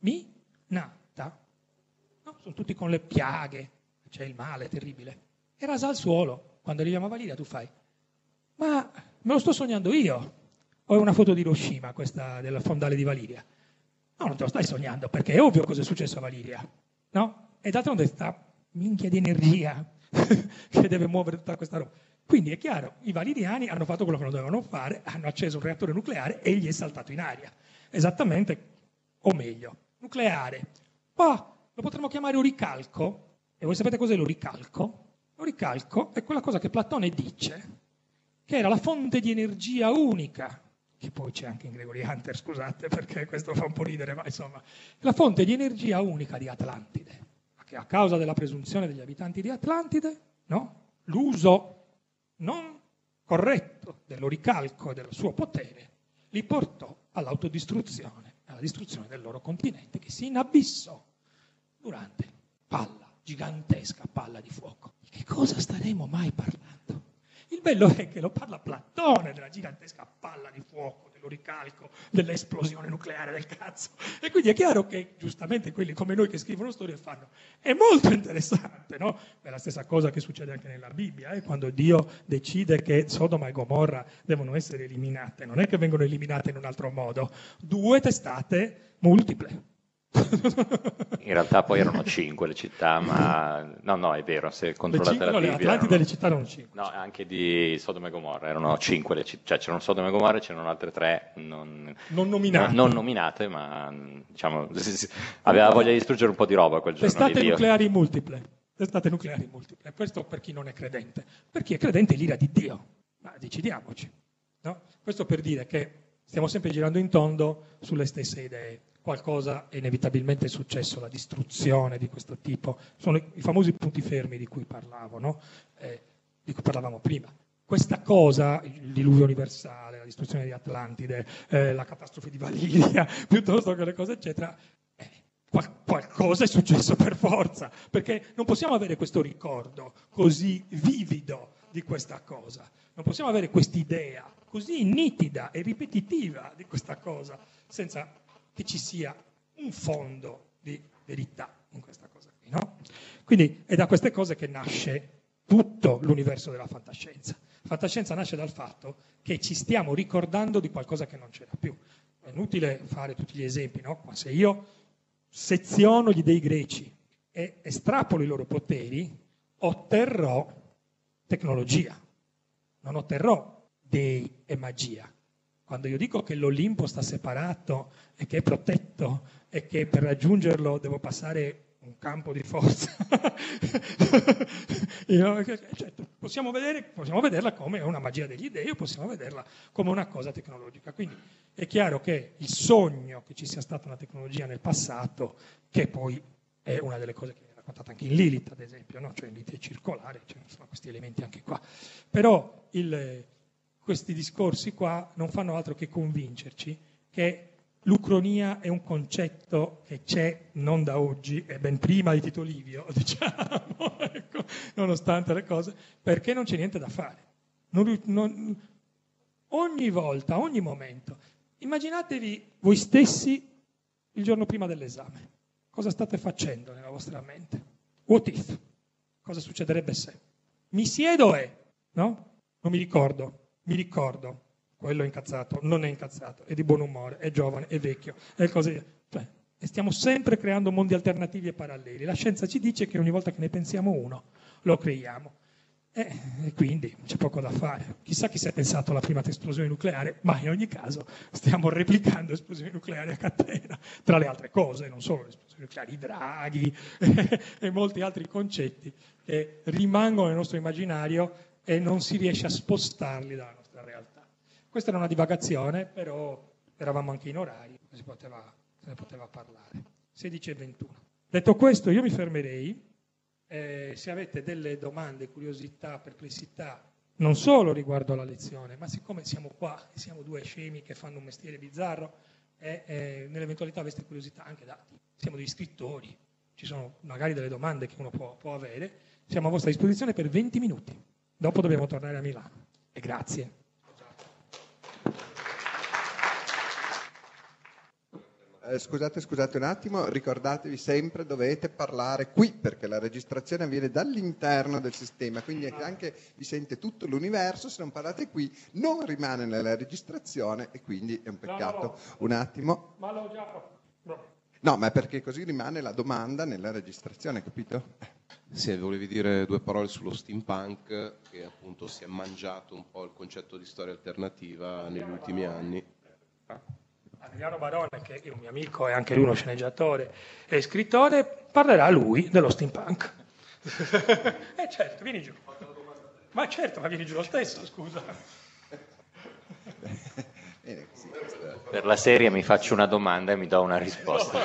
Speaker 4: no? Sono tutti con le piaghe, c'è il male terribile. E rasa al suolo. Quando arriviamo a Valiria tu fai, ma me lo sto sognando io? O è una foto di Hiroshima questa del fondale di Valiria? No, non te lo stai sognando, perché è ovvio cosa è successo a Valiria, no? E d'altronde sta minchia di energia che deve muovere tutta questa roba. Quindi è chiaro, i valiriani hanno fatto quello che non dovevano fare, hanno acceso un reattore nucleare e gli è saltato in aria. Esattamente, o meglio, nucleare. Poi lo potremmo chiamare oricalco. E voi sapete cos'è l'oricalco? L'oricalco è quella cosa che Platone dice, che era la fonte di energia unica, che poi c'è anche in Gregory Hunter, scusate, perché questo fa un po' ridere, ma insomma, la fonte di energia unica di Atlantide, che a causa della presunzione degli abitanti di Atlantide, no? L'uso non corretto dell'oricalco e del suo potere li portò all'autodistruzione, alla distruzione del loro continente, che si inabissò durante palla, gigantesca palla di fuoco. Di che cosa staremo mai parlando? Il bello è che lo parla Platone della gigantesca palla di fuoco, dell'oricalco, dell'esplosione nucleare del cazzo. E quindi è chiaro che giustamente quelli come noi che scrivono storie fanno. È molto interessante, no? È la stessa cosa che succede anche nella Bibbia, eh? Quando Dio decide che Sodoma e Gomorra devono essere eliminate. Non è che vengono eliminate in un altro modo. Due testate multiple.
Speaker 5: In realtà poi erano cinque le città, ma no, no, è vero, se controllate
Speaker 4: cinque,
Speaker 5: la
Speaker 4: no,
Speaker 5: Bibbia...
Speaker 4: le Atlantide
Speaker 5: erano...
Speaker 4: le città erano cinque.
Speaker 5: No, anche di Sodoma e Gomorra, erano cinque le città, cioè c'erano Sodoma e Gomorra e c'erano altre tre non,
Speaker 4: non nominate,
Speaker 5: non, non nominate ma diciamo, aveva voglia di distruggere un po' di roba quel giorno.
Speaker 4: Testate
Speaker 5: di
Speaker 4: nucleari multiple, testate nucleari multiple, questo per chi non è credente. Per chi è credente è l'ira di Dio, ma decidiamoci, no? Questo per dire che stiamo sempre girando in tondo sulle stesse idee. Qualcosa è inevitabilmente successo, la distruzione di questo tipo. Sono i, i famosi punti fermi di cui parlavo, no? eh, di cui parlavamo prima. Questa cosa, il diluvio universale, la distruzione di Atlantide, eh, la catastrofe di Valiria, piuttosto che le cose eccetera, eh, qual- qualcosa è successo per forza, perché non possiamo avere questo ricordo così vivido di questa cosa, non possiamo avere quest'idea così nitida e ripetitiva di questa cosa, senza che ci sia un fondo di verità in questa cosa qui, no? Quindi è da queste cose che nasce tutto l'universo della fantascienza. La fantascienza nasce dal fatto che ci stiamo ricordando di qualcosa che non c'era più. È inutile fare tutti gli esempi, no? Ma se io seziono gli dei greci e estrapolo i loro poteri, otterrò tecnologia, non otterrò dei e magia. Quando io dico che l'Olimpo sta separato e che è protetto e che per raggiungerlo devo passare un campo di forza. Cioè, possiamo, vedere, possiamo vederla come una magia degli dei o possiamo vederla come una cosa tecnologica. Quindi è chiaro che il sogno che ci sia stata una tecnologia nel passato, che poi è una delle cose che è raccontata anche in Lilith, ad esempio, no? Cioè in Lilith è circolare, ci sono questi elementi anche qua. Però il, questi discorsi qua non fanno altro che convincerci che l'ucronia è un concetto che c'è non da oggi, è ben prima di Tito Livio, diciamo, ecco, nonostante le cose, perché non c'è niente da fare. Non, non, ogni volta, ogni momento, immaginatevi voi stessi il giorno prima dell'esame. Cosa state facendo nella vostra mente? What if? Cosa succederebbe se? Mi siedo e, no? Non mi ricordo, mi ricordo. Quello è incazzato, non è incazzato, è di buon umore, è giovane, è vecchio, è così. Cioè, e stiamo sempre creando mondi alternativi e paralleli. La scienza ci dice che ogni volta che ne pensiamo uno, lo creiamo. E, e quindi c'è poco da fare. Chissà chi si è pensato alla prima esplosione nucleare, ma in ogni caso stiamo replicando esplosioni nucleari a catena, tra le altre cose, non solo le esplosioni nucleari, i draghi e molti altri concetti che rimangono nel nostro immaginario e non si riesce a spostarli dalla nostra realtà. Questa era una divagazione, però eravamo anche in orario, si poteva, se ne poteva parlare. sedici e ventuno. Detto questo, io mi fermerei. Eh, se avete delle domande, curiosità, perplessità, non solo riguardo alla lezione, ma siccome siamo qua e siamo due scemi che fanno un mestiere bizzarro, eh, eh, nell'eventualità aveste curiosità anche dati. Siamo degli scrittori, ci sono magari delle domande che uno può, può avere. Siamo a vostra disposizione per venti minuti. Dopo dobbiamo tornare a Milano. E grazie.
Speaker 6: Eh, scusate, scusate un attimo, ricordatevi sempre, dovete parlare qui, perché la registrazione avviene dall'interno del sistema, quindi anche vi sente tutto l'universo, se non parlate qui non rimane nella registrazione e quindi è un peccato. No, no, no. Un attimo.
Speaker 4: Ma l'ho già... No.
Speaker 6: no, ma perché così rimane la domanda nella registrazione, capito?
Speaker 16: Sì, volevi dire due parole sullo steampunk, che appunto si è mangiato un po' il concetto di storia alternativa negli ultimi anni.
Speaker 4: Adriano Barone, che è un mio amico e anche lui uno sceneggiatore e scrittore, parlerà lui dello steampunk. Eh certo, vieni giù. Ma certo, ma vieni giù lo stesso, scusa.
Speaker 17: Per la serie mi faccio una domanda e mi do una risposta.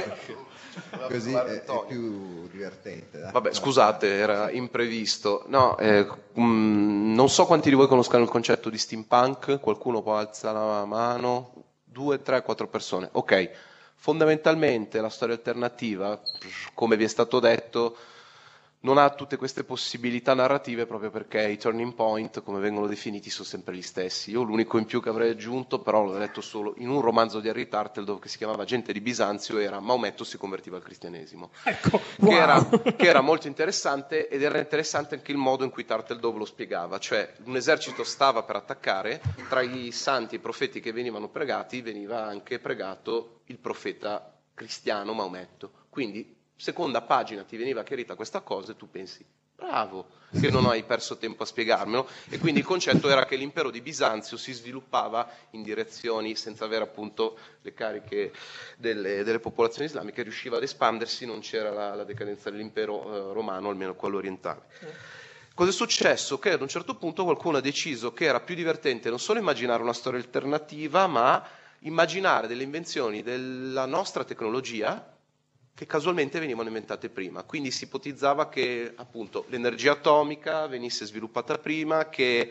Speaker 6: Così è, è più divertente. Dai.
Speaker 16: Vabbè, scusate, era imprevisto. No, eh, mh, non so quanti di voi conoscano il concetto di steampunk, qualcuno può alzare la mano? Due, tre, quattro persone. Ok, fondamentalmente la storia alternativa, come vi è stato detto, non ha tutte queste possibilità narrative proprio perché i turning point, come vengono definiti, sono sempre gli stessi. Io l'unico in più che avrei aggiunto, però l'ho letto solo in un romanzo di Harry Turtledove che si chiamava Gente di Bisanzio, era Maometto si convertiva al cristianesimo.
Speaker 4: Ecco, wow.
Speaker 16: che, era, che era molto interessante, ed era interessante anche il modo in cui Turtledove lo spiegava. Cioè, un esercito stava per attaccare, tra i santi e i profeti che venivano pregati, veniva anche pregato il profeta cristiano Maometto. Quindi, seconda pagina ti veniva chiarita questa cosa e tu pensi, bravo, che non hai perso tempo a spiegarmelo. E quindi il concetto era che l'impero di Bisanzio si sviluppava in direzioni, senza avere appunto le cariche delle, delle popolazioni islamiche, riusciva ad espandersi, non c'era la, la decadenza dell'impero eh, romano, almeno quello orientale. Cosa è successo? Che ad un certo punto qualcuno ha deciso che era più divertente non solo immaginare una storia alternativa, ma immaginare delle invenzioni della nostra tecnologia che casualmente venivano inventate prima. Quindi si ipotizzava che appunto l'energia atomica venisse sviluppata prima, che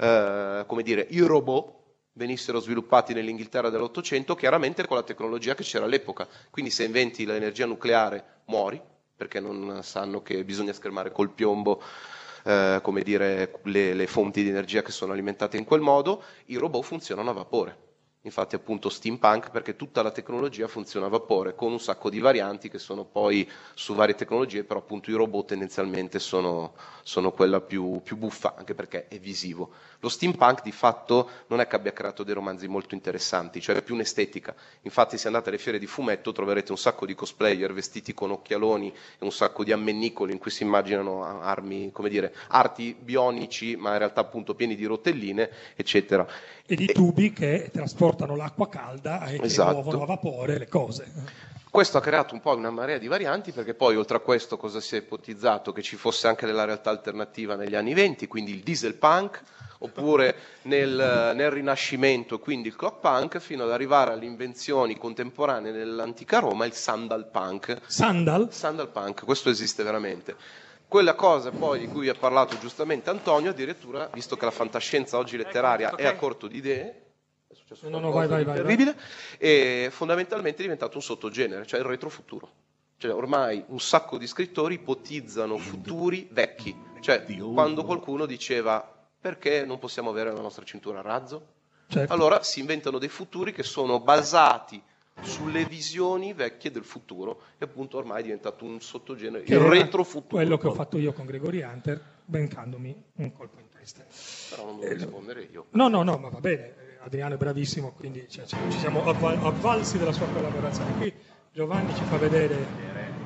Speaker 16: eh, come dire, i robot venissero sviluppati nell'Inghilterra dell'Ottocento, chiaramente con la tecnologia che c'era all'epoca. Quindi se inventi l'energia nucleare muori, perché non sanno che bisogna schermare col piombo eh, come dire, le, le fonti di energia che sono alimentate in quel modo. I robot funzionano a vapore. Infatti appunto steampunk, perché tutta la tecnologia funziona a vapore, con un sacco di varianti che sono poi su varie tecnologie, però appunto i robot tendenzialmente sono, sono quella più, più buffa, anche perché è visivo. Lo steampunk di fatto non è che abbia creato dei romanzi molto interessanti, cioè è più un'estetica. Infatti se andate alle fiere di fumetto troverete un sacco di cosplayer vestiti con occhialoni e un sacco di ammennicoli in cui si immaginano armi, come dire, arti bionici, ma in realtà appunto pieni di rotelline, eccetera.
Speaker 4: E di tubi che trasportano l'acqua calda e
Speaker 16: esatto.
Speaker 4: che muovono a vapore le cose.
Speaker 16: Questo ha creato un po' una marea di varianti, perché poi oltre a questo cosa si è ipotizzato? Che ci fosse anche della realtà alternativa negli anni venti, quindi il diesel punk, oppure nel, nel Rinascimento, quindi il clock punk, fino ad arrivare alle invenzioni contemporanee nell'antica Roma, il sandal punk.
Speaker 4: Sandal?
Speaker 16: Sandal punk, questo esiste veramente. Quella cosa poi di cui vi ha parlato giustamente Antonio, addirittura, visto che la fantascienza oggi letteraria è a corto di idee, è successo
Speaker 4: no, no, vai, vai, vai,
Speaker 16: terribile, e fondamentalmente è diventato un sottogenere, cioè il retrofuturo. Cioè ormai un sacco di scrittori ipotizzano futuri vecchi, cioè quando qualcuno diceva perché non possiamo avere la nostra cintura a razzo?
Speaker 4: Certo.
Speaker 16: Allora si inventano dei futuri che sono basati sulle visioni vecchie del futuro, e appunto ormai è diventato un sottogenere,
Speaker 4: che
Speaker 16: il
Speaker 4: era
Speaker 16: retrofuturo.
Speaker 4: Quello che ho fatto io con Gregory Hunter, bencandomi un colpo in testa.
Speaker 16: Però non devo rispondere io.
Speaker 4: No, no, no, ma va bene, Adriano è bravissimo, quindi cioè, cioè, ci siamo avval- avvalsi della sua collaborazione. Qui Giovanni ci fa vedere...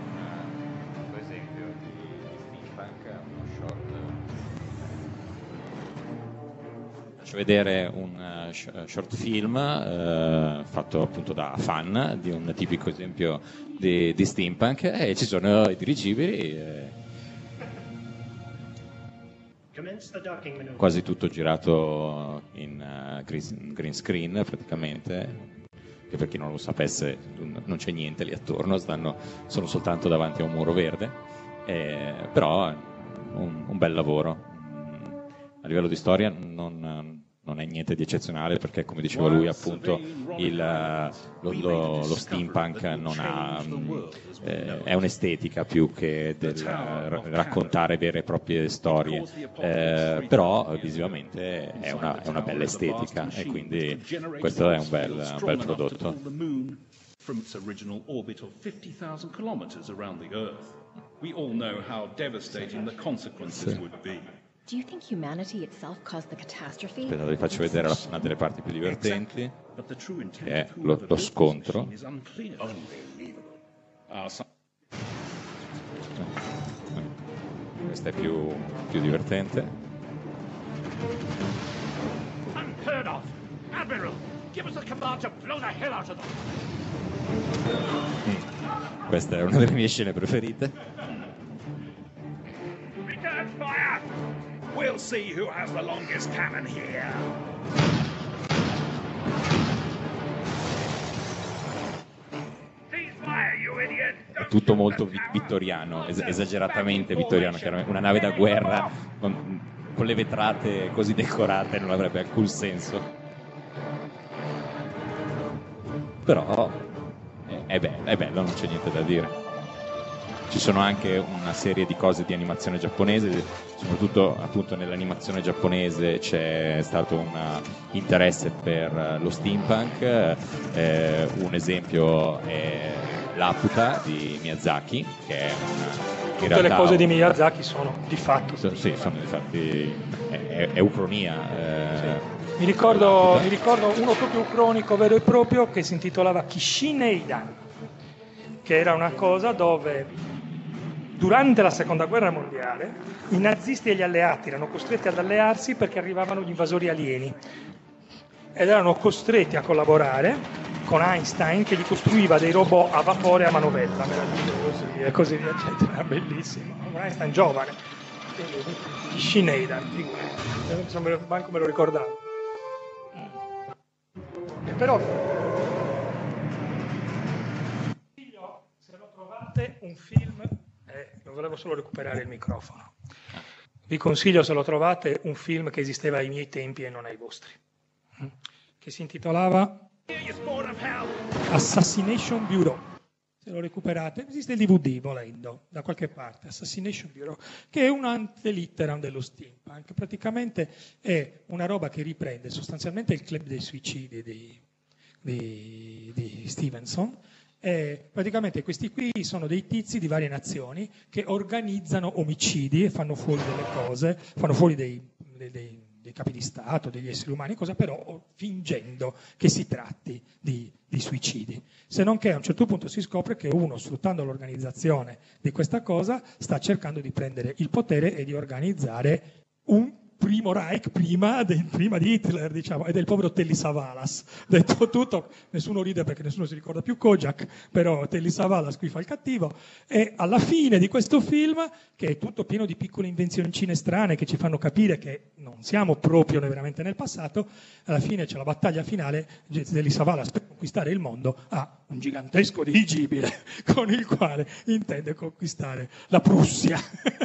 Speaker 5: Vedere un uh, short film uh, fatto appunto da fan di un tipico esempio di, di steampunk, e ci sono i dirigibili, eh, quasi tutto girato in uh, green, green screen praticamente, che per chi non lo sapesse non c'è niente lì attorno, stanno, sono soltanto davanti a un muro verde, eh, però un, un bel lavoro. A livello di storia non, non è niente di eccezionale, perché come diceva lui appunto il, lo, lo, lo steampunk non ha, eh, è un'estetica più che del raccontare vere e proprie storie, eh, però visivamente è una, è una bella estetica, e quindi questo è un bel, un bel prodotto.
Speaker 18: From its original orbit of fifty thousand kilometers around the Earth. We all know how devastating the consequences would be.
Speaker 19: Do you think humanity itself caused the catastrophe?
Speaker 5: Aspetta, vi faccio vedere la, una delle parti più divertenti, che è lo, lo scontro. Questa è più, più divertente.
Speaker 15: Unheard of! Admiral, give us a command to blow the hell out of them!
Speaker 5: Mm. Questa è una delle mie scene preferite.
Speaker 15: Return fire! We'll see who has the longest cannon here. Cease fire, you idiot!
Speaker 5: È tutto molto vi- vittoriano, es- esageratamente vittoriano, chiaramente. Una nave da guerra con, con le vetrate così decorate non avrebbe alcun senso. Però è, è, be- è bello, non c'è niente da dire. Ci sono anche una serie di cose di animazione giapponese, soprattutto appunto nell'animazione giapponese c'è stato un interesse per lo steampunk, eh, un esempio è Laputa di Miyazaki, che è una...
Speaker 4: Tutte realtà, le cose di Miyazaki sono di fatto.
Speaker 5: So, sì, sono di fatti, è, è ucronia. Eh,
Speaker 4: sì. mi, ricordo, mi ricordo uno proprio ucronico vero e proprio che si intitolava Kishineidan, che era una cosa dove durante la seconda guerra mondiale i nazisti e gli alleati erano costretti ad allearsi perché arrivavano gli invasori alieni ed erano costretti a collaborare con Einstein, che gli costruiva dei robot a vapore a manovella, meravigliosi e così via, eccetera. Bellissimo. Einstein giovane, quindi Schneider, figurati, manco me lo ricordavo. E però se lo trovate un film, eh, non volevo solo recuperare il microfono, vi consiglio, se lo trovate, un film che esisteva ai miei tempi e non ai vostri, che si intitolava Assassination Bureau. Se lo recuperate, esiste il D V D volendo, da qualche parte, Assassination Bureau, che è un antelitteram dello steampunk. Praticamente è una roba che riprende sostanzialmente il club dei suicidi di, di, di Stevenson. E praticamente questi qui sono dei tizi di varie nazioni che organizzano omicidi e fanno fuori delle cose, fanno fuori dei, dei, dei dei capi di Stato, degli esseri umani, cosa però fingendo che si tratti di, di suicidi. Se non che a un certo punto si scopre che uno, sfruttando l'organizzazione di questa cosa, sta cercando di prendere il potere e di organizzare un primo Reich prima, de, prima di Hitler, diciamo, ed è il povero Telly Savalas. Detto tutto, nessuno ride perché nessuno si ricorda più Kojak, però Telly Savalas qui fa il cattivo, e alla fine di questo film, che è tutto pieno di piccole invenzioncine strane che ci fanno capire che non siamo proprio veramente nel passato, alla fine c'è la battaglia finale, Telly Savalas per conquistare il mondo ha un gigantesco dirigibile con il quale intende conquistare la Prussia.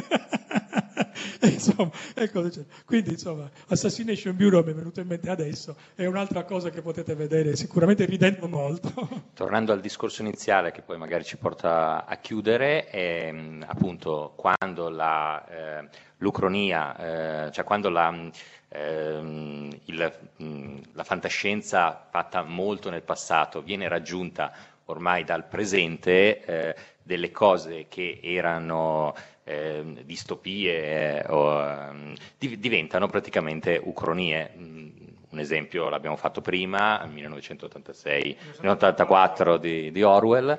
Speaker 4: Insomma, ecco, quindi insomma, Assassination Bureau mi è venuto in mente adesso, è un'altra cosa che potete vedere sicuramente ridendo molto.
Speaker 17: Tornando al discorso iniziale che poi magari ci porta a chiudere, è, appunto quando la, eh, l'ucronia, eh, cioè quando la, eh, il, la fantascienza fatta molto nel passato viene raggiunta ormai dal presente, eh, delle cose che erano eh, distopie eh, o, eh, div- diventano praticamente ucronie. Mm, un esempio l'abbiamo fatto prima, nel millenovecentottantasei ottantaquattro di, di Orwell,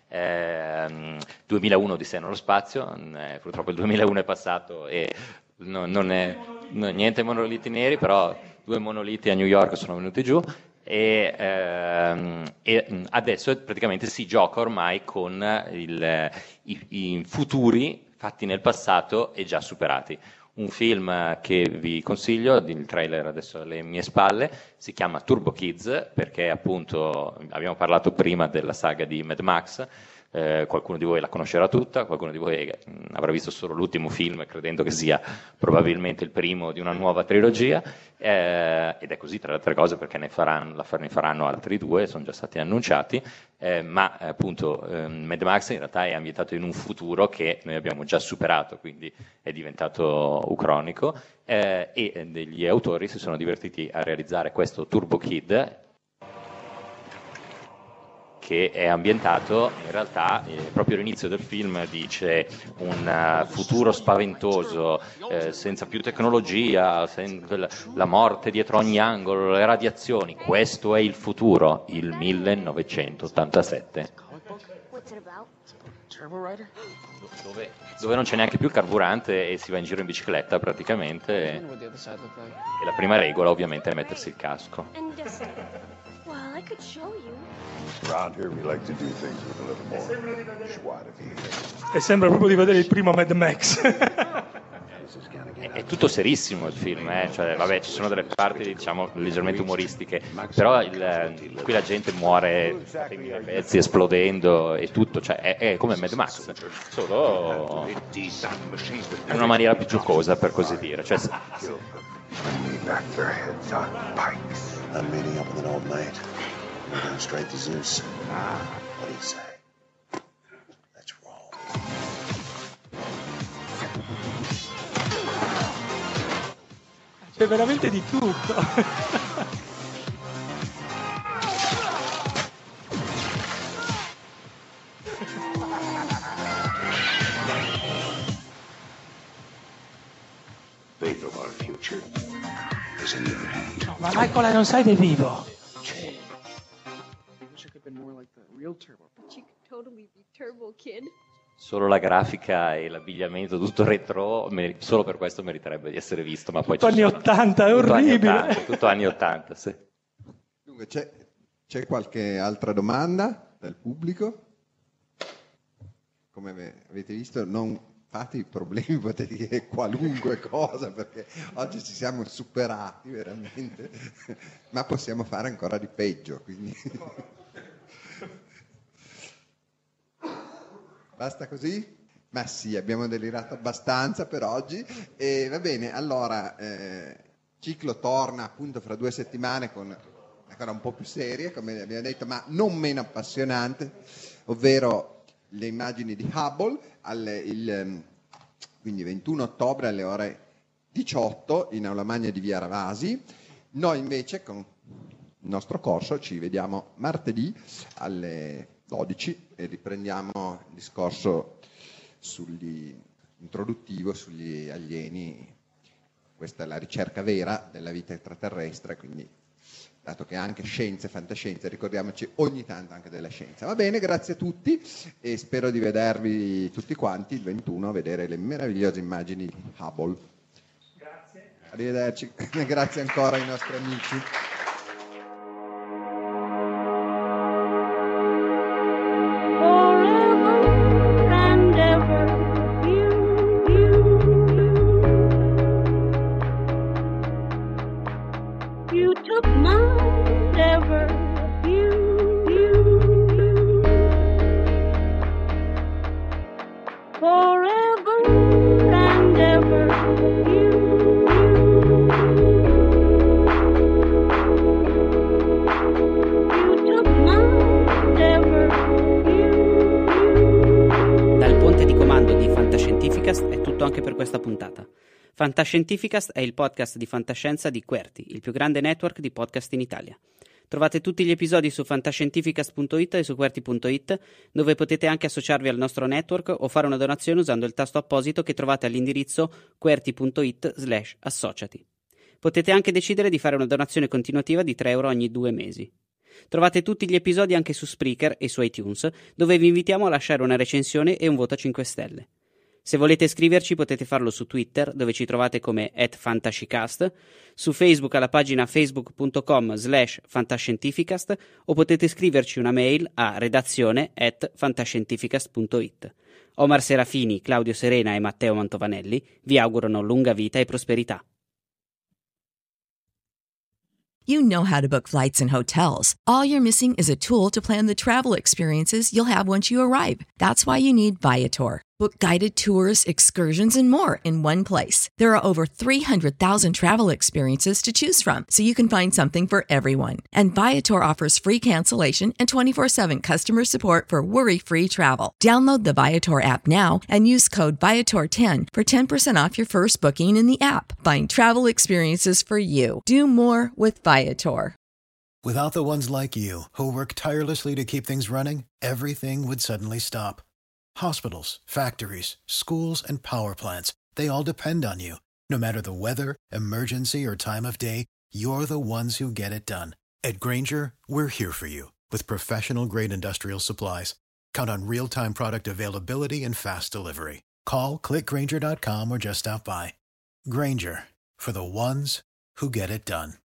Speaker 17: eh, duemilauno Odissea nello spazio, eh, purtroppo il duemilauno è passato e no, non è no, niente monoliti neri, però due monoliti a New York sono venuti giù. E, ehm, e adesso praticamente si gioca ormai con il, i, i futuri fatti nel passato e già superati. Un film che vi consiglio, il trailer adesso alle mie spalle, si chiama Turbo Kids, perché appunto abbiamo parlato prima della saga di Mad Max. Eh, qualcuno di voi la conoscerà tutta, qualcuno di voi mh, avrà visto solo l'ultimo film credendo che sia probabilmente il primo di una nuova trilogia, eh, ed è così tra le altre cose perché ne faranno, la, ne faranno altri due, sono già stati annunciati, eh, ma eh, appunto eh, Mad Max in realtà è ambientato in un futuro che noi abbiamo già superato, quindi è diventato ucronico, eh, e degli autori si sono divertiti a realizzare questo Turbo Kid, che è ambientato in realtà eh, proprio all'inizio del film dice un uh, futuro spaventoso, eh, senza più tecnologia, sen- la morte dietro ogni angolo, le radiazioni. Questo è il futuro, il millenovecentottantasette. Dove, dove non c'è neanche più il carburante e si va in giro in bicicletta praticamente, e, e la prima regola ovviamente è mettersi il casco.
Speaker 8: Well, I could show you.
Speaker 20: Around here we like to do things with a little more joie de vivre.
Speaker 4: E sembra proprio di vedere il primo Mad Max.
Speaker 17: È, è tutto serissimo il film, eh? Cioè, vabbè, ci sono delle parti diciamo leggermente umoristiche, però il, qui la gente muore in mille pezzi esplodendo e tutto, cioè è, è come Mad Max, solo in una maniera più giocosa per così dire. Cioè,
Speaker 20: I'm meeting up with an old mate. We're going straight to Zeus. Ah, what do you say? Let's roll.
Speaker 4: C'è veramente di tutto.
Speaker 20: Faith of our future is in your hand.
Speaker 4: No, ma Michael, non sai del vivo.
Speaker 17: Solo la grafica e l'abbigliamento tutto retro, solo per questo meriterebbe di essere visto, ma poi
Speaker 4: tutto anni ottanta, è orribile.
Speaker 17: Anni ottanta, tutto anni ottanta, sì.
Speaker 6: Dunque, c'è, c'è qualche altra domanda dal pubblico? Come avete visto, non fate i problemi, potete dire qualunque cosa, perché oggi ci siamo superati veramente, ma possiamo fare ancora di peggio, quindi... Basta così? Ma sì, abbiamo delirato abbastanza per oggi e va bene, allora eh, ciclo torna appunto fra due settimane con una cosa un po' più seria, come abbiamo detto, ma non meno appassionante, ovvero le immagini di Hubble, alle, il, quindi ventuno ottobre alle ore diciotto in Aula Magna di Via Ravasi. Noi invece con il nostro corso ci vediamo martedì alle dodici e riprendiamo il discorso sugli, introduttivo sugli alieni. Questa è la ricerca vera della vita extraterrestre, quindi dato che anche scienza e fantascienza, ricordiamoci ogni tanto anche della scienza. Va bene, grazie a tutti e spero di vedervi tutti quanti il ventuno a vedere le meravigliose immagini di Hubble.
Speaker 4: Grazie.
Speaker 6: Arrivederci. Grazie ancora ai nostri amici.
Speaker 21: Fantascientificast è il podcast di fantascienza di Qwerty, il più grande network di podcast in Italia. Trovate tutti gli episodi su fantascientificast punto it e su qwerty punto it, dove potete anche associarvi al nostro network o fare una donazione usando il tasto apposito che trovate all'indirizzo qwerty punto it slash associati. Potete anche decidere di fare una donazione continuativa di tre euro ogni due mesi. Trovate tutti gli episodi anche su Spreaker e su iTunes, dove vi invitiamo a lasciare una recensione e un voto a cinque stelle. Se volete scriverci potete farlo su Twitter, dove ci trovate come at fantascicast, su Facebook alla pagina facebook punto com slash fantascientificast o potete scriverci una mail a redazione at fantascientificast punto it. Omar Serafini, Claudio Serena e Matteo Mantovanelli vi augurano lunga vita e prosperità.
Speaker 3: You know how to book flights and hotels. All you're missing is a tool to plan the travel experiences you'll have once you arrive. That's why you need Viator. Book guided tours, excursions, and more in one place. There are over three hundred thousand travel experiences to choose from, so you can find something for everyone. And Viator offers free cancellation and twenty-four seven customer support for worry-free travel. Download the Viator app now and use code Viator ten for ten percent off your first booking in the app. Find travel experiences for you. Do more with Viator.
Speaker 22: Without the ones like you, who work tirelessly to keep things running, everything would suddenly stop. Hospitals, factories, schools, and power plants, they all depend on you. No matter the weather, emergency, or time of day, you're the ones who get it done. At Grainger, we're here for you with professional-grade industrial supplies. Count on real-time product availability and fast delivery. Call, click grainger dot com, or just stop by. Grainger, for the ones who get it done.